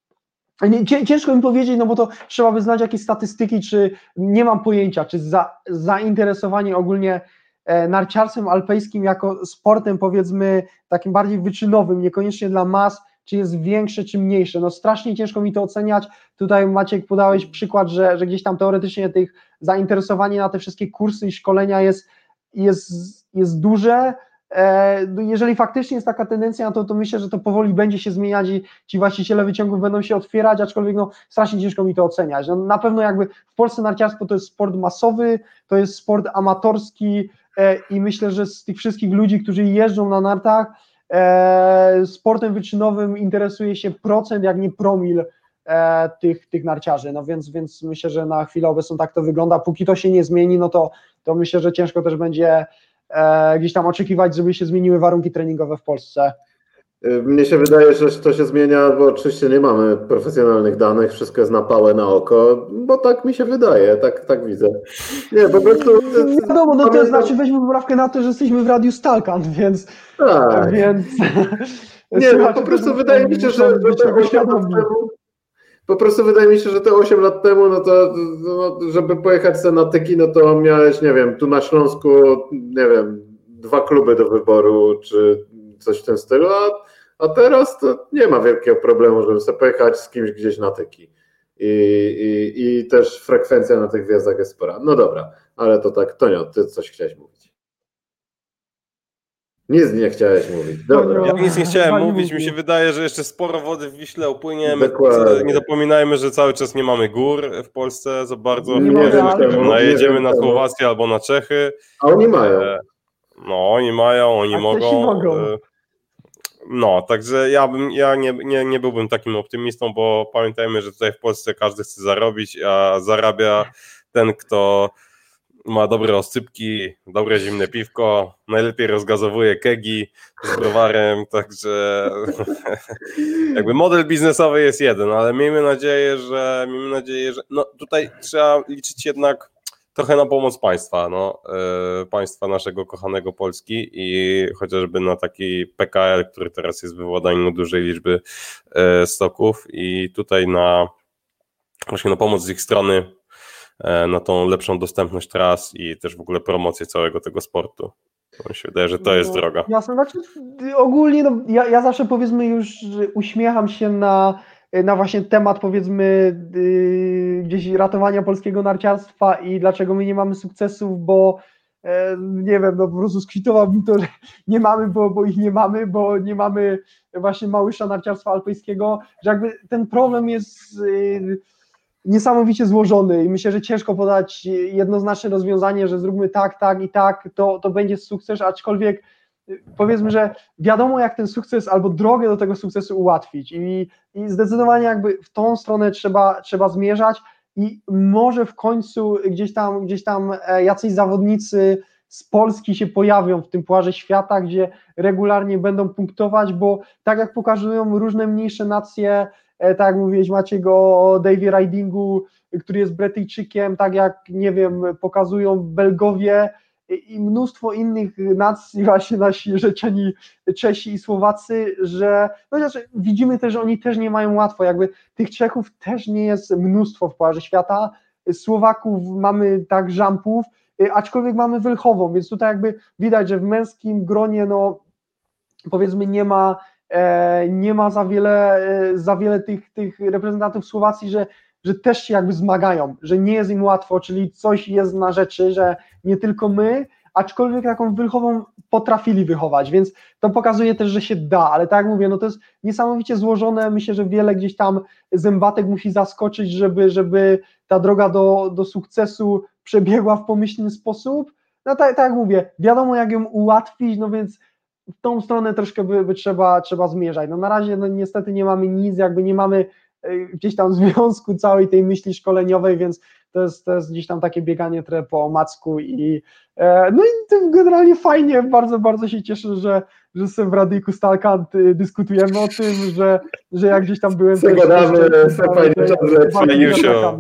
S3: Ciężko mi powiedzieć, no bo to trzeba by znać jakieś statystyki, czy nie mam pojęcia, czy za, zainteresowanie ogólnie narciarstwem alpejskim jako sportem, powiedzmy, takim bardziej wyczynowym, niekoniecznie dla mas, czy jest większe, czy mniejsze. No strasznie ciężko mi to oceniać. Tutaj Maciek podałeś przykład, że, że gdzieś tam teoretycznie tych zainteresowanie na te wszystkie kursy i szkolenia jest, jest, jest duże. Jeżeli faktycznie jest taka tendencja, to, to myślę, że to powoli będzie się zmieniać i ci właściciele wyciągów będą się otwierać, aczkolwiek no, strasznie ciężko mi to oceniać. No, na pewno jakby w Polsce narciarstwo to jest sport masowy, to jest sport amatorski i myślę, że z tych wszystkich ludzi, którzy jeżdżą na nartach, sportem wyczynowym interesuje się procent, jak nie promil tych, tych narciarzy, no więc, więc myślę, że na chwilę obecną tak to wygląda. Póki to się nie zmieni, no to, to myślę, że ciężko też będzie gdzieś tam oczekiwać, żeby się zmieniły warunki treningowe w Polsce.
S1: Mnie się wydaje, że to się zmienia, bo oczywiście nie mamy profesjonalnych danych, wszystko jest na pałę na oko, bo tak mi się wydaje, tak, tak widzę. Nie, po prostu...
S3: Nie wiadomo, no to znaczy weźmy poprawkę na to, że jesteśmy w Radiu Stalkant, więc...
S1: Tak.
S3: Więc...
S1: Nie, no po prostu wydaje mi się, że, że te osiem lat temu, po prostu wydaje mi się, że te osiem lat temu, no to no, żeby pojechać sobie na tyki, no to miałeś, nie wiem, tu na Śląsku, nie wiem, dwa kluby do wyboru, czy coś w tym stylu, a, a teraz to nie ma wielkiego problemu, żeby sobie pojechać z kimś gdzieś na tyki. I, i, I też frekwencja na tych wjazdach jest spora. No dobra, ale to tak, Tonio, ty coś chciałeś mówić. Nic nie chciałeś mówić. Dobra.
S2: Ja nic nie chciałem
S3: Pani
S2: mówić,
S3: mówi.
S2: mi się wydaje, że jeszcze sporo wody w Wiśle upłynie. My,
S1: Dokładnie.
S2: nie zapominajmy, że cały czas nie mamy gór w Polsce za bardzo.
S3: Nie
S1: Nie
S3: mamy
S1: wiem
S3: Alp.
S1: czemu.
S2: Najedziemy
S1: nie wiem
S2: na
S1: czemu.
S2: Słowację albo na Czechy.
S1: A oni mają.
S2: E, No, oni mają, oni
S3: A Czesi
S2: mogą.
S3: mogą.
S2: e, No, także ja bym, ja nie, nie, nie byłbym takim optymistą, bo pamiętajmy, że tutaj w Polsce każdy chce zarobić, a zarabia ten, kto ma dobre oscypki, dobre zimne piwko, najlepiej rozgazowuje kegi z browarem, także jakby model biznesowy jest jeden, ale miejmy nadzieję, że miejmy nadzieję, że no tutaj trzeba liczyć jednak trochę na pomoc państwa, no, yy, państwa naszego kochanego Polski i chociażby na taki P K L, który teraz jest we władaniu dużej liczby yy, stoków i tutaj na właśnie na pomoc z ich strony, yy, na tą lepszą dostępność tras i też w ogóle promocję całego tego sportu. To mi się wydaje, że to jest
S3: No,
S2: droga.
S3: Jasne, znaczy ogólnie no, ja, ja zawsze powiedzmy już że uśmiecham się na, na właśnie temat powiedzmy yy, gdzieś ratowania polskiego narciarstwa i dlaczego my nie mamy sukcesów, bo e, nie wiem, no po prostu skwitowałbym to, że nie mamy, bo, bo ich nie mamy, bo nie mamy właśnie małysza narciarstwa alpejskiego, że jakby ten problem jest yy, niesamowicie złożony i myślę, że ciężko podać jednoznaczne rozwiązanie, że zróbmy tak, tak i tak, to, to będzie sukces, aczkolwiek powiedzmy, że wiadomo jak ten sukces albo drogę do tego sukcesu ułatwić i, i zdecydowanie jakby w tą stronę trzeba, trzeba zmierzać i może w końcu gdzieś tam, gdzieś tam jacyś zawodnicy z Polski się pojawią w tym Pucharze Świata, gdzie regularnie będą punktować, bo tak jak pokazują różne mniejsze nacje, tak jak mówiłeś Maciek o Davie Ridingu, który jest Brytyjczykiem, tak jak, nie wiem, pokazują Belgowie i mnóstwo innych nacji, właśnie nasi rzeczeni Czesi i Słowacy, że no, znaczy, widzimy też, że oni też nie mają łatwo, jakby tych Czechów też nie jest mnóstwo w Pucharze Świata, Słowaków mamy tak Żampów, aczkolwiek mamy Wylchową, więc tutaj jakby widać, że w męskim gronie no powiedzmy nie ma nie ma za wiele, za wiele tych, tych reprezentantów Słowacji, że, że też się jakby zmagają, że nie jest im łatwo, czyli coś jest na rzeczy, że nie tylko my, aczkolwiek taką Wylchową potrafili wychować, więc to pokazuje też, że się da, ale tak jak mówię, no to jest niesamowicie złożone, myślę, że wiele gdzieś tam zębatek musi zaskoczyć, żeby, żeby ta droga do, do sukcesu przebiegła w pomyślny sposób, no tak, tak jak mówię, wiadomo jak ją ułatwić, no więc w tą stronę troszkę by, by trzeba, trzeba zmierzać. No na razie no niestety nie mamy nic, jakby nie mamy gdzieś tam związku całej tej myśli szkoleniowej, więc to jest, to jest gdzieś tam takie bieganie trochę po omacku i e, no i to generalnie fajnie, bardzo, bardzo się cieszę, że, że sobie w Radyjku Stalkant dyskutujemy o tym, że, że jak gdzieś tam byłem
S1: Se gadamy, se fajnie czas leci.
S2: Fajniusio.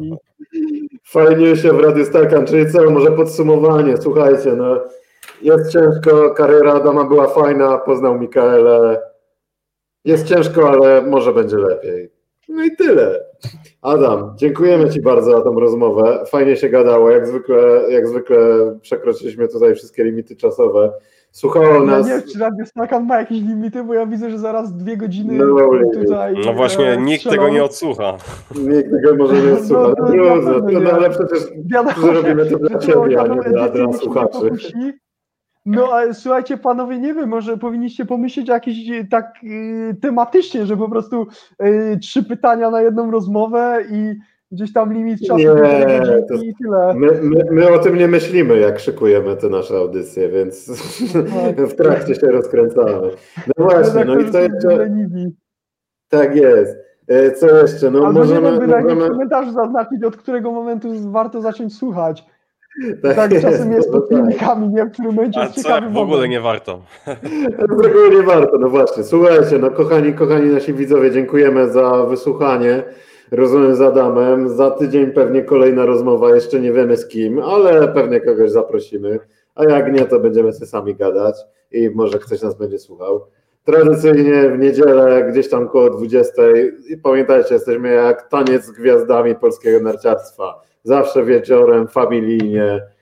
S1: Fajnie się w Radiu Stalkant, czyli co, może podsumowanie, słuchajcie, no jest ciężko, kariera Adama była fajna, poznał Mikaelę, jest ciężko, ale może będzie lepiej. No i tyle. Adam, dziękujemy Ci bardzo za tą rozmowę, fajnie się gadało, jak zwykle, jak zwykle przekroczyliśmy tutaj wszystkie limity czasowe. Słuchało
S3: Ja
S1: nas...
S3: nie wiem, czy Radio Stalkant ma jakieś limity, bo ja widzę, że zaraz dwie godziny
S1: No,
S3: tutaj...
S2: No właśnie,
S3: e,
S2: nikt
S3: strzelą.
S2: tego nie odsłucha.
S1: Nikt tego może nie słucha.
S3: No,
S1: No,
S3: to
S1: no,
S3: na pewno
S1: no,
S3: nie.
S1: no ale przecież
S3: Wiadomo,
S1: robimy to
S3: że
S1: dla
S3: to
S1: Ciebie, a
S3: taką
S1: nie dla,
S3: edycję
S1: dla
S3: nikt nie
S1: słuchaczy.
S3: pokusi. No ale słuchajcie panowie, nie wiem, może powinniście pomyśleć jakieś tak y, tematycznie, że po prostu y, trzy pytania na jedną rozmowę i gdzieś tam limit czasu
S1: Nie,
S3: półtorej godziny
S1: to-
S3: i tyle.
S1: My, my, my o tym nie myślimy, jak szykujemy te nasze audycje, więc w trakcie się rozkręcamy. No właśnie, no i co
S3: Redaktorzy są
S1: jeszcze?
S3: leniwi.
S1: Tak jest. E, Co jeszcze? No
S3: Albo
S1: możemy...
S3: nie wiem, bynajmniej w
S1: możemy...
S3: komentarzu zaznaczyć, od którego momentu warto zacząć słuchać.
S1: Tak,
S3: Tak czasem jest
S1: no
S3: pod
S1: tak.
S3: filmikami, nie? W którym momencie
S2: A
S3: jest
S2: co
S3: ciekawy
S2: jak w ogóle
S3: moment.
S2: nie warto?
S1: Z reguły nie warto, no właśnie. Słuchajcie, no kochani, kochani nasi widzowie, dziękujemy za wysłuchanie. Rozumiem z Adamem. Za tydzień pewnie kolejna rozmowa, jeszcze nie wiemy z kim, ale pewnie kogoś zaprosimy. A jak nie, to będziemy sobie sami gadać i może ktoś nas będzie słuchał. Tradycyjnie w niedzielę gdzieś tam koło dwudziestej i pamiętajcie, jesteśmy jak taniec z gwiazdami polskiego narciarstwa. Zawsze wieczorem, familijnie.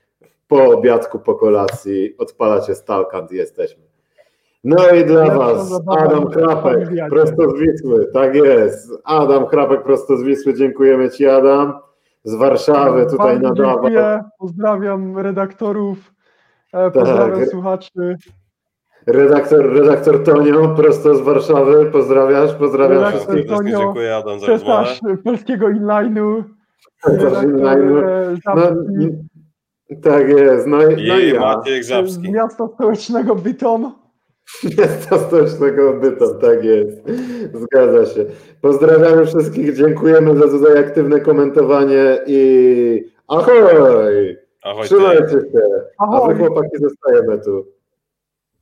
S1: po obiadku, po kolacji odpalacie Stalkant i jesteśmy. No i dla
S3: Lepsza
S1: Was
S3: zabawa
S1: Adam
S3: niż
S1: Chrapek,
S3: familiadzie.
S1: prosto z Wisły, tak jest. Adam Chrapek, prosto z Wisły, dziękujemy Ci Adam. Z Warszawy tutaj
S3: Bardzo
S1: nadawał.
S3: dziękuję, pozdrawiam redaktorów, e, pozdrawiam
S1: Tak.
S3: słuchaczy.
S1: Redaktor, redaktor Tonio, prosto z Warszawy, pozdrawiasz, pozdrawiam
S3: Redaktor
S2: Ja
S1: wszystkich.
S2: serdecznie
S3: Tonio,
S2: dziękuję Adam za rozmowę.
S3: Cesarz polskiego inline'u,
S1: Cesarz
S3: redaktor
S1: inline'u.
S3: e,
S1: No,
S3: Żabski
S1: tak jest, no i, no i
S2: I
S1: ja.
S2: Maciek
S3: z
S2: Żabski.
S3: miasta stołecznego Bytom.
S1: Miasta stołecznego Bytom, tak jest. Zgadza się. Pozdrawiamy wszystkich, dziękujemy za tutaj aktywne komentowanie i ahoj!
S2: Ahoj ty.
S1: Trzymajcie się. A
S3: Ahoj!
S1: wy chłopaki zostajemy tu.